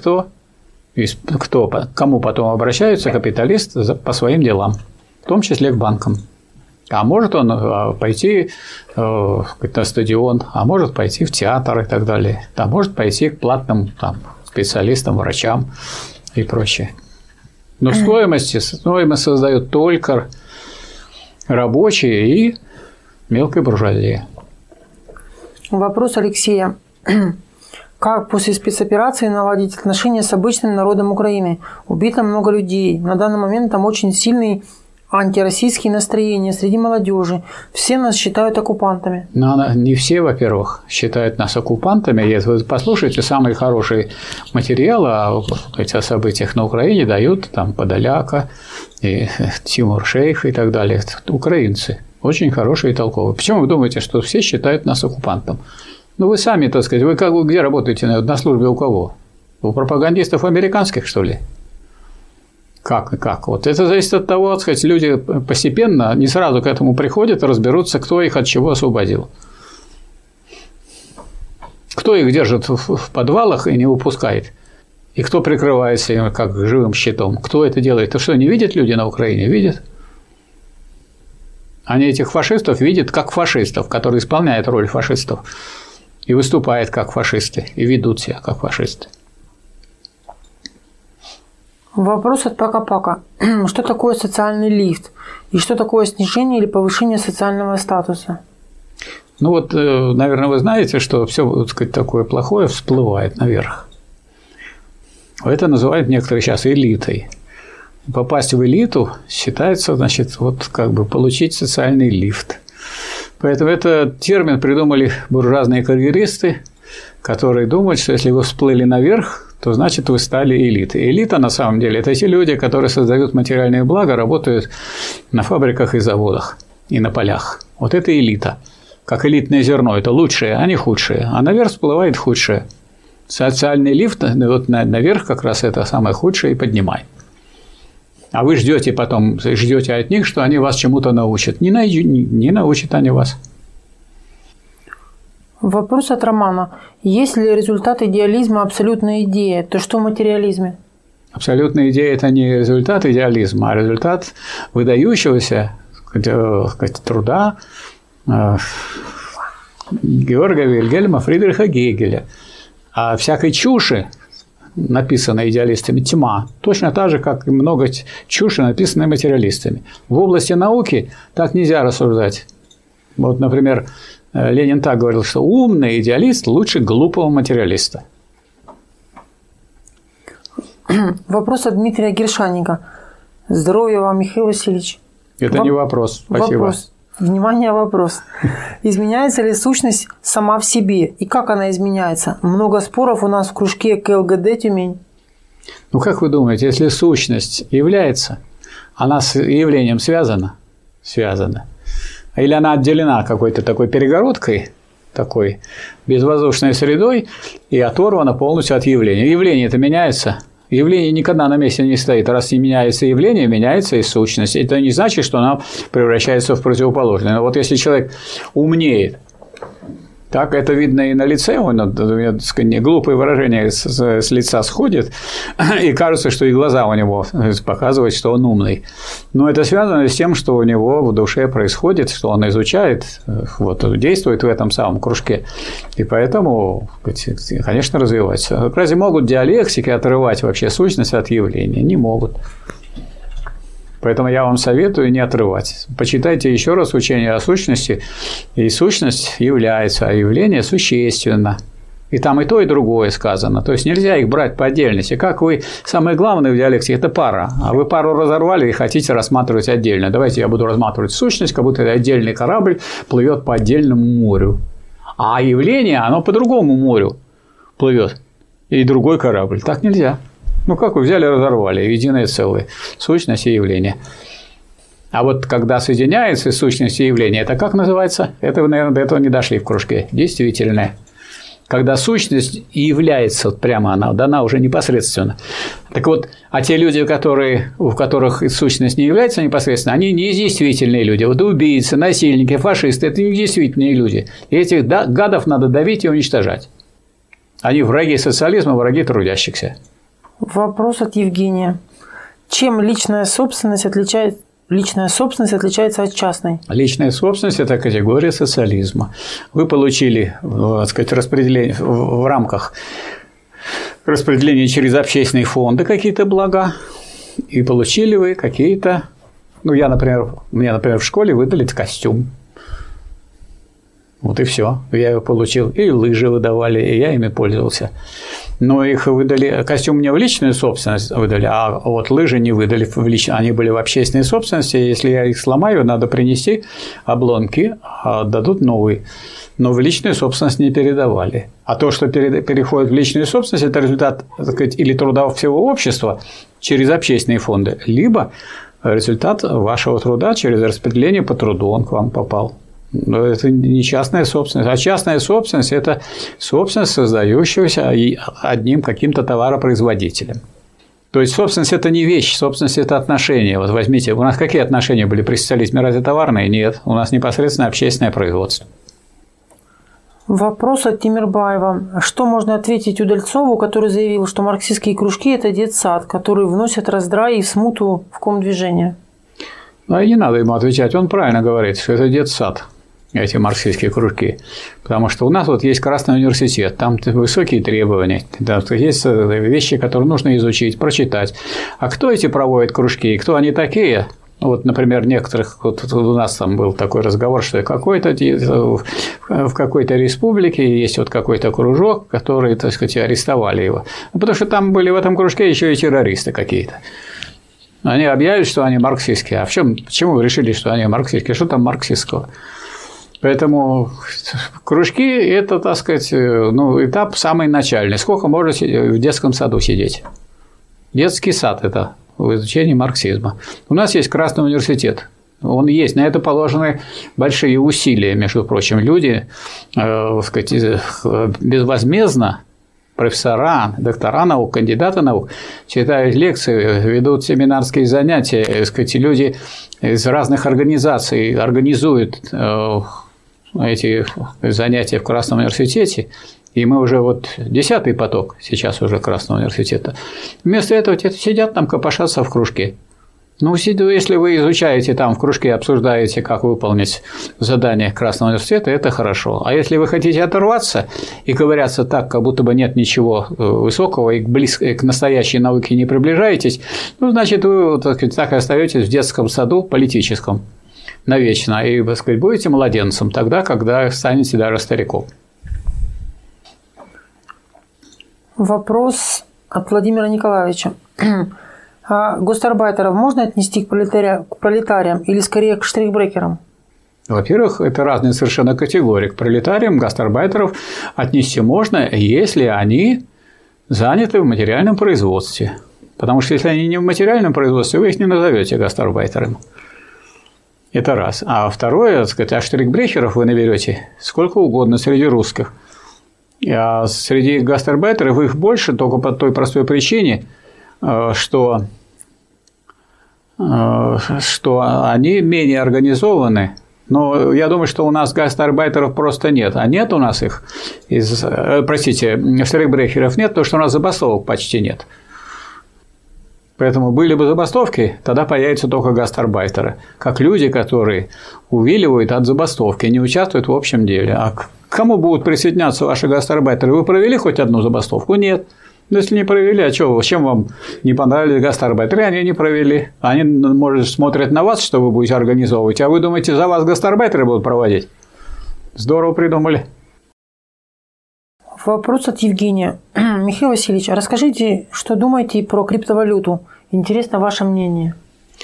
кому потом обращаются капиталист по своим делам, в том числе к банкам. А может он пойти на стадион, а может пойти в театр и так далее, а может пойти к платным специалистам, врачам и прочее. Но стоимость создают только рабочие и мелкая буржуазия. Вопрос Алексея. Как после спецоперации наладить отношения с обычным народом Украины? Убито много людей. На данный момент там очень сильный антироссийские настроения среди молодежи. Все нас считают оккупантами. Но не все, во-первых, считают нас оккупантами. Вы послушайте, самые хорошие материалы о событиях на Украине дают там Подоляка, и Тимур Шейх и так далее. Украинцы. Очень хорошие и толковые. Почему вы думаете, что все считают нас оккупантом? Ну, вы сами, так сказать, вы где работаете? На службе у кого? У пропагандистов американских, что ли? Как? Вот это зависит от того, так сказать, люди постепенно, не сразу к этому приходят и разберутся, кто их от чего освободил. Кто их держит в подвалах и не выпускает? И кто прикрывается им как живым щитом? Кто это делает? То что, не видят люди на Украине? Видят? Они этих фашистов видят как фашистов, которые исполняют роль фашистов и выступают как фашисты, и ведут себя как фашисты. Вопрос от Пака-Пака. Что такое социальный лифт? И что такое снижение или повышение социального статуса? Ну вот, наверное, вы знаете, что все, так сказать, такое плохое всплывает наверх. Это называют некоторые сейчас элитой. Попасть в элиту считается, значит, вот как бы получить социальный лифт. Поэтому этот термин придумали буржуазные карьеристы, которые думают, что если вы всплыли наверх, то значит вы стали элитой. Элита на самом деле – это те люди, которые создают материальные блага, работают на фабриках и заводах и на полях. Вот это элита. Как элитное зерно – это лучшее, а не худшее. А наверх всплывает худшее. Социальный лифт вот наверх как раз это самое худшее и поднимает. А вы ждете от них, что они вас чему-то научат. Не научат они вас. Вопрос от Романа. Если результат идеализма – абсолютная идея, то что в материализме? Абсолютная идея – это не результат идеализма, а результат выдающегося труда Георга Вильгельма Фридриха Гегеля. А всякой чуши, написанной идеалистами, тьма, точно так же, как и много чуши, написанной материалистами. В области науки так нельзя рассуждать. Вот, например, Ленин так говорил, что умный идеалист лучше глупого материалиста. Вопрос от Дмитрия Гершаника. Здоровья вам, Михаил Васильевич. Это не вопрос. Спасибо. Вопрос. Внимание, вопрос. Изменяется ли сущность сама в себе? И как она изменяется? Много споров у нас в кружке КЛГД Тюмень. Ну, как вы думаете, если сущность является, она с явлением связана? Связана. Или она отделена какой-то такой перегородкой, такой безвоздушной средой и оторвана полностью от явления? Явление это меняется? Явление никогда на месте не стоит. Раз не меняется явление, меняется и сущность. Это не значит, что она превращается в противоположное. Но вот если человек умнеет, так это видно и на лице, глупые выражения с лица сходят, и кажется, что и глаза у него показывают, что он умный. Но это связано с тем, что у него в душе происходит, что он изучает, вот, действует в этом самом кружке. И поэтому, конечно, развивается. Разве могут диалектики отрывать вообще сущность от явления? Не могут. Поэтому я вам советую не отрывать. Почитайте еще раз учение о сущности, и сущность является, а явление существенно. И там и то, и другое сказано. То есть нельзя их брать по отдельности. Как вы, самое главное в диалектике – это пара. А вы пару разорвали и хотите рассматривать отдельно. Давайте я буду рассматривать сущность, как будто это отдельный корабль плывет по отдельному морю. А явление, оно по другому морю плывет. И другой корабль. Так нельзя. Ну, как вы взяли и разорвали, единое целое, сущность и явление. А вот когда соединяется сущность и явление, это как называется? Это вы, наверное, до этого не дошли в кружке. Действительное. Когда сущность и является, вот прямо она дана уже непосредственно. Так вот, а те люди, у которых сущность не является непосредственно, они не действительные люди. Вот убийцы, насильники, фашисты – это не действительные люди. И этих гадов надо давить и уничтожать. Они враги социализма, враги трудящихся. Вопрос от Евгения. Чем личная собственность отличается от частной? Личная собственность – это категория социализма. Вы получили, так сказать, распределение в рамках распределения через общественные фонды какие-то блага, и получили вы какие-то… Ну, мне, например, в школе выдали костюм. Вот и все. Я его получил. И лыжи выдавали, и я ими пользовался. Но их выдали, костюм мне в личную собственность выдали, а вот лыжи не выдали в личную. Они были в общественной собственности. Если я их сломаю, надо принести обломки, а дадут новые. Но в личную собственность не передавали. А то, что переходит в личную собственность, это результат, так сказать, или труда всего общества через общественные фонды, либо результат вашего труда через распределение по труду он к вам попал. Но это не частная собственность. А частная собственность – это собственность, создающаяся одним каким-то товаропроизводителем. То есть собственность – это не вещь, собственность – это отношения. Вот возьмите, у нас какие отношения были при социализме? Разве товарные? Нет. У нас непосредственно общественное производство. Вопрос от Тимирбаева. Что можно ответить Удальцову, который заявил, что марксистские кружки – это детсад, которые вносят раздрай и смуту в комдвижение? Ну, и не надо ему отвечать. Он правильно говорит, что это детсад. Эти марксистские кружки. Потому что у нас вот есть Красный университет, там высокие требования, есть вещи, которые нужно изучить, прочитать. А кто эти проводят кружки и кто они такие, Вот, например, некоторых, вот у нас там был такой разговор, что в какой-то республике есть вот какой-то кружок, который, так сказать, арестовали его. Потому что там были в этом кружке еще и террористы какие-то. Они объявили, что они марксистские. А почему вы решили, что они марксистские? Что там марксистского? Поэтому кружки – это, так сказать, этап самый начальный. Сколько можно в детском саду сидеть? Детский сад – это в изучении марксизма. У нас есть Красный университет. Он есть. На это положены большие усилия, между прочим. Люди, так сказать, безвозмездно, профессора, доктора наук, кандидаты наук, читают лекции, ведут семинарские занятия. Так сказать, люди из разных организаций организуют эти занятия в Красном университете. И мы уже вот 10-й поток сейчас уже Красного университета. Вместо этого сидят там копошатся в кружке. Ну, если вы изучаете там в кружке, обсуждаете, как выполнить задание Красного университета, это хорошо. А если вы хотите оторваться и ковыряться так, как будто бы нет ничего высокого и к настоящей науке не приближаетесь, ну, значит, вы так и остаетесь в детском саду политическом навечно и, так сказать, будете младенцем тогда, когда станете даже стариком. Вопрос от Владимира Николаевича. А гастарбайтеров можно отнести к пролетариям или скорее к штрихбрекерам? Во-первых, это разные совершенно категории. К пролетариям гастарбайтеров отнести можно, если они заняты в материальном производстве. Потому что если они не в материальном производстве, вы их не назовете гастарбайтерами. Это раз. А второе, так сказать, штрихбрекеров вы наберете сколько угодно среди русских. А среди гастарбайтеров их больше только по той простой причине, что они менее организованы. Но я думаю, что у нас гастарбайтеров просто нет. А нет у нас их, штрихбрекеров нет, потому что у нас забастовок почти нет. Поэтому были бы забастовки, тогда появятся только гастарбайтеры, как люди, которые увиливают от забастовки, не участвуют в общем деле. А к кому будут присоединяться ваши гастарбайтеры? Вы провели хоть одну забастовку? Нет. Но если не провели, а что, чем вам не понравились гастарбайтеры? Они не провели. Они, может, смотрят на вас, что вы будете организовывать, а вы думаете, за вас гастарбайтеры будут проводить? Здорово придумали. Вопрос от Евгения. Михаил Васильевич, расскажите, что думаете про криптовалюту? Интересно ваше мнение.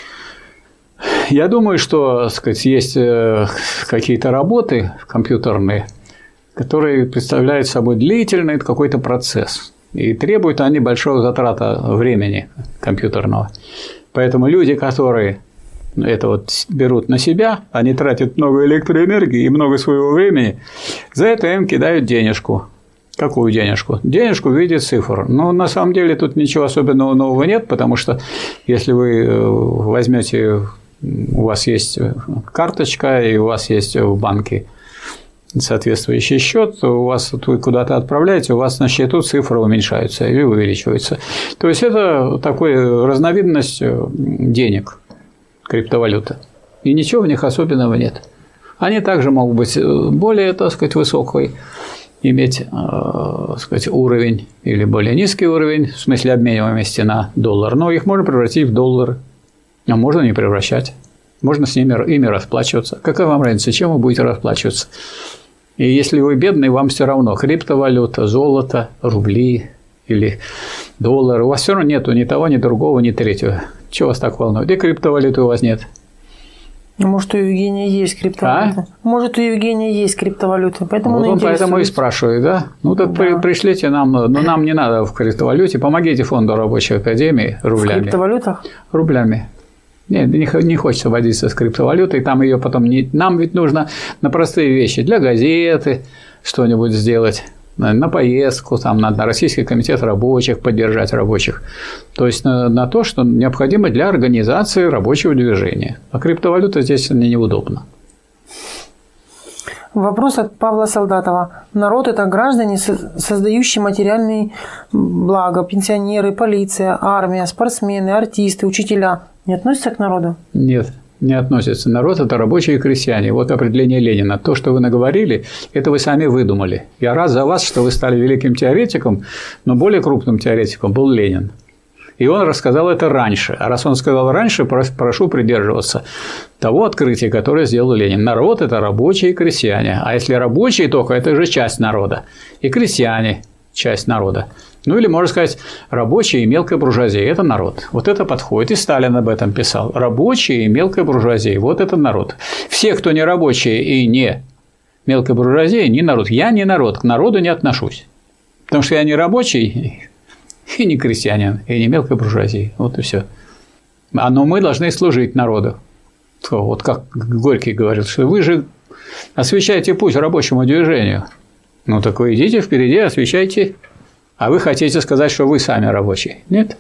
Я думаю, что, так сказать, есть какие-то работы компьютерные, которые представляют собой длительный какой-то процесс. И требуют они большого затрата времени компьютерного. Поэтому люди, которые это вот берут на себя, они тратят много электроэнергии и много своего времени, за это им кидают денежку. Какую денежку? Денежку в виде цифр. Но на самом деле тут ничего особенного нового нет, потому что если вы возьмете, у вас есть карточка и у вас есть в банке соответствующий счет, у вас вы куда-то отправляете, у вас на счету цифры уменьшаются или увеличиваются. То есть это такая разновидность денег, криптовалюта. И ничего в них особенного нет. Они также могут быть более, так сказать, высокой, иметь, так сказать, уровень или более низкий уровень, в смысле обмениваемости на доллар, но их можно превратить в доллары, а можно не превращать. Можно с ими расплачиваться. Какая вам разница, чем вы будете расплачиваться? И если вы бедный, вам все равно криптовалюта, золото, рубли или доллары. У вас все равно нету ни того, ни другого, ни третьего. Чего вас так волнует? И криптовалюты у вас нет. Может, у Евгения есть криптовалюта? Может, у Евгения есть криптовалюта, поэтому вот он поэтому и спрашивает, да? Ну, так да. Пришлите нам, но нам не надо в криптовалюте, помогите фонду рабочей академии рублями. В криптовалютах? Рублями. Нет, не хочется водиться с криптовалютой, там ее потом не... Нам ведь нужно на простые вещи, для газеты что-нибудь сделать, на поездку, там, на Российский комитет рабочих, поддержать рабочих. То есть на то, что необходимо для организации рабочего движения. А криптовалюта здесь неудобно. Вопрос от Павла Солдатова. Народ – это граждане, создающие материальные блага, пенсионеры, полиция, армия, спортсмены, артисты, учителя. Не относятся к народу? Нет, не относятся. Народ – это рабочие и крестьяне. Вот определение Ленина. То, что вы наговорили, это вы сами выдумали. Я рад за вас, что вы стали великим теоретиком, но более крупным теоретиком был Ленин. И он рассказал это раньше. А раз он сказал раньше, прошу придерживаться того открытия, которое сделал Ленин. Народ – это рабочие и крестьяне. А если рабочие только, это же часть народа. И крестьяне – часть народа. Ну, или, можно сказать, рабочие и мелкая буржуазия – это народ. Вот это подходит. И Сталин об этом писал. Рабочие и мелкая буржуазия – вот это народ. Все, кто не рабочие и не мелкая буржуазия, не народ. Я не народ, к народу не отношусь. Потому что я не рабочий и не крестьянин, и не мелкая буржуазия. Вот и все. Но мы должны служить народу. Вот как Горький говорил, что вы же освещаете путь рабочему движению. Ну, так вы идите впереди, освещайте. А вы хотите сказать, что вы сами рабочие? Нет?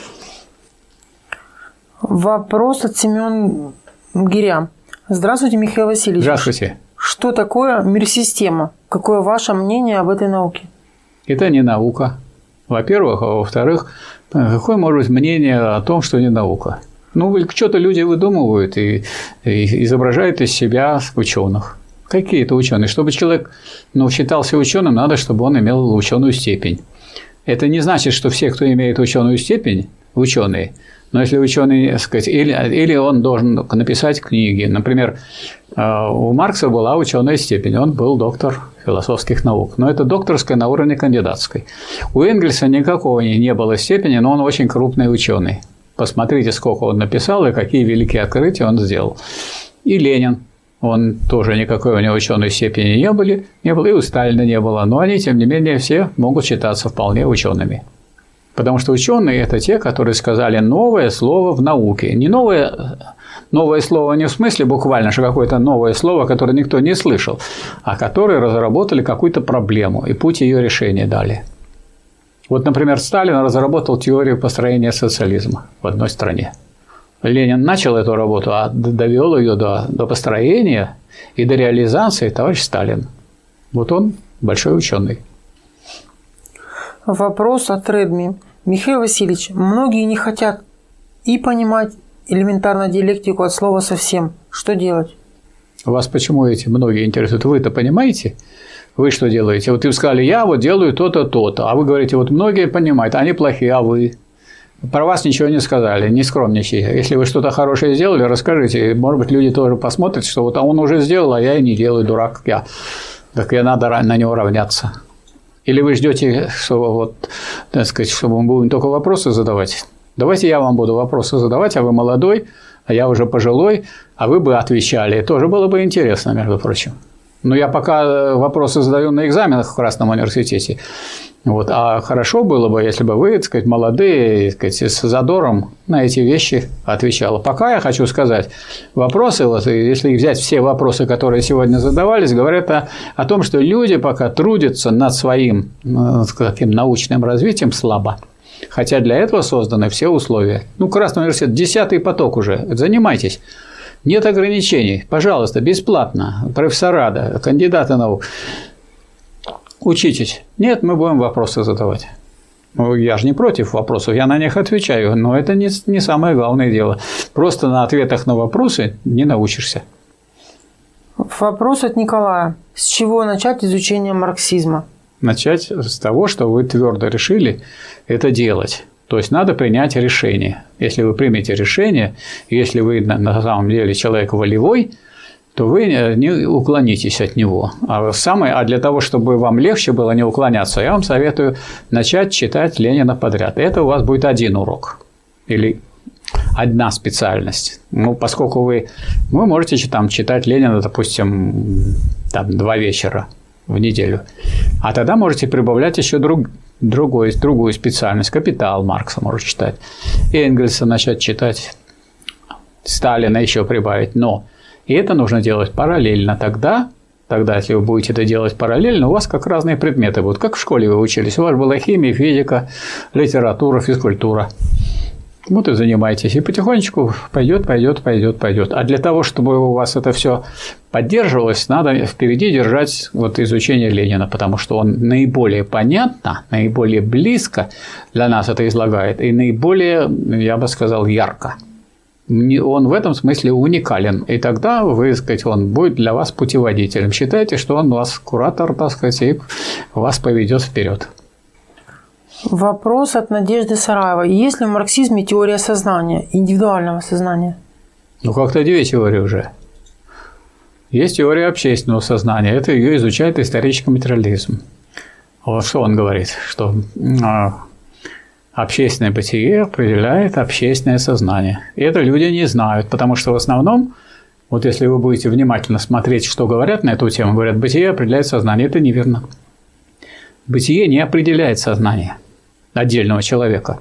Вопрос от Семёна Гиря. Здравствуйте, Михаил Васильевич. Здравствуйте. Что такое мир-система? Какое ваше мнение об этой науке? Это не наука. Во-первых, а во-вторых, какое может быть мнение о том, что не наука? Ну, что-то люди выдумывают и изображают из себя ученых. Какие это ученые? Чтобы человек считался ученым, надо, чтобы он имел ученую степень. Это не значит, что все, кто имеет ученую степень, ученые. Но если ученый, так сказать, или он должен написать книги. Например, у Маркса была ученая степень, он был доктор философских наук. Но это докторская на уровне кандидатской. У Энгельса никакого не было степени, но он очень крупный ученый. Посмотрите, сколько он написал и какие великие открытия он сделал. И Ленин. Он тоже никакой у него ученой степени не было, и у Сталина не было. Но они, тем не менее, все могут считаться вполне учеными. Потому что ученые – это те, которые сказали новое слово в науке. Не новое слово не в смысле буквально, что какое-то новое слово, которое никто не слышал, а которые разработали какую-то проблему и путь ее решения дали. Вот, например, Сталин разработал теорию построения социализма в одной стране. Ленин начал эту работу, а довел ее до построения и до реализации товарищ Сталин. Вот он большой ученый. Вопрос от Редми. Михаил Васильевич, многие не хотят и понимать элементарно диалектику от слова совсем. Что делать? Вас почему эти многие интересуют? Вы-то понимаете? Вы что делаете? Вот вы сказали, я вот делаю то-то, то-то. А вы говорите, вот многие понимают, они плохие, а вы? Про вас ничего не сказали, не скромничайте. Если вы что-то хорошее сделали, расскажите. Может быть, люди тоже посмотрят, что вот он уже сделал, а я и не делаю, дурак, как я. Так я надо на него равняться. Или вы ждете, что так сказать, чтобы мы будем только вопросы задавать? Давайте я вам буду вопросы задавать, а вы молодой, а я уже пожилой, а вы бы отвечали. Тоже было бы интересно, между прочим. Но я пока вопросы задаю на экзаменах в Красном университете. А хорошо было бы, если бы вы, так сказать, молодые, так сказать, с задором на эти вещи отвечали. Пока я хочу сказать, вопросы, если взять все вопросы, которые сегодня задавались, говорят о том, что люди пока трудятся над своим таким научным развитием слабо. Хотя для этого созданы все условия. Красный университет, 10-й поток уже, занимайтесь. Нет ограничений, пожалуйста, бесплатно, профессора, кандидаты наук. Учитесь. Нет, мы будем вопросы задавать. Я же не против вопросов, я на них отвечаю, но это не самое главное дело. Просто на ответах на вопросы не научишься. Вопрос от Николая. С чего начать изучение марксизма? Начать с того, что вы твердо решили это делать. То есть надо принять решение. Если вы примете решение, если вы на самом деле человек волевой, то вы не уклонитесь от него. А для того, чтобы вам легче было не уклоняться, я вам советую начать читать Ленина подряд. Это у вас будет один урок или одна специальность. Поскольку вы можете читать Ленина, допустим, 2 вечера в неделю, а тогда можете прибавлять еще другую специальность. «Капитал» Маркса можно читать, Энгельса начать читать, Сталина еще прибавить. И это нужно делать параллельно. Тогда, если вы будете это делать параллельно, у вас как разные предметы будут. Как в школе вы учились. У вас была химия, физика, литература, физкультура. И занимайтесь. И потихонечку пойдет. А для того, чтобы у вас это все поддерживалось, надо впереди держать изучение Ленина, потому что он наиболее понятно, наиболее близко для нас это излагает и наиболее, я бы сказал, ярко. Он в этом смысле уникален. И тогда он будет для вас путеводителем. Считайте, что он у вас куратор, так сказать, и вас поведет вперед. Вопрос от Надежды Сараевой. Есть ли в марксизме теория сознания, индивидуального сознания? Ну, как-то две теории уже. Есть теория общественного сознания. Это ее изучает исторический материализм. Вот что он говорит, что общественное бытие определяет общественное сознание. И это люди не знают, потому что в основном, вот если вы будете внимательно смотреть, что говорят на эту тему, говорят, бытие определяет сознание. Это неверно. Бытие не определяет сознание отдельного человека.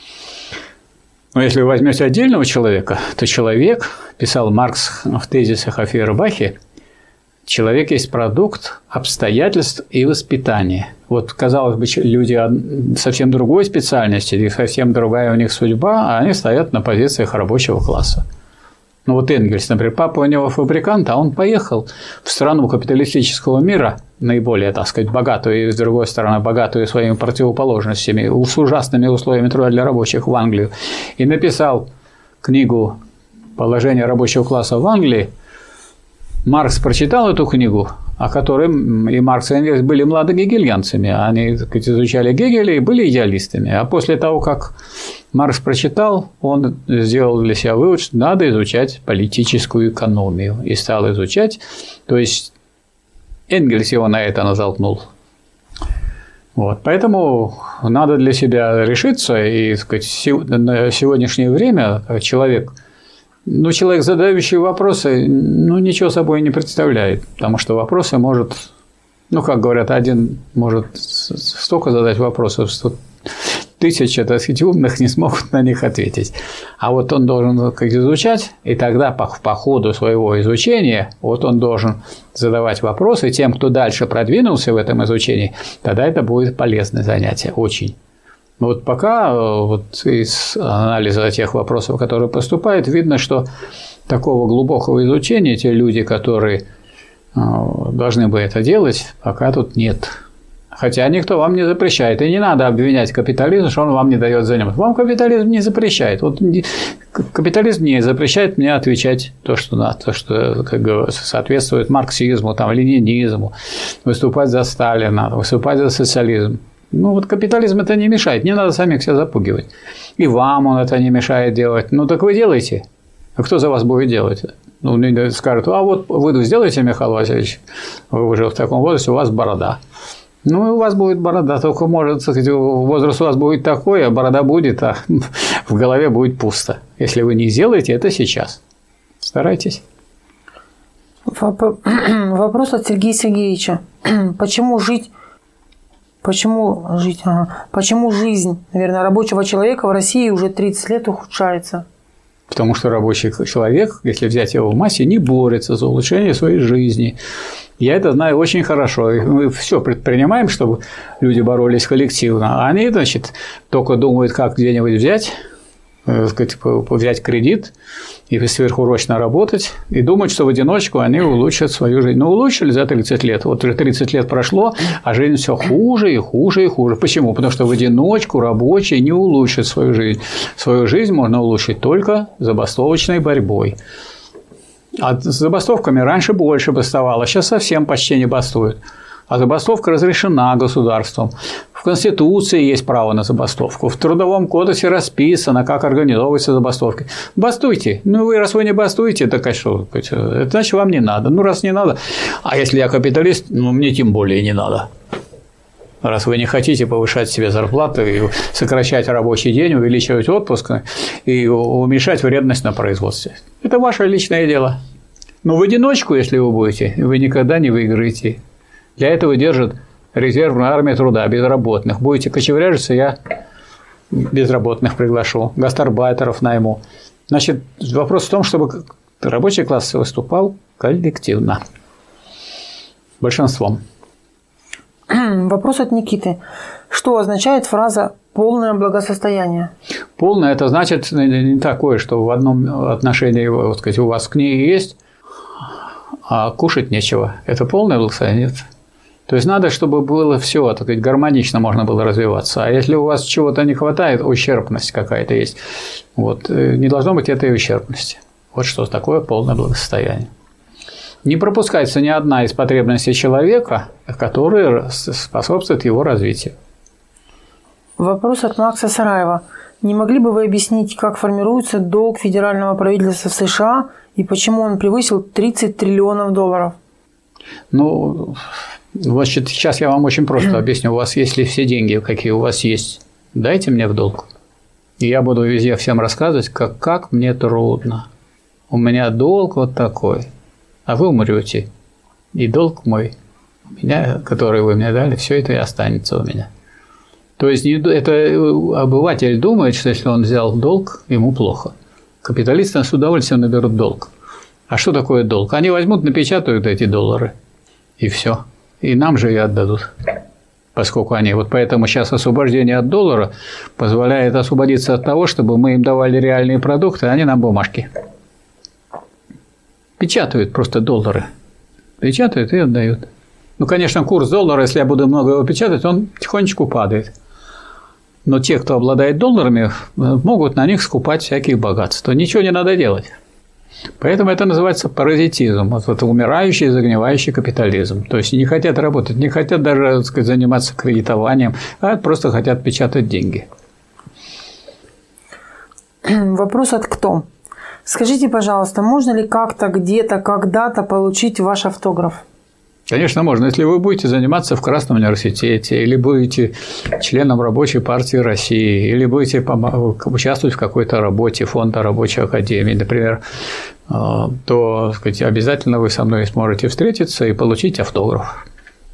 Но если вы возьмете отдельного человека, то человек, писал Маркс в тезисах о Фейербахе, человек есть продукт обстоятельств и воспитания. Вот, казалось бы, люди совсем другой специальности, и совсем другая у них судьба, а они стоят на позициях рабочего класса. Ну вот Энгельс, например, папа у него фабрикант, а он поехал в страну капиталистического мира, наиболее, так сказать, богатую, и, с другой стороны, богатую своими противоположностями, с ужасными условиями труда для рабочих в Англию, и написал книгу «Положение рабочего класса в Англии». Маркс прочитал эту книгу, о которой и Маркс и Энгельс были младогегельянцами. Они, так сказать, изучали Гегеля и были идеалистами. А после того, как Маркс прочитал, он сделал для себя вывод, что надо изучать политическую экономию. И стал изучать. То есть Энгельс его на это натолкнул. Вот. Поэтому надо для себя решиться. И, так сказать, на сегодняшнее время человек, задающий вопросы, ничего собой не представляет. Потому что вопросы может, как говорят, один может столько задать вопросов, что 1000, так сказать, умных не смогут на них ответить. А вот он должен изучать, и тогда по ходу своего изучения вот он должен задавать вопросы тем, кто дальше продвинулся в этом изучении, тогда это будет полезное занятие, очень. Вот пока вот из анализа тех вопросов, которые поступают, видно, что такого глубокого изучения те люди, которые должны бы это делать, пока тут нет. Хотя никто вам не запрещает. И не надо обвинять капитализм, что он вам не дает заниматься. Вам капитализм не запрещает. Вот капитализм не запрещает мне отвечать то, что надо, то, что соответствует марксизму, ленинизму, выступать за Сталина, выступать за социализм. Вот капитализм это не мешает, не надо самих себя запугивать. И вам он это не мешает делать. Так вы делайте. А кто за вас будет делать? Скажут, а вот вы сделаете, Михаил Васильевич, вы уже в таком возрасте, у вас борода. И у вас будет борода, только может, возраст у вас будет такой, а борода будет, а в голове будет пусто. Если вы не сделаете это сейчас. Старайтесь. Вопрос от Сергея Сергеевича. Почему жизнь, наверное, рабочего человека в России уже 30 лет ухудшается? Потому что рабочий человек, если взять его в массе, не борется за улучшение своей жизни. Я это знаю очень хорошо. Мы все предпринимаем, чтобы люди боролись коллективно. А они, только думают, как где-нибудь взять кредит и сверхурочно работать, и думать, что в одиночку они улучшат свою жизнь. Улучшили за 30 лет. Вот уже 30 лет прошло, а жизнь все хуже и хуже и хуже. Почему? Потому что в одиночку рабочий не улучшит свою жизнь. Свою жизнь можно улучшить только забастовочной борьбой. А с забастовками раньше больше бастовало, сейчас совсем почти не бастуют. А забастовка разрешена государством. В Конституции есть право на забастовку. В Трудовом кодексе расписано, как организовываются забастовки. Бастуйте. Раз вы не бастуете, так а что? Это значит, вам не надо. Раз не надо. А если я капиталист, мне тем более не надо. Раз вы не хотите повышать себе зарплату и сокращать рабочий день, увеличивать отпуск и уменьшать вредность на производстве. Это ваше личное дело. Но в одиночку, если вы будете, вы никогда не выиграете. Для этого держат резервную армию труда, безработных. Будете кочевряжиться, я безработных приглашу, гастарбайтеров найму. Вопрос в том, чтобы рабочий класс выступал коллективно. Большинством. Вопрос от Никиты. Что означает фраза «полное благосостояние»? Полное – это значит не такое, что в одном отношении, у вас книги есть, а кушать нечего. Это полное благосостояние? Нет. То есть надо, чтобы было все, гармонично можно было развиваться. А если у вас чего-то не хватает, ущербность какая-то есть, не должно быть этой ущербности. Вот что такое полное благосостояние. Не пропускается ни одна из потребностей человека, которая способствует его развитию. Вопрос от Макса Сараева. Не могли бы вы объяснить, как формируется долг федерального правительства в США и почему он превысил 30 триллионов долларов? Ну, вот сейчас я вам очень просто объясню. У вас, если все деньги, какие у вас есть, дайте мне в долг. И я буду везде всем рассказывать, как мне трудно. У меня долг вот такой, а вы умрете. И долг мой, который вы мне дали, все это и останется у меня. То есть это обыватель думает, что если он взял долг, ему плохо. Капиталисты с удовольствием наберут долг. А что такое долг? Они возьмут, напечатают эти доллары, и все. И нам же и отдадут. Поскольку они... Вот поэтому сейчас освобождение от доллара позволяет освободиться от того, чтобы мы им давали реальные продукты, а они нам бумажки. Печатают просто доллары. Печатают и отдают. Ну, конечно, курс доллара, если я буду много его печатать, он тихонечку падает. Но те, кто обладает долларами, могут на них скупать всякие богатства. Ничего не надо делать. Поэтому это называется паразитизм. Вот это умирающий, загнивающий капитализм. То есть не хотят работать, не хотят даже, так сказать, заниматься кредитованием, а просто хотят печатать деньги. Вопрос от кто? Скажите, пожалуйста, можно ли как-то, где-то, когда-то получить ваш автограф? Конечно, можно. Если вы будете заниматься в Красном университете, или будете членом Рабочей партии России, или будете участвовать в какой-то работе фонда Рабочей академии, например, то, так сказать, обязательно вы со мной сможете встретиться и получить автограф.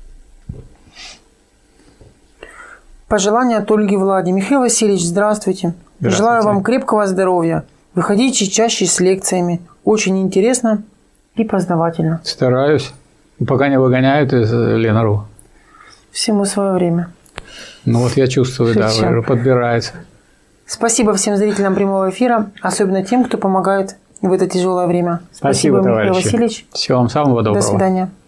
Пожелание от Ольги Влади. Михаил Васильевич, здравствуйте. Желаю вам крепкого здоровья. Выходите чаще с лекциями. Очень интересно и познавательно. Стараюсь. Пока не выгоняют из Ленру. Всему свое время. Ну вот я чувствую, да, подбирается. Спасибо всем зрителям прямого эфира, особенно тем, кто помогает в это тяжелое время. Спасибо, Михаил Васильевич. Всего вам самого доброго. До свидания.